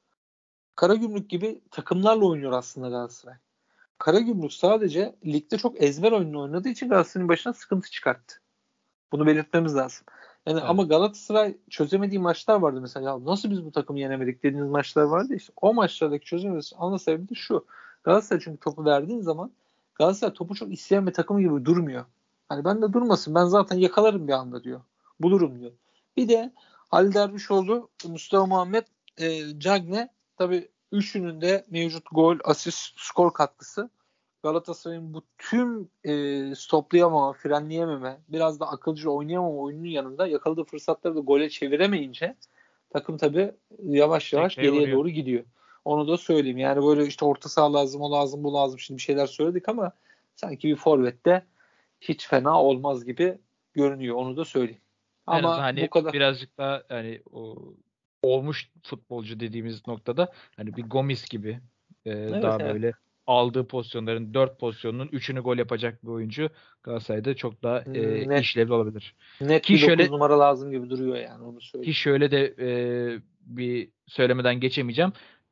S3: Karagümrük gibi takımlarla oynuyor aslında Galatasaray. Karagümrük sadece ligde çok ezber oyununu oynadığı için Galatasaray'ın başına sıkıntı çıkarttı. Bunu belirtmemiz lazım. Yani
S2: Evet.
S3: ama Galatasaray çözemediği maçlar vardı mesela. Ya nasıl biz bu takımı yenemedik dediğiniz maçlar vardı işte. O maçlardaki çözemediğiniz ana sebebi de şu. Galatasaray çünkü topu verdiğin zaman Galatasaray topu çok isteyen bir takım gibi durmuyor. Hani ben de durmasın ben zaten yakalarım bir anda diyor. Bulurum diyor. Bir de Halil Dervişoğlu, Mustafa Muhammed, e, Cagne tabii üçünün de mevcut gol, asist, skor katkısı Galatasaray'ın bu tüm e, stoplayamama, frenleyememe, biraz da akılcı oynayamama oyunun yanında yakaladığı fırsatları da gole çeviremeyince takım tabii yavaş yavaş
S2: Sekteye
S3: geriye
S2: uğruyor.
S3: doğru gidiyor. Onu da söyleyeyim. Yani böyle işte orta saha lazım, o lazım, bu lazım. Şimdi bir şeyler söyledik ama sanki bir forvette hiç fena olmaz gibi görünüyor. Onu da söyleyeyim.
S2: En azından
S3: Ama bu
S2: hani
S3: kadar.
S2: birazcık daha hani o olmuş futbolcu dediğimiz noktada hani bir Gomis gibi e,
S3: Evet
S2: daha
S3: evet.
S2: böyle aldığı pozisyonların dört pozisyonunun üçünü gol yapacak bir oyuncu Galatasaray'da çok daha e,
S3: Net
S2: işlevli olabilir.
S3: net
S2: Ki
S3: bir dokuz
S2: şöyle
S3: numara lazım gibi duruyor yani onu
S2: ki
S3: söyleyeyim.
S2: şöyle de e, bir söylemeden geçemeyeceğim.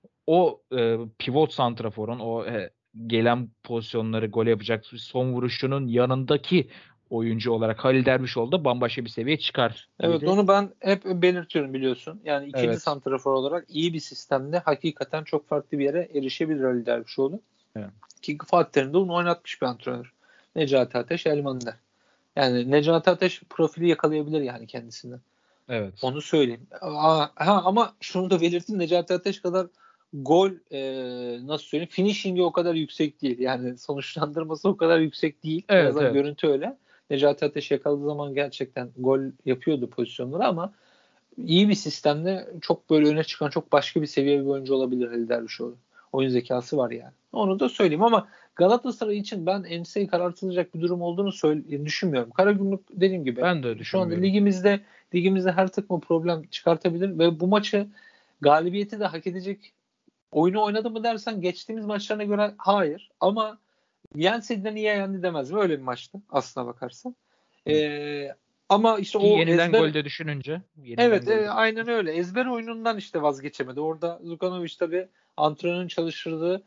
S2: O e, pivot santraforun o e, gelen pozisyonları gol yapacak son vuruşunun yanındaki oyuncu olarak Halil Dervişoğlu da bambaşka bir seviye çıkar diye
S3: Evet
S2: de
S3: onu ben hep belirtiyorum biliyorsun. Yani ikinci
S2: evet.
S3: santrafor olarak iyi bir sistemde hakikaten çok farklı bir yere erişebilir Ali Dervişoğlu.
S2: Evet.
S3: Ki Fatih Terim de onu oynatmış bir antrenör. Necati Ateş, Elmander. Yani Necati Ateş profili yakalayabilir yani kendisinden.
S2: Evet.
S3: Onu söyleyeyim. Aa, ha, ama şunu da belirtin Necati Ateş kadar gol e, nasıl söyleyeyim finishing'i o kadar yüksek değil. Yani sonuçlandırması o kadar yüksek değil. En
S2: Evet,
S3: azından
S2: evet.
S3: görüntü öyle. Necati Ateş yakaladığı zaman gerçekten gol yapıyordu pozisyonları ama iyi bir sistemde çok böyle öne çıkan çok başka bir seviye bir oyuncu olabilir Ali Dervişoğlu. Oyun zekası var yani. Onu da söyleyeyim ama Galatasaray için ben enseyi karartılacak bir durum olduğunu söyle- düşünmüyorum. Karagümrük dediğim gibi
S2: Ben de
S3: şu anda
S2: düşünmüyorum.
S3: ligimizde ligimizde her takıma problem çıkartabilir ve bu maçı galibiyeti de hak edecek oyunu oynadı mı dersen geçtiğimiz maçlarına göre hayır ama yenseydi niye yendi demez. Böyle bir maçtı aslına bakarsan.
S2: Evet.
S3: Ee, ama işte
S2: Ki
S3: o
S2: yeniden
S3: ezber
S2: golde düşününce yeniden
S3: evet
S2: golde
S3: e, aynen öyle. Ezber oyunundan işte vazgeçemedi. Orada Zukanovic tabii antrenörün çalıştırdığı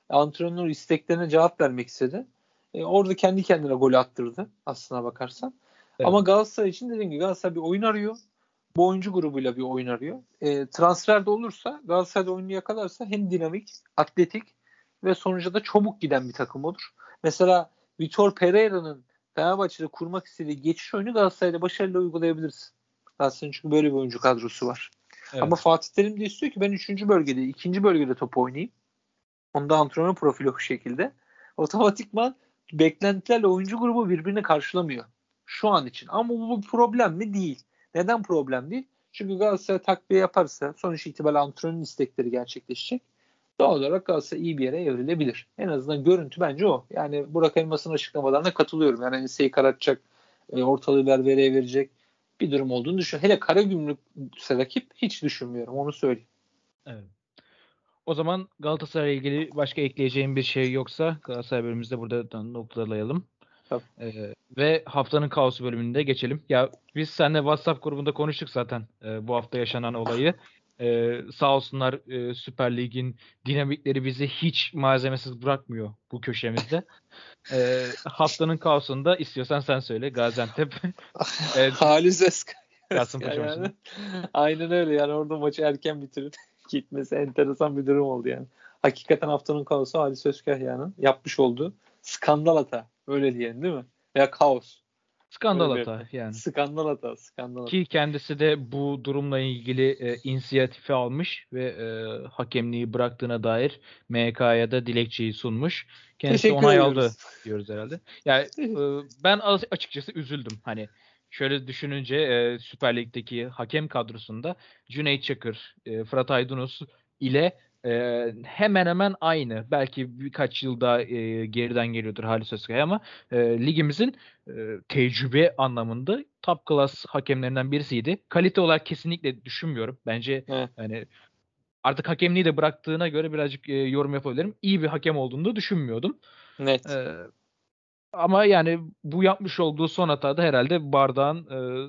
S3: Antrenör isteklerine cevap vermek istedi. E, orada kendi kendine gol attırdı aslına bakarsan. Evet. Ama Galatasaray için dediğim gibi Galatasaray bir oyun arıyor. Bu oyuncu grubuyla bir oyun arıyor. E, transfer de olursa Galatasaray'da oyunu yakalarsa hem dinamik, atletik ve sonuçta da çabuk giden bir takım olur. Mesela Vitor Pereira'nın Fenerbahçe'de kurmak istediği geçiş oyunu Galatasaray'da başarıyla uygulayabilirsin. Galatasaray'ın çünkü böyle bir oyuncu kadrosu var. Evet. Ama Fatih Terim de istiyor ki ben üçüncü bölgede, ikinci bölgede top oynayayım. Onda antrenör profili o şekilde. Otomatikman beklentilerle oyuncu grubu birbirini karşılamıyor. Şu an için. Ama bu bir problem mi? Değil. Neden problem değil? Çünkü Galatasaray takviye yaparsa sonuç itibariyle antrenörün istekleri gerçekleşecek. Doğal olarak Galatasaray iyi bir yere evrilebilir. En azından görüntü bence o. Yani Burak Elmas'ın açıklamalarına katılıyorum. Yani enseyi karartacak, ortalığı berbereye verecek bir durum olduğunu düşünüyorum. Hele Karagümrük'se rakip hiç düşünmüyorum. Onu söyleyeyim.
S2: Evet. O zaman Galatasaray'la ilgili başka ekleyeceğim bir şey yoksa Galatasaray bölümümüzde burada noktalayalım. Ee, ve haftanın kaosu bölümünde geçelim. Ya biz seninle WhatsApp grubunda konuştuk zaten e, bu hafta yaşanan olayı. Ee, sağ olsunlar e, Süper Lig'in dinamikleri bizi hiç malzemesiz bırakmıyor bu köşemizde. Ee, haftanın kaosunda istiyorsan sen söyle. Gaziantep.
S3: evet. Halis Özkay.
S2: Kasımpaşa
S3: yani,
S2: maçında.
S3: Aynen öyle. Yani orada maçı erken bitirip gitmesi enteresan bir durum oldu yani. Hakikaten haftanın kaosu Halis Özkahya'nın yapmış olduğu skandal hata. Öyle diyelim değil mi? Veya kaos.
S2: Skandal hata yani.
S3: Skandal hata. Skandal hata.
S2: Ki kendisi de bu durumla ilgili e, inisiyatifi almış ve e, hakemliği bıraktığına dair M H K'ya da dilekçeyi sunmuş. Kendisi
S3: Teşekkür
S2: onay
S3: ediyoruz.
S2: aldı diyoruz herhalde. Yani e, ben açıkçası üzüldüm. Hani şöyle düşününce e, Süper Lig'deki hakem kadrosunda Cüneyt Çakır, e, Fırat Aydınus ile e, hemen hemen aynı. Belki birkaç yıl daha e, geriden geliyordur Halis Özkaya ama e, ligimizin e, tecrübe anlamında top class hakemlerinden birisiydi. Kalite olarak kesinlikle düşünmüyorum. Bence
S3: evet.
S2: yani artık hakemliği de bıraktığına göre birazcık e, yorum yapabilirim. İyi bir hakem olduğunu da düşünmüyordum.
S3: Net.
S2: E, ama yani bu yapmış olduğu son hata da herhalde bardağın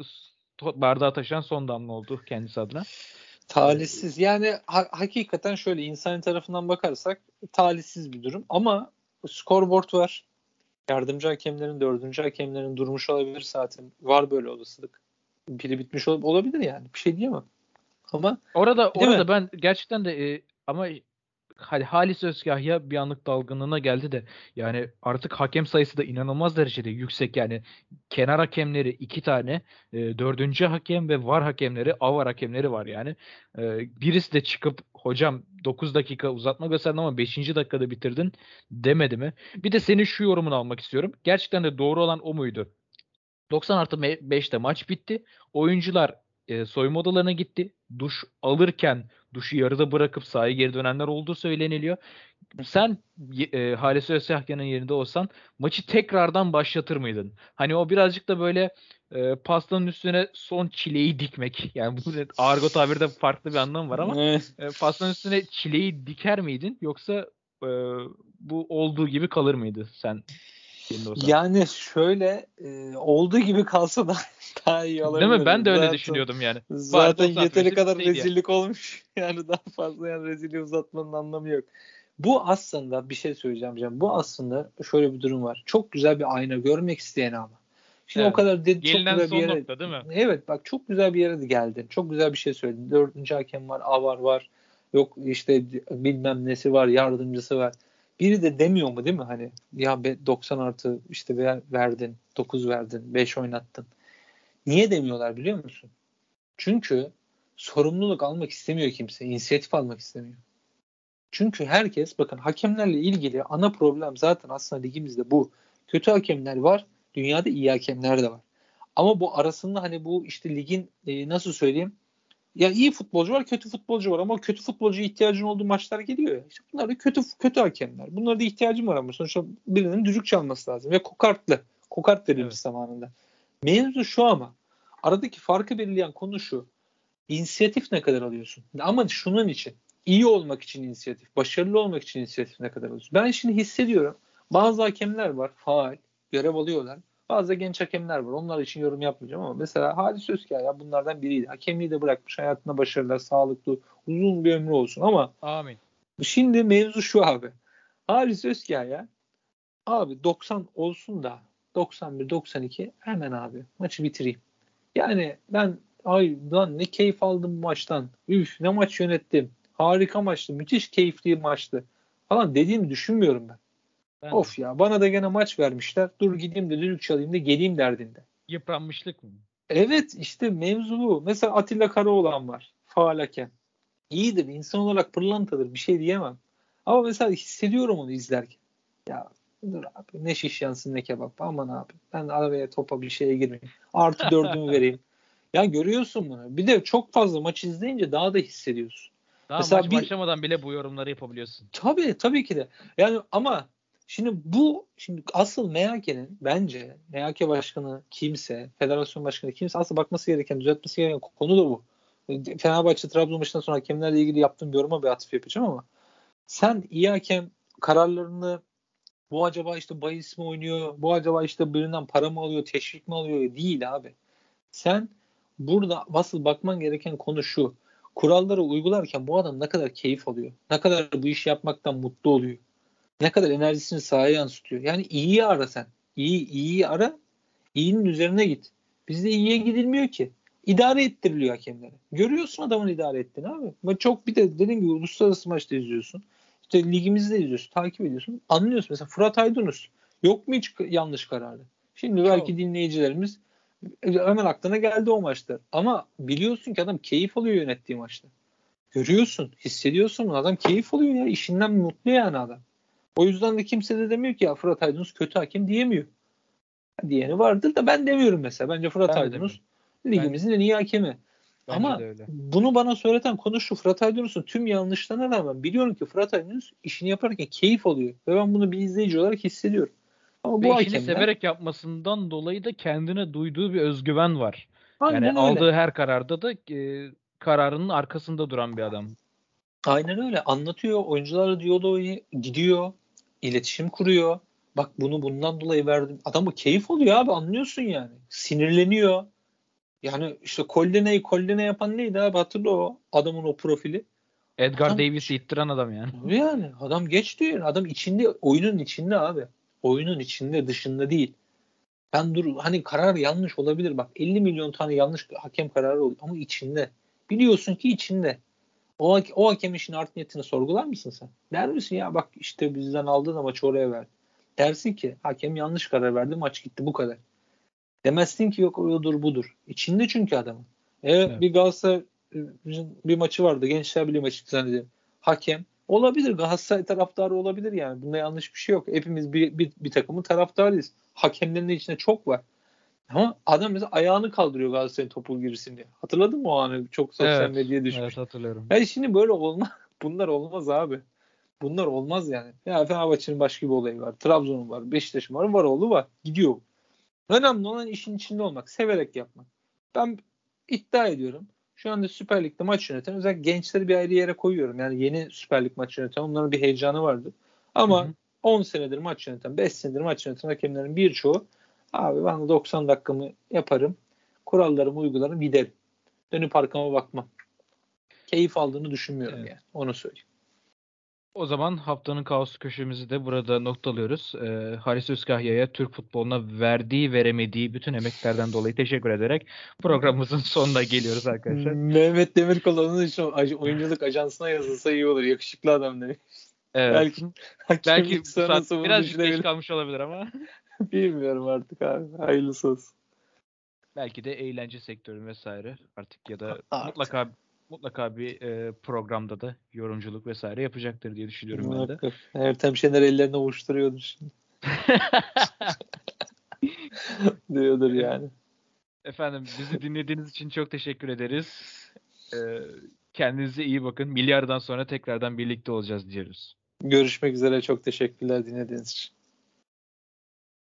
S2: e, bardağı taşıyan son damla oldu kendisi adına.
S3: Talihsiz. Yani ha- hakikaten şöyle insan tarafından bakarsak talihsiz bir durum. Ama scoreboard var. Yardımcı hakemlerin, dördüncü hakemlerin durmuş olabilir zaten. Var böyle olasılık. Biri bitmiş ol- olabilir yani. Bir şey diyemem. Ama
S2: orada orada mi? Ben gerçekten de e, ama hadi Halis Özkahya bir anlık dalgınlığına geldi de yani artık hakem sayısı da inanılmaz derecede yüksek yani kenar hakemleri iki tane e, dördüncü hakem ve var hakemleri A V A R hakemleri var yani e, birisi de çıkıp hocam dokuz dakika uzatma gösterdin ama beşinci dakikada bitirdin demedi mi? Bir de senin şu yorumunu almak istiyorum. Gerçekten de doğru olan o muydu? doksan artı beşte maç bitti. Oyuncular e, soyunma odalarına gitti. Duş alırken duşu yarıda bırakıp sahaya geri dönenler olduğu söyleniliyor. Sen e, Halis Özkahya'nın yerinde olsan maçı tekrardan başlatır mıydın? Hani o birazcık da böyle e, pastanın üstüne son çileği dikmek. Yani bu argo tabirde farklı bir anlam var ama e, pastanın üstüne çileği diker miydin? Yoksa e, bu olduğu gibi kalır mıydı sen?
S3: Yani şöyle e, olduğu gibi kalsa da daha iyi olabilir.
S2: Değil mi? Ben de öyle
S3: zaten,
S2: düşünüyordum yani.
S3: Zaten yeteri kadar rezillik yani. olmuş. Yani daha fazla yani rezilliği uzatmanın anlamı yok. Bu aslında bir şey söyleyeceğim canım. Bu aslında şöyle bir durum var. Çok güzel bir ayna görmek isteyen ama. Şimdi evet. o kadar dedi, çok güzel bir yere.
S2: Nokta, değil mi?
S3: Evet bak çok güzel bir yere de geldin. Çok güzel bir şey söyledin. Dördüncü hakem var, A V A R var. Yok işte bilmem nesi var, yardımcısı var. Biri de demiyor mu değil mi hani ya doksan artı işte verdin, dokuz verdin, beş oynattın. Niye demiyorlar biliyor musun? Çünkü sorumluluk almak istemiyor kimse. İnisiyatif almak istemiyor. Çünkü herkes bakın hakemlerle ilgili ana problem zaten aslında ligimizde bu. Kötü hakemler var. Dünyada iyi hakemler de var. Ama bu arasında hani bu işte ligin e, nasıl söyleyeyim ya iyi futbolcu var, kötü futbolcu var ama kötü futbolcuya ihtiyacın olduğu maçlar geliyor ya. İşte bunlar da kötü kötü hakemler. Bunlara da ihtiyacım var ama sonuçta birinin düdük çalması lazım ve kokartlı. Kokart verilmiş evet. zamanında. Mevzu şu ama aradaki farkı belirleyen konu şu. İnisiyatif ne kadar alıyorsun? Ama şunun için iyi olmak için inisiyatif, başarılı olmak için inisiyatif ne kadar alıyorsun? Ben şimdi hissediyorum. Bazı hakemler var, faal, görev alıyorlar. Bazı genç hakemler var. Onlar için yorum yapmayacağım ama mesela Halis Özkaya bunlardan biriydi. Hakemliği de bırakmış. Hayatında başarılar, sağlıklı, uzun bir ömrü olsun ama
S2: amin.
S3: Şimdi mevzu şu abi. Halis Özkaya ya. Abi doksan olsun da doksan bir doksan iki hemen abi maçı bitireyim. Yani ben ay lan ne keyif aldım bu maçtan. Üf ne maç yönettim. Harika maçtı. Müthiş keyifli maçtı. Falan dediğimi düşünmüyorum ben.
S2: Ben
S3: Of
S2: de.
S3: ya bana da gene maç vermişler. Dur gideyim de düdük çalayım da geleyim derdinde.
S2: Yıpranmışlık mı?
S3: Evet işte mevzu bu. Mesela Atilla Karaoğlan var. Faal hakem. İyidir. İnsan olarak pırlantadır. Bir şey diyemem. Ama mesela hissediyorum onu izlerken. Ya dur abi ne şiş yansın ne kebap. Aman abi ben arabaya topa bir şeye girmeyeyim. Artı dördümü vereyim. Ya görüyorsun bunu. Bir de çok fazla maç izleyince daha da hissediyorsun.
S2: Daha
S3: Mesela
S2: maç
S3: bir
S2: başlamadan bile bu yorumları yapabiliyorsun.
S3: tabii tabii ki de. Yani ama şimdi bu şimdi asıl M H K'nin bence M H K başkanı kimse, federasyon başkanı kimse asıl bakması gereken, düzeltmesi gereken konu da bu. Fenerbahçe Trabzon maçından sonra hakemlerle ilgili yaptığım bir yoruma bir atıf yapacağım ama sen iyi hakem kararlarını bu acaba işte bahis mi oynuyor? Bu acaba işte birinden para mı alıyor? Teşvik mi alıyor? Değil abi. Sen burada asıl bakman gereken konu şu. Kuralları uygularken bu adam ne kadar keyif alıyor? Ne kadar bu işi yapmaktan mutlu oluyor? Ne kadar enerjisini sahaya yansıtıyor? Yani iyiyi ara sen. İyi, iyiyi ara. İyinin üzerine git. Bizde iyiye gidilmiyor ki. İdare ettiriliyor hakemlere. Görüyorsun adamın idare ettiğini abi. Ama çok bir de dediğim gibi uluslararası maçta izliyorsun. İşte ligimizde izliyorsun. Takip ediyorsun. Anlıyorsun. Mesela Fırat Aydınus. Yok mu hiç yanlış kararı? Şimdi belki
S2: Çok.
S3: dinleyicilerimiz hemen aklına geldi o maçta. Ama biliyorsun ki adam keyif alıyor yönettiği maçta. Görüyorsun. Hissediyorsun. Adam keyif alıyor ya. İşinden mutlu yani adam. O yüzden de kimse de demiyor ki ya Fırat Aydınus kötü hakem diyemiyor. Diyeni vardır da ben demiyorum mesela. Bence Fırat
S2: Ben de
S3: Aydınus
S2: demiyorum.
S3: ligimizin en iyi hakemi.
S2: Bence
S3: Ama
S2: de öyle.
S3: bunu bana söyleten konu şu. Fırat Aydınus'un tüm yanlışlarına rağmen biliyorum ki Fırat Aydınus işini yaparken keyif alıyor. Ve ben bunu bir izleyici olarak hissediyorum. Ama
S2: Ve
S3: bu
S2: işini
S3: hakemler
S2: severek yapmasından dolayı da kendine duyduğu bir özgüven var. Yani
S3: aynen öyle.
S2: aldığı her kararda da e, kararının arkasında duran bir adam.
S3: Aynen öyle. Anlatıyor. Oyuncularla diyaloğu gidiyor. İletişim kuruyor. Bak bunu bundan dolayı verdim. Adamı keyif alıyor abi anlıyorsun yani. Sinirleniyor. Yani işte Colline'yi Colline yapan neydi abi hatırla o adamın o profili.
S2: Edgar
S3: Adam
S2: Davis'i ittiren adam yani.
S3: yani adam geç diyor. Adam içinde oyunun içinde abi. Oyunun içinde dışında değil. Ben dur hani karar yanlış olabilir bak elli milyon tane yanlış hakem kararı oluyor ama içinde. Biliyorsun ki içinde. O, o hakem işin art niyetini sorgular mısın sen? Der misin ya bak işte bizden aldın ama maçı oraya ver. Dersin ki hakem yanlış karar verdi maç gitti bu kadar. Demezsin ki yok odur budur. İçinde çünkü adamın. E,
S2: Evet.
S3: bir Galatasaray bir maçı vardı. Gençler Birliği maçı zannediyorum. Hakem olabilir. Galatasaray taraftarı olabilir yani. Bunda yanlış bir şey yok. Hepimiz bir, bir, bir takımın taraftarıyız. Hakemlerin de içinde çok var. Ama adam mesela ayağını kaldırıyor Galatasaray'ın topu girsin diye. Hatırladın mı o anı? Çok sosyal
S2: Evet.
S3: medyaya düşmüş.
S2: Evet hatırlıyorum.
S3: Yani şimdi böyle olmaz. Bunlar olmaz abi. Bunlar olmaz yani. Ya Fenerbahçe'nin başka bir olayı var. Trabzon'un var. Beşiktaş'ın var. Var oğlu var. Gidiyor. Önemli olan işin içinde olmak. Severek yapmak. Ben iddia ediyorum. Şu anda Süper Lig'de maç yöneten özellikle gençleri bir ayrı yere koyuyorum. Yani yeni Süper Lig maç yöneten onların bir heyecanı vardı.
S2: Hı
S3: Ama
S2: hı.
S3: on senedir maç yöneten, beş senedir maç yöneten hakemlerin birçoğu abi ben doksan dakikamı yaparım. Kurallarımı uygularım giderim. Dönüp arkama bakmam. Keyif aldığını düşünmüyorum
S2: Evet.
S3: yani. Onu söyleyeyim.
S2: O zaman haftanın kaos köşemizi de burada noktalıyoruz. Ee, Halis Özkahya'ya Türk futboluna verdiği veremediği bütün emeklerden dolayı teşekkür ederek programımızın sonuna geliyoruz arkadaşlar.
S3: Mehmet Demirkol onun için oyunculuk ajansına yazılsa iyi olur. Yakışıklı adam demiş.
S2: Evet.
S3: Belki
S2: Belki
S3: hakemlik
S2: bu saat
S3: sonrası bunu
S2: birazcık geç
S3: düşünebilir.
S2: kalmış olabilir ama
S3: Bilmiyorum artık abi. Hayırlısı olsun.
S2: belki de eğlence sektörü vesaire artık ya da
S3: Artık.
S2: mutlaka mutlaka bir e, programda da yorumculuk vesaire yapacaktır diye düşünüyorum ben de.
S3: Muhakkak. Ertem Şener ellerini ovuşturuyordur şimdi. Diyordur yani.
S2: Efendim bizi dinlediğiniz için çok teşekkür ederiz. Ee, kendinize iyi bakın. Milyardan sonra tekrardan birlikte olacağız diyoruz.
S3: Görüşmek üzere. Çok teşekkürler dinlediğiniz için.